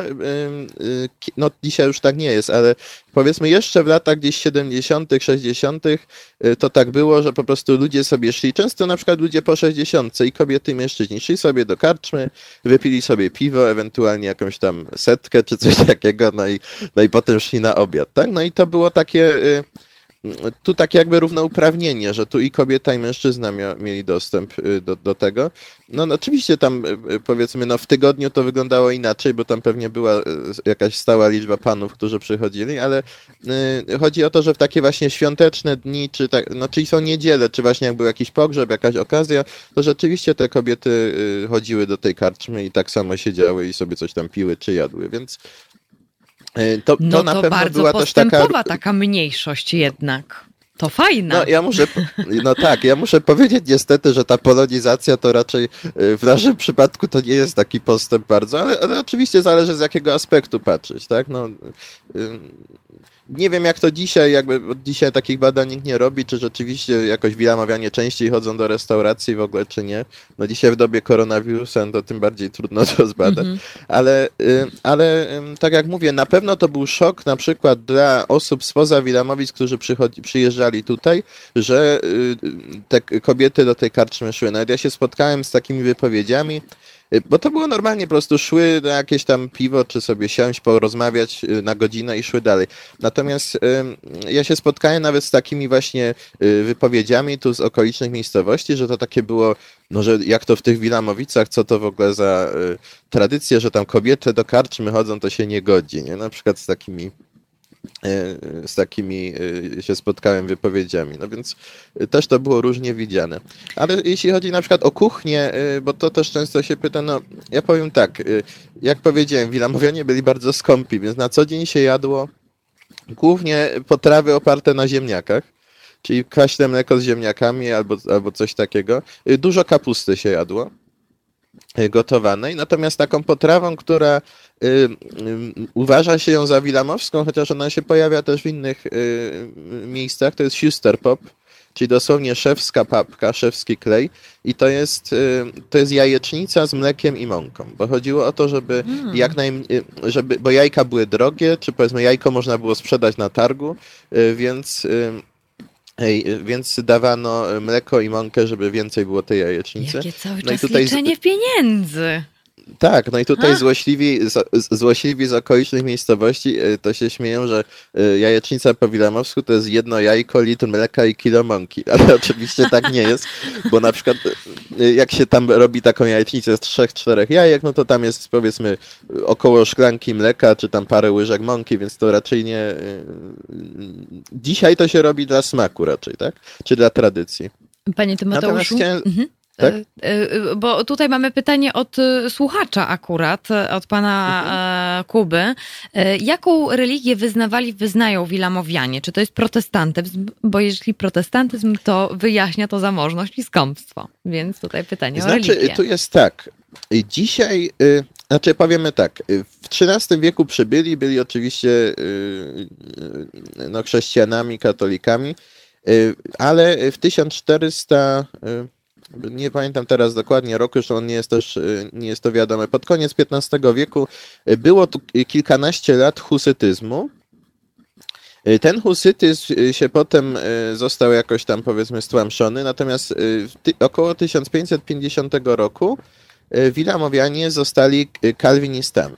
no dzisiaj już tak nie jest, ale powiedzmy jeszcze w latach gdzieś 70., 60. To tak było, że po prostu ludzie sobie szli, często na przykład ludzie po 60. i kobiety i mężczyźni szli sobie do karczmy, wypili sobie piwo, ewentualnie jakąś tam setkę czy coś takiego, no i potem szli na obiad, tak? No i to było takie, tu takie jakby równouprawnienie, że tu i kobieta i mężczyzna mieli dostęp do tego. No oczywiście tam powiedzmy, no w tygodniu to wyglądało inaczej, bo tam pewnie była jakaś stała liczba panów, którzy przychodzili, ale chodzi o to, że w takie właśnie świąteczne dni, czy tak, no czyli są niedziele, czy właśnie jak był jakiś pogrzeb, jakaś okazja, to rzeczywiście te kobiety chodziły do tej karczmy i tak samo siedziały i sobie coś tam piły, czy jadły, więc to na pewno bardzo była też taka mniejszość jednak. To fajne. Ja muszę powiedzieć niestety, że ta polonizacja to raczej w naszym przypadku to nie jest taki postęp bardzo, ale oczywiście zależy z jakiego aspektu patrzeć, tak? Nie wiem jak to dzisiaj, od dzisiaj takich badań nikt nie robi, czy rzeczywiście jakoś wilamowianie częściej chodzą do restauracji w ogóle, czy nie. No dzisiaj w dobie koronawirusa to tym bardziej trudno to zbadać. Ale tak jak mówię, na pewno to był szok na przykład dla osób spoza Wilamowic, którzy przyjeżdżali tutaj, że te kobiety do tej karczmy szły. Nawet ja się spotkałem z takimi wypowiedziami, bo to było normalnie, po prostu szły na jakieś tam piwo, czy sobie siąść, porozmawiać na godzinę i szły dalej. Natomiast ja się spotkałem nawet z takimi właśnie wypowiedziami tu z okolicznych miejscowości, że to takie było, no że jak to w tych Wilamowicach, co to w ogóle za tradycje, że tam kobiety do karczmy chodzą, to się nie godzi, nie? Na przykład z takimi się spotkałem wypowiedziami, no więc też to było różnie widziane. Ale jeśli chodzi na przykład o kuchnię, bo to też często się pyta, no ja powiem tak, jak powiedziałem, Wilamowianie byli bardzo skąpi, więc na co dzień się jadło głównie potrawy oparte na ziemniakach, czyli kwaśne mleko z ziemniakami albo coś takiego. Dużo kapusty się jadło gotowanej, natomiast taką potrawą, która uważa się ją za wilamowską, chociaż ona się pojawia też w innych miejscach, to jest Schusterpop, czyli dosłownie szewska papka, szewski klej i to jest jajecznica z mlekiem i mąką, bo chodziło o to, żeby bo jajka były drogie, czy powiedzmy jajko można było sprzedać na targu, więc dawano mleko i mąkę, żeby więcej było tej jajecznicy. Jakie cały czas liczenie pieniędzy. Tak, no i tutaj złośliwi z okolicznych miejscowości to się śmieją, że jajecznica po wilamowsku to jest jedno jajko, litr mleka i kilo mąki, ale oczywiście tak nie jest, bo na przykład jak się tam robi taką jajecznicę z 3-4 jajek, no to tam jest powiedzmy około szklanki mleka, czy tam parę łyżek mąki, więc to raczej nie... Dzisiaj to się robi dla smaku raczej, tak? Czy dla tradycji. Panie Tymoteuszu? Tak? Bo tutaj mamy pytanie od słuchacza akurat, od pana Kuby. Jaką religię wyznają Wilamowianie? Czy to jest protestantyzm? Bo jeśli protestantyzm, to wyjaśnia to zamożność i skąpstwo. Więc tutaj pytanie o religię. Tu jest tak. Dzisiaj, powiemy tak. W XIII wieku byli oczywiście chrześcijanami, katolikami, ale w 1400... Nie pamiętam teraz dokładnie roku, już on nie jest to wiadome. Pod koniec XV wieku było tu kilkanaście lat husytyzmu. Ten husytyzm się potem został jakoś tam powiedzmy stłamszony, natomiast około 1550 roku Wilamowianie zostali kalwinistami.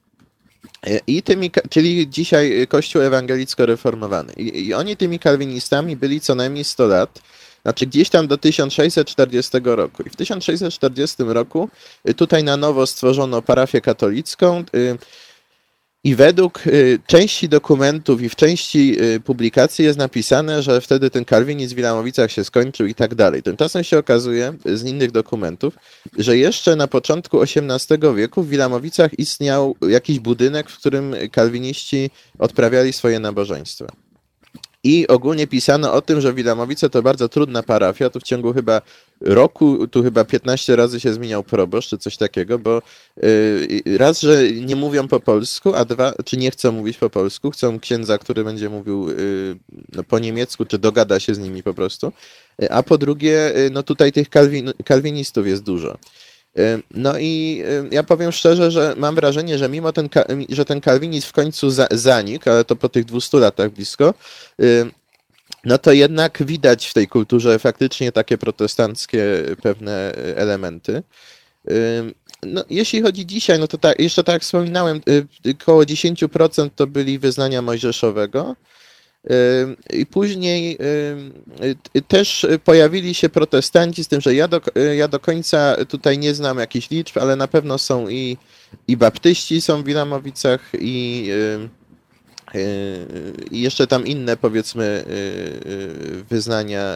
Czyli dzisiaj Kościół ewangelicko-reformowany. I oni tymi kalwinistami byli co najmniej 100 lat. Znaczy gdzieś tam do 1640 roku. I w 1640 roku tutaj na nowo stworzono parafię katolicką i według części dokumentów i w części publikacji jest napisane, że wtedy ten kalwinizm w Wilamowicach się skończył i tak dalej. Tymczasem się okazuje z innych dokumentów, że jeszcze na początku XVIII wieku w Wilamowicach istniał jakiś budynek, w którym kalwiniści odprawiali swoje nabożeństwa. I ogólnie pisano o tym, że Wilamowice to bardzo trudna parafia, tu w ciągu chyba roku, tu chyba 15 razy się zmieniał proboszcz, czy coś takiego, bo raz, że nie mówią po polsku, a dwa, czy nie chcą mówić po polsku, chcą księdza, który będzie mówił po niemiecku, czy dogada się z nimi po prostu, a po drugie, no tutaj tych kalwinistów jest dużo. No i ja powiem szczerze, że mam wrażenie, że mimo że ten kalwinizm w końcu zanikł, ale to po tych 200 latach blisko, no to jednak widać w tej kulturze faktycznie takie protestanckie pewne elementy. No, jeśli chodzi dzisiaj, no to jeszcze tak jak wspominałem, około 10% to byli wyznania mojżeszowego. I później też pojawili się protestanci, z tym, że ja do końca tutaj nie znam jakichś liczb, ale na pewno są i baptyści są w Wilamowicach, I jeszcze tam inne, powiedzmy, wyznania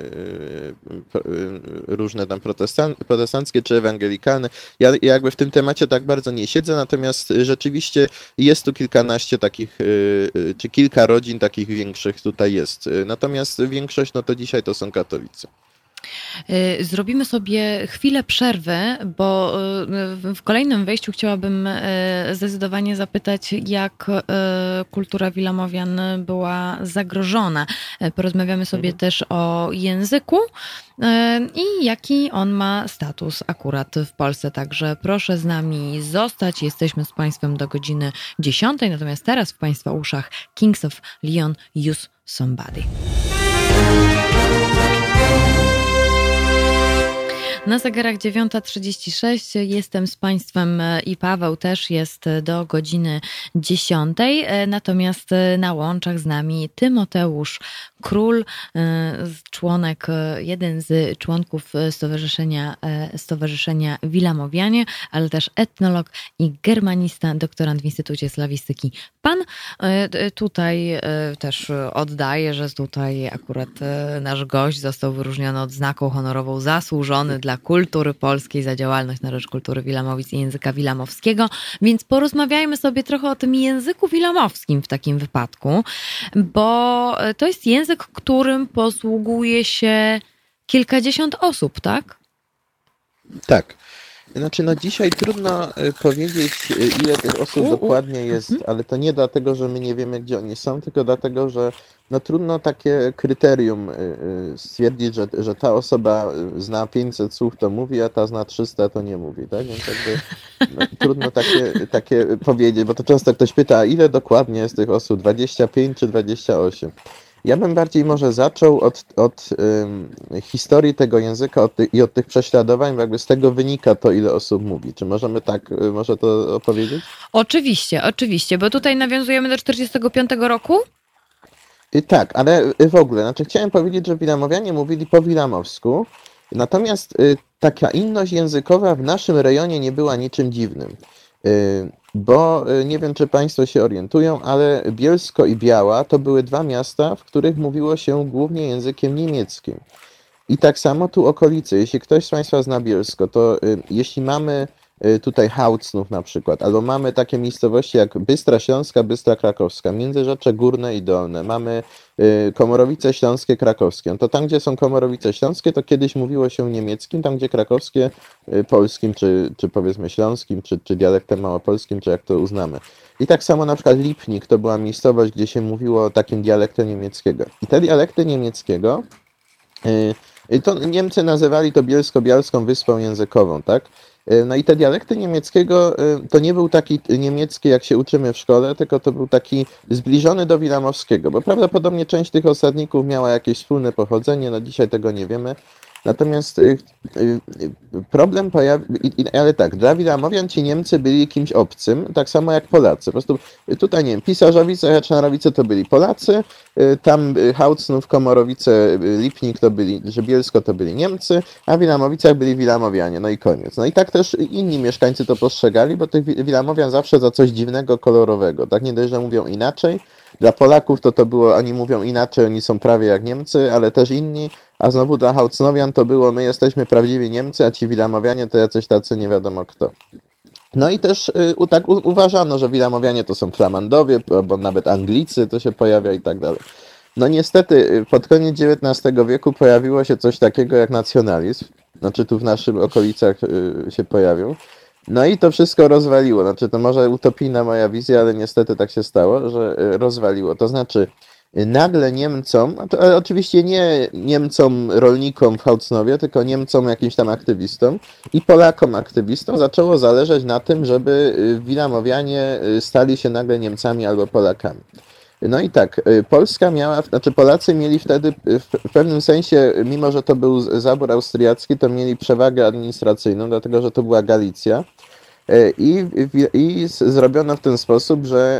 różne tam protestanckie czy ewangelikalne. Ja jakby w tym temacie tak bardzo nie siedzę, natomiast rzeczywiście jest tu kilkanaście takich, czy kilka rodzin takich większych tutaj jest. Natomiast większość, no to dzisiaj to są katolicy. Zrobimy sobie chwilę przerwy, bo w kolejnym wejściu chciałabym zdecydowanie zapytać, jak kultura Wilamowian była zagrożona. Porozmawiamy sobie też o języku i jaki on ma status akurat w Polsce. Także proszę z nami zostać. Jesteśmy z Państwem do godziny 10. Natomiast teraz w Państwa uszach Kings of Leon, Use Somebody. Na zegarach 9:36 jestem z Państwem i Paweł też jest do godziny 10. Natomiast na łączach z nami Tymoteusz Król, jeden z członków Stowarzyszenia Wilamowianie, ale też etnolog i germanista, doktorant w Instytucie Slawistyki PAN. Tutaj też oddaję, że tutaj akurat nasz gość został wyróżniony odznaką honorową zasłużony dla kultury polskiej za działalność na rzecz kultury Wilamowic i języka wilamowskiego, więc porozmawiajmy sobie trochę o tym języku wilamowskim w takim wypadku, bo to jest język, którym posługuje się kilkadziesiąt osób, tak? Tak. Znaczy, no dzisiaj trudno powiedzieć, ile tych osób dokładnie jest, ale to nie dlatego, że my nie wiemy, gdzie oni są, tylko dlatego, że no trudno takie kryterium stwierdzić, że ta osoba zna 500 słów, to mówi, a ta zna 300, to nie mówi, tak? Więc jakby no, trudno takie powiedzieć, bo to często ktoś pyta, ile dokładnie jest tych osób, 25 czy 28? Ja bym bardziej może zaczął od historii tego języka i od tych prześladowań, bo jakby z tego wynika to, ile osób mówi. Czy możemy może to opowiedzieć? Oczywiście, bo tutaj nawiązujemy do 45 roku? Tak, ale w ogóle, znaczy chciałem powiedzieć, że Wilamowianie mówili po wilamowsku, natomiast taka inność językowa w naszym rejonie nie była niczym dziwnym. Bo nie wiem, czy Państwo się orientują, ale Bielsko i Biała to były dwa miasta, w których mówiło się głównie językiem niemieckim. I tak samo tu okolice. Jeśli ktoś z Państwa zna Bielsko, to jeśli mamy tutaj Haucnów na przykład, albo mamy takie miejscowości jak Bystra Śląska, Bystra Krakowska, Międzyrzecze Górne i Dolne, mamy Komorowice Śląskie, Krakowskie. No to tam, gdzie są Komorowice Śląskie, to kiedyś mówiło się niemieckim, tam gdzie krakowskie polskim, czy powiedzmy śląskim, czy dialektem małopolskim, czy jak to uznamy. I tak samo na przykład Lipnik to była miejscowość, gdzie się mówiło takim dialektem niemieckiego. I te dialekty niemieckiego, to Niemcy nazywali to Bielsko-Bialską Wyspą Językową, tak? No i te dialekty niemieckiego to nie był taki niemiecki, jak się uczymy w szkole, tylko to był taki zbliżony do wilamowskiego, bo prawdopodobnie część tych osadników miała jakieś wspólne pochodzenie, no dzisiaj tego nie wiemy. Natomiast problem ale tak, dla Wilamowian ci Niemcy byli kimś obcym, tak samo jak Polacy. Po prostu tutaj, nie wiem, Pisarzowice, Hecznarowice to byli Polacy, tam Haucnów, Komorowice, Lipnik to byli, że Bielsko to byli Niemcy, a w Wilamowicach byli Wilamowianie, no i koniec. No i tak też inni mieszkańcy to postrzegali, bo tych Wilamowian zawsze za coś dziwnego, kolorowego. Tak nie dość, że mówią inaczej. Dla Polaków to było, oni mówią inaczej, oni są prawie jak Niemcy, ale też inni, a znowu dla Haucnowian to było, my jesteśmy prawdziwi Niemcy, a ci Wilamowianie to jacyś tacy nie wiadomo kto. No i też tak uważano, że Wilamowianie to są Flamandowie, bo nawet Anglicy to się pojawia i tak dalej. No niestety pod koniec XIX wieku pojawiło się coś takiego jak nacjonalizm, znaczy tu w naszych okolicach się pojawił. No i to wszystko rozwaliło, znaczy to może utopijna moja wizja, ale niestety tak się stało, że rozwaliło. To znaczy nagle Niemcom, ale oczywiście nie Niemcom rolnikom w Haucnowie, tylko Niemcom jakimś tam aktywistom i Polakom aktywistom zaczęło zależeć na tym, żeby Wilamowianie stali się nagle Niemcami albo Polakami. No i tak, Polacy mieli wtedy w pewnym sensie, mimo że to był zabór austriacki, to mieli przewagę administracyjną, dlatego że to była Galicja i zrobiono w ten sposób, że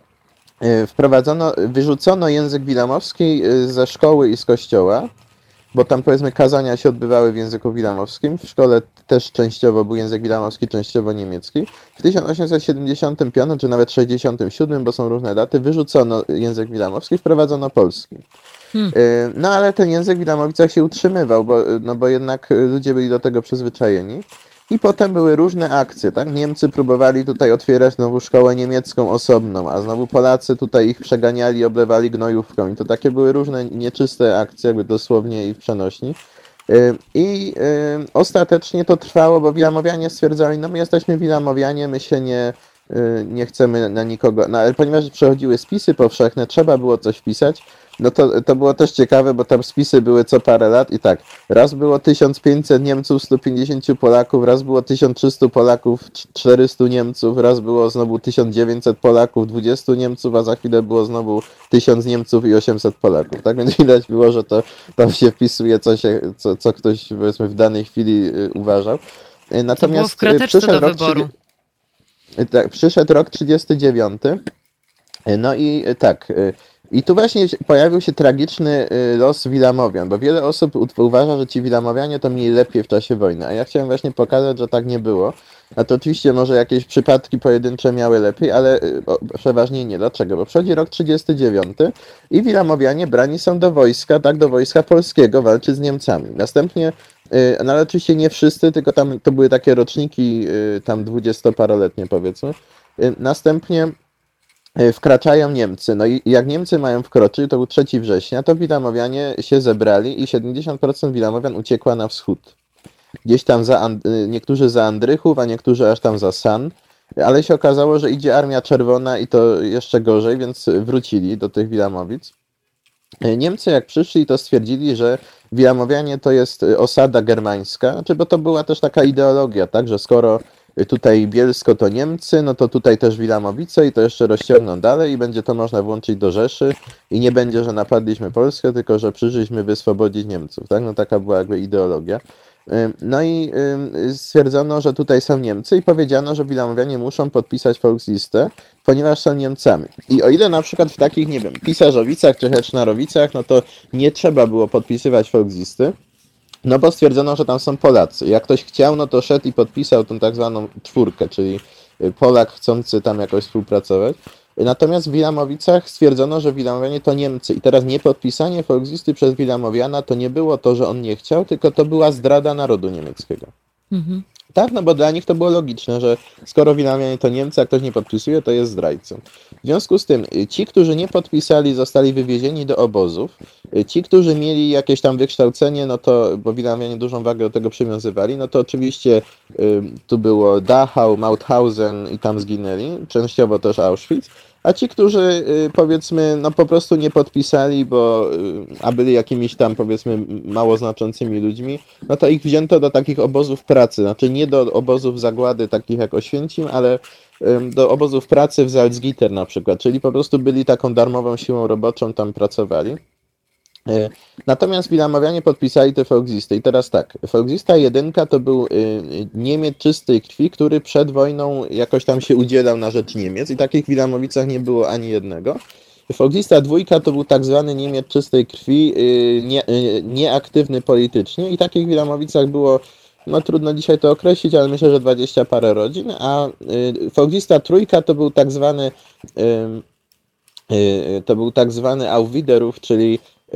wyrzucono język wilamowski ze szkoły i z kościoła bo tam powiedzmy kazania się odbywały w języku wilamowskim, w szkole też częściowo był język wilamowski, częściowo niemiecki. W 1875 czy nawet 67, bo są różne daty, wyrzucono język wilamowski, wprowadzono polski. No ale ten język w Wilamowicach się utrzymywał, bo jednak ludzie byli do tego przyzwyczajeni. I potem były różne akcje, tak? Niemcy próbowali tutaj otwierać znowu szkołę niemiecką osobną, a znowu Polacy tutaj ich przeganiali, oblewali gnojówką. I to takie były różne nieczyste akcje, jakby dosłownie i w przenośni. I ostatecznie to trwało, bo Wilamowianie stwierdzali, no my jesteśmy Wilamowianie, my się nie chcemy na nikogo, no ale ponieważ przechodziły spisy powszechne, trzeba było coś wpisać, no to było też ciekawe, bo tam spisy były co parę lat i tak, raz było 1500 Niemców, 150 Polaków, raz było 1300 Polaków, 400 Niemców, raz było znowu 1900 Polaków, 20 Niemców, a za chwilę było znowu 1000 Niemców i 800 Polaków, tak? Więc widać było, że to tam się wpisuje, co ktoś powiedzmy w danej chwili uważał. Natomiast to było w krateczce do wyboru. Tak, przyszedł rok 39, no i tak, i tu właśnie pojawił się tragiczny los Wilamowian, bo wiele osób uważa, że ci Wilamowianie to mieli lepiej w czasie wojny, a ja chciałem właśnie pokazać, że tak nie było. A to oczywiście może jakieś przypadki pojedyncze miały lepiej, ale przeważnie nie. Dlaczego? Bo przychodzi rok 39 i Wilamowianie brani są do wojska, tak, do wojska polskiego, walczyć z Niemcami. Następnie, no ale oczywiście nie wszyscy, tylko tam to były takie roczniki tam 20-paroletnie powiedzmy. Następnie wkraczają Niemcy. No i jak Niemcy mają wkroczyć, to był 3 września, to Wilamowianie się zebrali i 70% Wilamowian uciekła na wschód. Gdzieś tam niektórzy za Andrychów, a niektórzy aż tam za San, ale się okazało, że idzie Armia Czerwona i to jeszcze gorzej, więc wrócili do tych Wilamowic. Niemcy jak przyszli, to stwierdzili, że Wilamowianie to jest osada germańska, znaczy, bo to była też taka ideologia, tak, że skoro tutaj Bielsko to Niemcy, no to tutaj też Wilamowice i to jeszcze rozciągną dalej i będzie to można włączyć do Rzeszy i nie będzie, że napadliśmy Polskę, tylko że przyszliśmy wyswobodzić Niemców, tak, no taka była jakby ideologia. No i stwierdzono, że tutaj są Niemcy i powiedziano, że Wilamowianie muszą podpisać Volkslistę, ponieważ są Niemcami. I o ile na przykład w takich, nie wiem, Pisarzowicach czy Hecznarowicach, no to nie trzeba było podpisywać Volkslisty, no bo stwierdzono, że tam są Polacy. Jak ktoś chciał, no to szedł i podpisał tą tak zwaną czwórkę, czyli Polak chcący tam jakoś współpracować. Natomiast w Wilamowicach stwierdzono, że Wilamowianie to Niemcy i teraz niepodpisanie Volkslisty przez Wilamowiana to nie było to, że on nie chciał, tylko to była zdrada narodu niemieckiego. Mhm. Tak, no bo dla nich to było logiczne, że skoro Wilamowianie to Niemcy, a ktoś nie podpisuje, to jest zdrajcą. W związku z tym ci, którzy nie podpisali, zostali wywiezieni do obozów. Ci, którzy mieli jakieś tam wykształcenie, no to, bo Wilamowianie dużą wagę do tego przywiązywali, no to oczywiście tu było Dachau, Mauthausen i tam zginęli, częściowo też Auschwitz. A ci, którzy powiedzmy, no po prostu nie podpisali, a byli jakimiś tam powiedzmy mało znaczącymi ludźmi, no to ich wzięto do takich obozów pracy, znaczy nie do obozów zagłady takich jak Oświęcim, ale do obozów pracy w Salzgitter na przykład, czyli po prostu byli taką darmową siłą roboczą, tam pracowali. Natomiast Wilamowianie podpisali te Volkslisty. I teraz tak, Volkslista 1 to był Niemiec czystej krwi, który przed wojną jakoś tam się udzielał na rzecz Niemiec i takich w Wilamowicach nie było ani jednego. Volkslista 2 to był tak zwany Niemiec czystej krwi, nieaktywny politycznie i takich w Wilamowicach było, no trudno dzisiaj to określić, ale myślę, że 20 parę rodzin, a Volkslista 3 to był tak zwany Aufwiderruf, czyli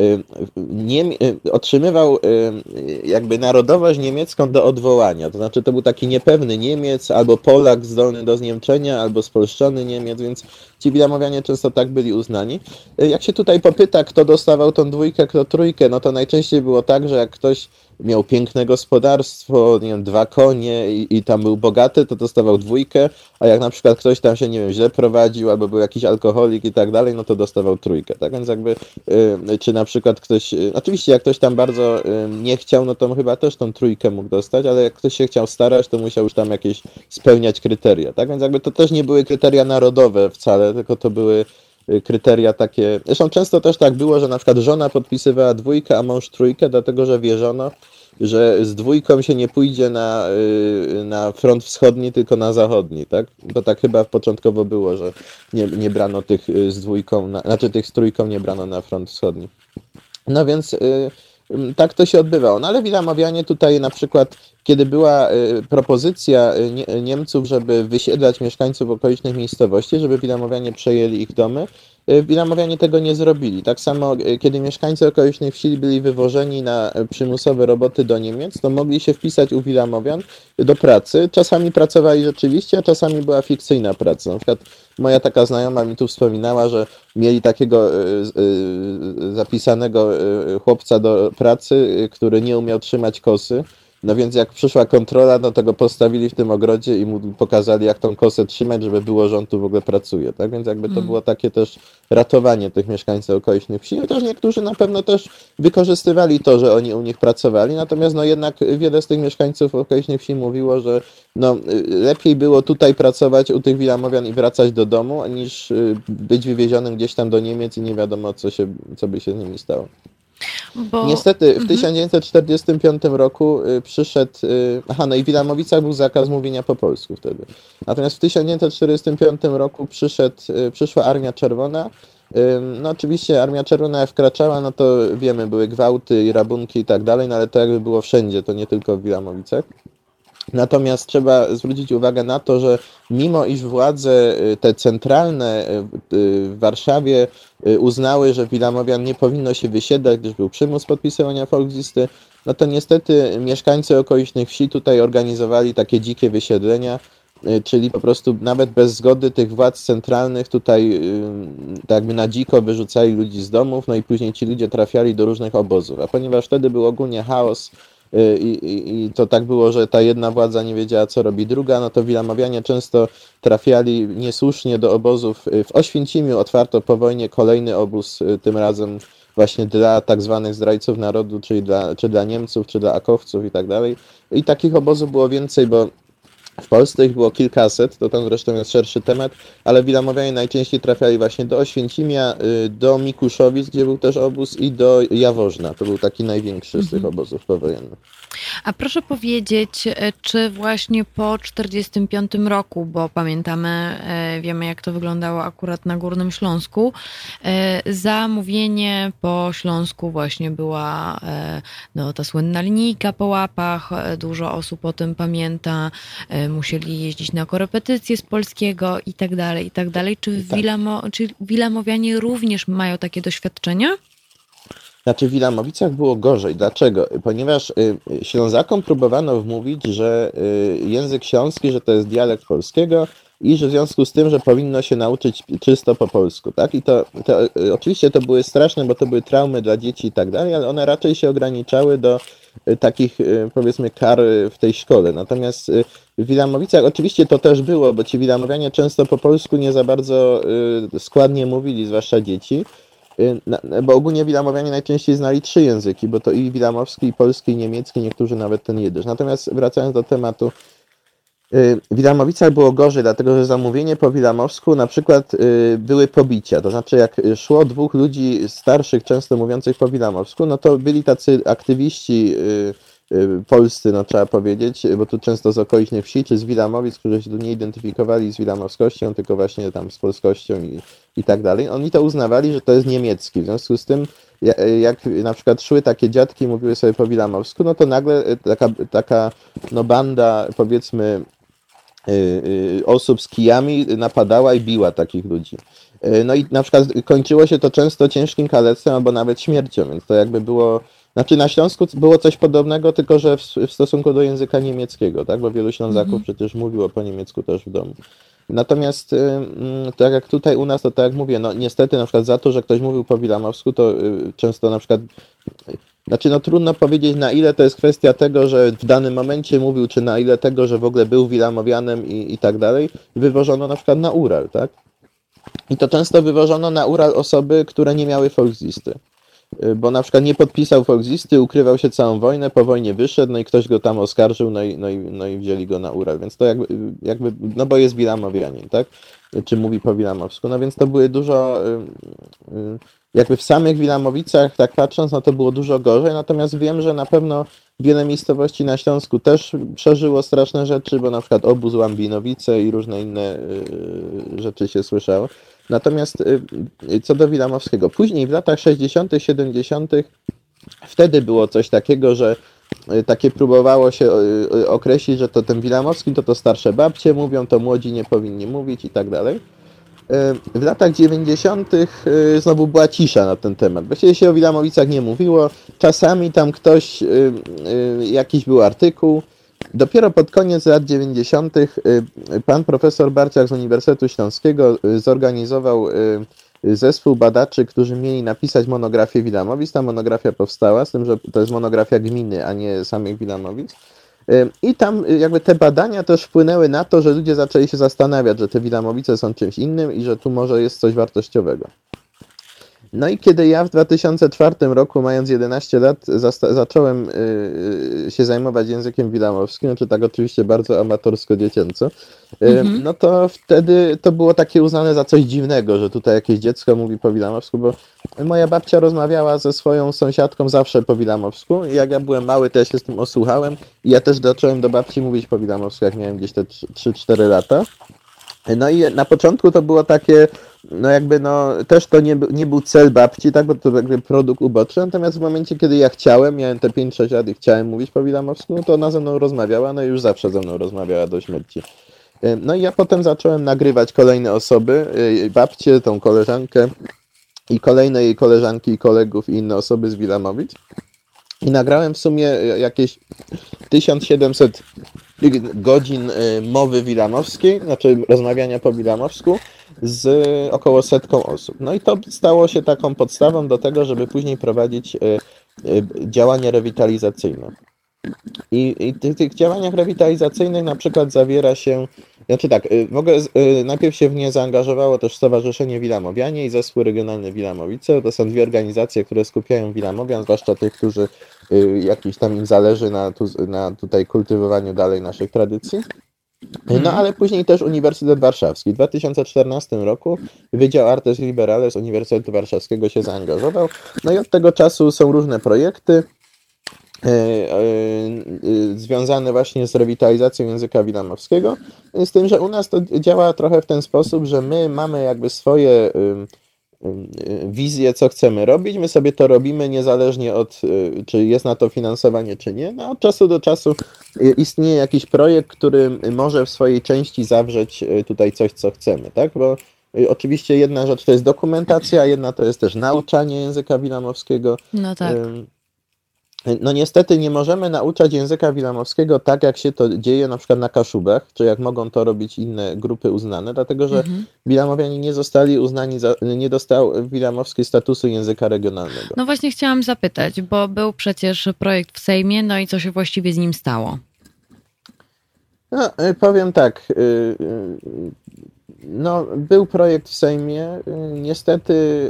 otrzymywał jakby narodowość niemiecką do odwołania, to znaczy to był taki niepewny Niemiec, albo Polak zdolny do zniemczenia, albo spolszczony Niemiec, więc ci Wilamowianie często tak byli uznani. Jak się tutaj popyta, kto dostawał tą 2, kto 3, no to najczęściej było tak, że jak ktoś miał piękne gospodarstwo, nie wiem, 2 konie i tam był bogaty, to dostawał 2, a jak na przykład ktoś tam się, nie wiem, źle prowadził, albo był jakiś alkoholik i tak dalej, no to dostawał 3, tak? Więc jakby, czy na przykład ktoś, oczywiście jak ktoś tam bardzo nie chciał, no to chyba też tą 3 mógł dostać, ale jak ktoś się chciał starać, to musiał już tam jakieś spełniać kryteria, tak? Więc jakby to też nie były kryteria narodowe wcale, tylko to były kryteria takie, zresztą często też tak było, że na przykład żona podpisywała 2, a mąż 3, dlatego że wierzono, że z 2 się nie pójdzie na front wschodni, tylko na zachodni, tak? To tak chyba początkowo było, że nie brano tych z 2, znaczy tych z 3 nie brano na front wschodni. No więc tak to się odbywało. No ale Wilamowianie tutaj na przykład, kiedy była propozycja Niemców, żeby wysiedlać mieszkańców okolicznych miejscowości, żeby Wilamowianie przejęli ich domy, Wilamowianie tego nie zrobili. Tak samo, kiedy mieszkańcy okolicznych wsi byli wywożeni na przymusowe roboty do Niemiec, to mogli się wpisać u Wilamowian do pracy. Czasami pracowali rzeczywiście, a czasami była fikcyjna praca. Na przykład moja taka znajoma mi tu wspominała, że mieli takiego zapisanego chłopca do pracy, który nie umiał trzymać kosy. No więc jak przyszła kontrola, no to go postawili w tym ogrodzie i mu pokazali, jak tą kosę trzymać, żeby było, że on tu w ogóle pracuje, tak? Więc jakby to było takie też ratowanie tych mieszkańców okolicznych wsi. Chociaż niektórzy na pewno też wykorzystywali to, że oni u nich pracowali, natomiast no jednak wiele z tych mieszkańców okolicznych wsi mówiło, że no lepiej było tutaj pracować u tych Wilamowian i wracać do domu, niż być wywiezionym gdzieś tam do Niemiec i nie wiadomo, co by się z nimi stało. Niestety w 1945 roku przyszedł, no i w Wilamowicach był zakaz mówienia po polsku wtedy. Natomiast w 1945 roku przyszła Armia Czerwona. No oczywiście Armia Czerwona jak wkraczała, no to wiemy, były gwałty i rabunki i tak dalej, no ale to jakby było wszędzie, to nie tylko w Wilamowicach. Natomiast trzeba zwrócić uwagę na to, że mimo iż władze te centralne w Warszawie uznały, że Wilamowian nie powinno się wysiedlać, gdyż był przymus podpisywania folklisty, no to niestety mieszkańcy okolicznych wsi tutaj organizowali takie dzikie wysiedlenia, czyli po prostu nawet bez zgody tych władz centralnych tutaj tak jakby na dziko wyrzucali ludzi z domów, no i później ci ludzie trafiali do różnych obozów. A ponieważ wtedy był ogólnie chaos, i to tak było, że ta jedna władza nie wiedziała, co robi druga, no to Wilamowianie często trafiali niesłusznie do obozów. W Oświęcimiu otwarto po wojnie obóz, tym razem właśnie dla tak zwanych zdrajców narodu, czyli czy dla Niemców, czy dla akowców i tak dalej. I takich obozów było więcej, bo w Polsce ich było kilkaset, to tam zresztą jest szerszy temat, ale Wilamowianie najczęściej trafiali właśnie do Oświęcimia, do Mikuszowic, gdzie był też obóz, i do Jaworzna. To był taki największy z tych obozów powojennych. A proszę powiedzieć, czy właśnie po 1945 roku, bo pamiętamy, wiemy jak to wyglądało akurat na Górnym Śląsku, zamówienie po Śląsku właśnie była no, ta słynna linijka po łapach, dużo osób o tym pamięta, musieli jeździć na korepetycje z polskiego i tak dalej, i tak dalej. Czy Wilamowianie również mają takie doświadczenia? Znaczy w Wilamowicach było gorzej. Dlaczego? Ponieważ Ślązakom próbowano wmówić, że język śląski, że to jest dialekt polskiego i że w związku z tym, że powinno się nauczyć czysto po polsku, tak? I to oczywiście to były straszne, bo to były traumy dla dzieci i tak dalej, ale one raczej się ograniczały do takich, powiedzmy, kar w tej szkole. Natomiast w Wilamowicach oczywiście to też było, bo ci Wilamowianie często po polsku nie za bardzo składnie mówili, zwłaszcza dzieci, bo ogólnie Wilamowianie najczęściej znali 3 języki, bo to i wilamowski, i polski, i niemiecki, niektórzy nawet ten jidysz. Natomiast wracając do tematu, w Wilamowicach było gorzej, dlatego że zamówienie po wilamowsku na przykład były pobicia. To znaczy jak szło 2 ludzi starszych, często mówiących po wilamowsku, no to byli tacy aktywiści polscy, no trzeba powiedzieć, bo tu często z okolicznych wsi, czy z Wilamowic, którzy się tu nie identyfikowali z wilamowskością, tylko właśnie tam z polskością i tak dalej. Oni to uznawali, że to jest niemiecki. W związku z tym, jak na przykład szły takie dziadki i mówiły sobie po wilamowsku, no to nagle taka no banda, powiedzmy, osób z kijami napadała i biła takich ludzi. No i na przykład kończyło się to często ciężkim kalectwem albo nawet śmiercią, więc to jakby było... Znaczy na Śląsku było coś podobnego, tylko że w stosunku do języka niemieckiego, tak? Bo wielu Ślązaków przecież mówiło po niemiecku też w domu. Natomiast tak jak tutaj u nas, to tak jak mówię, no niestety na przykład za to, że ktoś mówił po wilamowsku, to często na przykład... Znaczy no trudno powiedzieć, na ile to jest kwestia tego, że w danym momencie mówił, czy na ile tego, że w ogóle był Wilamowianem i tak dalej, wywożono na przykład na Ural, tak? I to często wywożono na Ural osoby, które nie miały folklisty. Bo na przykład nie podpisał folklisty, ukrywał się całą wojnę, po wojnie wyszedł, no i ktoś go tam oskarżył, no i wzięli go na Ural. Więc to jakby no bo jest Wilamowianin, tak? Czy mówi po wilamowsku. No więc to były dużo... Jakby w samych Wilamowicach, tak patrząc, no to było dużo gorzej, natomiast wiem, że na pewno wiele miejscowości na Śląsku też przeżyło straszne rzeczy, bo na przykład obóz Łambinowice i różne inne rzeczy się słyszało. Natomiast co do Wilamowskiego, później w latach 60., 70. wtedy było coś takiego, że takie próbowało się określić, że to ten Wilamowski to starsze babcie mówią, to młodzi nie powinni mówić i tak dalej. W latach 90. znowu była cisza na ten temat. Właściwie się o Wilamowicach nie mówiło. Czasami tam ktoś, jakiś był artykuł. Dopiero pod koniec lat 90. Pan profesor Barciak z Uniwersytetu Śląskiego zorganizował zespół badaczy, którzy mieli napisać monografię Wilamowic. Ta monografia powstała, z tym, że to jest monografia gminy, a nie samych Wilamowic. I tam jakby te badania też wpłynęły na to, że ludzie zaczęli się zastanawiać, że te Wilamowice są czymś innym i że tu może jest coś wartościowego. No i kiedy ja w 2004 roku, mając 11 lat, zacząłem się zajmować językiem wilamowskim, znaczy tak oczywiście bardzo amatorsko-dziecięco, no to wtedy to było takie uznane za coś dziwnego, że tutaj jakieś dziecko mówi po wilamowsku, bo moja babcia rozmawiała ze swoją sąsiadką zawsze po wilamowsku i jak ja byłem mały, to ja się z tym osłuchałem i ja też zacząłem do babci mówić po wilamowsku, jak miałem gdzieś te 3-4 lata. No i na początku to było takie, no jakby no, też to nie był cel babci, tak, bo to jakby produkt uboczny, natomiast w momencie, kiedy ja miałem te 5-6 lat i chciałem mówić po wilamowsku, no to ona ze mną rozmawiała, no i już zawsze ze mną rozmawiała do śmierci. No i ja potem zacząłem nagrywać kolejne osoby, babcię, tą koleżankę i kolejne jej koleżanki i kolegów i inne osoby z Wilamowic. I nagrałem w sumie jakieś 1700 godzin mowy wilamowskiej, znaczy rozmawiania po wilamowsku z około 100 osób. No i to stało się taką podstawą do tego, żeby później prowadzić działania rewitalizacyjne. I w tych działaniach rewitalizacyjnych na przykład zawiera się, znaczy tak, najpierw się w nie zaangażowało też Stowarzyszenie Wilamowianie i Zespół Regionalny Wilamowice. To są dwie organizacje, które skupiają Wilamowian, zwłaszcza tych, którzy jakiś tam im zależy na tutaj kultywowaniu dalej naszych tradycji. No ale później też Uniwersytet Warszawski. W 2014 roku Wydział Artes Liberales Uniwersytetu Warszawskiego się zaangażował. No i od tego czasu są różne projekty związane właśnie z rewitalizacją języka wilamowskiego, z tym, że u nas to działa trochę w ten sposób, że my mamy jakby swoje wizje, co chcemy robić, my sobie to robimy niezależnie od, czy jest na to finansowanie, czy nie. No, od czasu do czasu istnieje jakiś projekt, który może w swojej części zawrzeć tutaj coś, co chcemy, tak? Bo oczywiście jedna rzecz to jest dokumentacja, a jedna to jest też nauczanie języka wilamowskiego. No tak. No niestety nie możemy nauczać języka wilamowskiego tak, jak się to dzieje na przykład na Kaszubach, czy jak mogą to robić inne grupy uznane, dlatego że Wilamowianie nie zostali uznani, nie dostał wilamowski statusu języka regionalnego. No właśnie chciałam zapytać, bo był przecież projekt w Sejmie, no i co się właściwie z nim stało? No, powiem tak, no, był projekt w Sejmie, niestety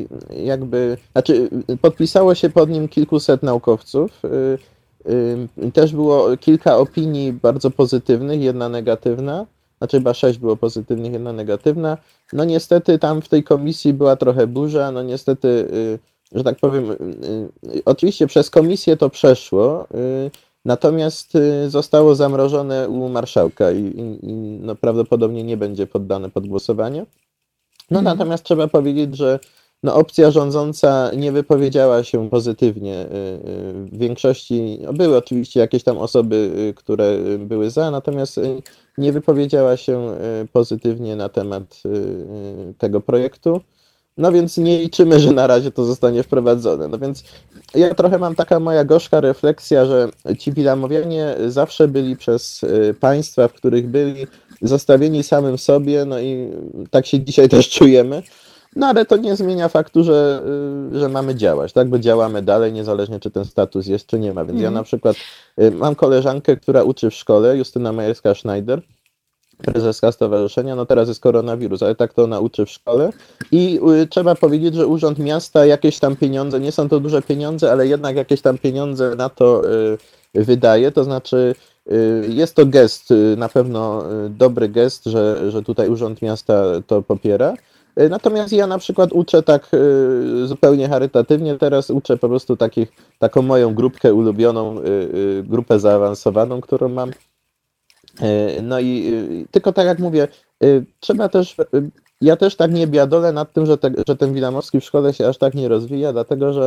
podpisało się pod nim kilkuset naukowców, też było kilka opinii bardzo pozytywnych, jedna negatywna, znaczy chyba 6 było pozytywnych, jedna negatywna. No niestety tam w tej komisji była trochę burza, no niestety, że tak powiem, oczywiście przez komisję to przeszło, natomiast zostało zamrożone u marszałka i no, prawdopodobnie nie będzie poddane pod głosowanie. No natomiast trzeba powiedzieć, że no, opcja rządząca nie wypowiedziała się pozytywnie. W większości były oczywiście jakieś tam osoby, które były za, natomiast nie wypowiedziała się pozytywnie na temat tego projektu. No więc nie liczymy, że na razie to zostanie wprowadzone. No więc ja trochę mam taka moja gorzka refleksja, że ci Wilamowianie zawsze byli przez państwa, w których byli, zostawieni samym sobie, no i tak się dzisiaj też czujemy. No ale to nie zmienia faktu, że mamy działać, tak? Bo działamy dalej, niezależnie czy ten status jest, czy nie ma. Więc ja na przykład mam koleżankę, która uczy w szkole, Justyna Majerska-Schneider, prezeska stowarzyszenia, no teraz jest koronawirus, ale tak to ona uczy w szkole i trzeba powiedzieć, że Urząd Miasta jakieś tam pieniądze, nie są to duże pieniądze, ale jednak jakieś tam pieniądze na to wydaje, to znaczy jest to gest, na pewno dobry gest, że tutaj Urząd Miasta to popiera. Natomiast ja na przykład uczę tak zupełnie charytatywnie, teraz uczę po prostu taką moją grupkę ulubioną, grupę zaawansowaną, którą mam. No i tylko tak jak mówię, trzeba też, ja też tak nie biadolę nad tym, że ten Wilamowski w szkole się aż tak nie rozwija, dlatego że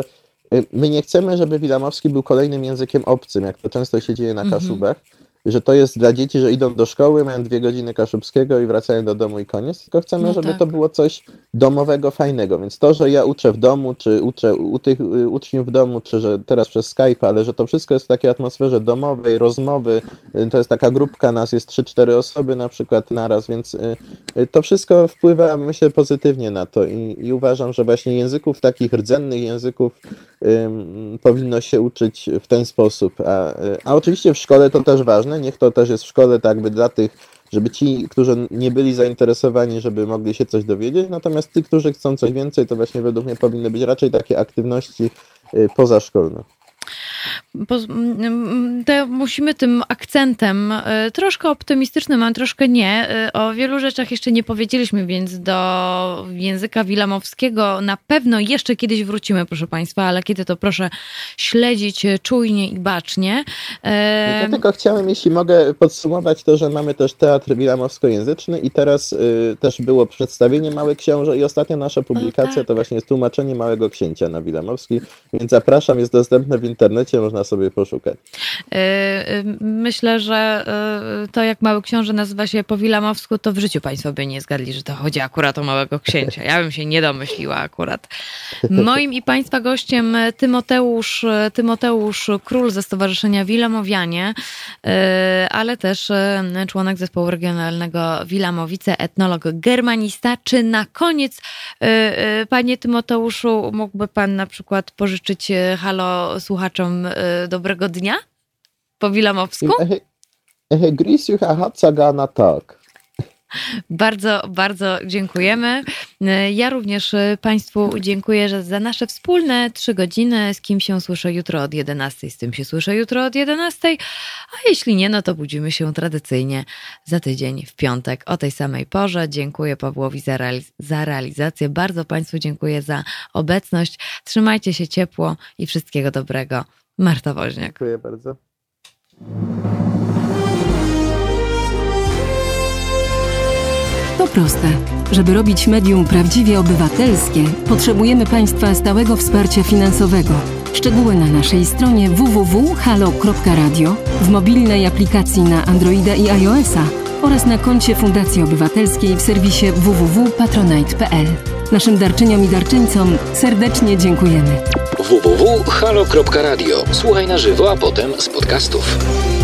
my nie chcemy, żeby wilamowski był kolejnym językiem obcym, jak to często się dzieje na Kaszubach, że to jest dla dzieci, że idą do szkoły, mają 2 godziny kaszubskiego i wracają do domu i koniec, tylko chcemy, żeby to było coś domowego, fajnego, więc to, że ja uczę w domu, czy uczę u tych uczniów w domu, czy że teraz przez Skype, ale że to wszystko jest w takiej atmosferze domowej, rozmowy, to jest taka grupka, nas jest 3-4 osoby na przykład naraz, więc to wszystko wpływa, myślę, pozytywnie na to i uważam, że właśnie języków takich rdzennych języków powinno się uczyć w ten sposób, a oczywiście w szkole to też ważne, niech to też jest w szkole tak jakby dla tych, żeby ci, którzy nie byli zainteresowani, żeby mogli się coś dowiedzieć, natomiast ci, którzy chcą coś więcej, to właśnie według mnie powinny być raczej takie aktywności pozaszkolne. Musimy tym akcentem troszkę optymistycznym, a troszkę nie. O wielu rzeczach jeszcze nie powiedzieliśmy, więc do języka wilamowskiego na pewno jeszcze kiedyś wrócimy, proszę Państwa, ale kiedy to proszę śledzić czujnie i bacznie. Ja tylko chciałem, jeśli mogę podsumować to, że mamy też teatr wilamowskojęzyczny i teraz też było przedstawienie Małych Książę i ostatnia nasza publikacja to właśnie jest tłumaczenie Małego Księcia na wilamowski, więc zapraszam, jest dostępne w internecie, można sobie poszukać. Myślę, że to jak Mały Książę nazywa się po wilamowsku, to w życiu Państwo by nie zgadli, że to chodzi akurat o Małego Księcia. Ja bym się nie domyśliła akurat. Moim i Państwa gościem Tymoteusz Król ze Stowarzyszenia Wilamowianie, ale też członek zespołu regionalnego Wilamowice, etnolog, germanista. Czy na koniec, Panie Tymoteuszu, mógłby Pan na przykład pożyczyć halo słuchaczom dobrego dnia po wilamowsku? Grisiu hahacaga na tak. Bardzo, bardzo dziękujemy. Ja również Państwu dziękuję, że za nasze wspólne 3 godziny, z kim się słyszę jutro od 11, z tym się słyszę jutro od 11, a jeśli nie, no to budzimy się tradycyjnie za tydzień w piątek o tej samej porze. Dziękuję Pawłowi za realizację. Bardzo Państwu dziękuję za obecność. Trzymajcie się ciepło i wszystkiego dobrego. Marta Woźniak. Dziękuję bardzo. To proste. Żeby robić medium prawdziwie obywatelskie, potrzebujemy Państwa stałego wsparcia finansowego. Szczegóły na naszej stronie www.halo.radio, w mobilnej aplikacji na Androida i iOS-a oraz na koncie Fundacji Obywatelskiej w serwisie www.patronite.pl. Naszym darczyniom i darczyńcom serdecznie dziękujemy. www.halo.radio. Słuchaj na żywo, a potem z podcastów.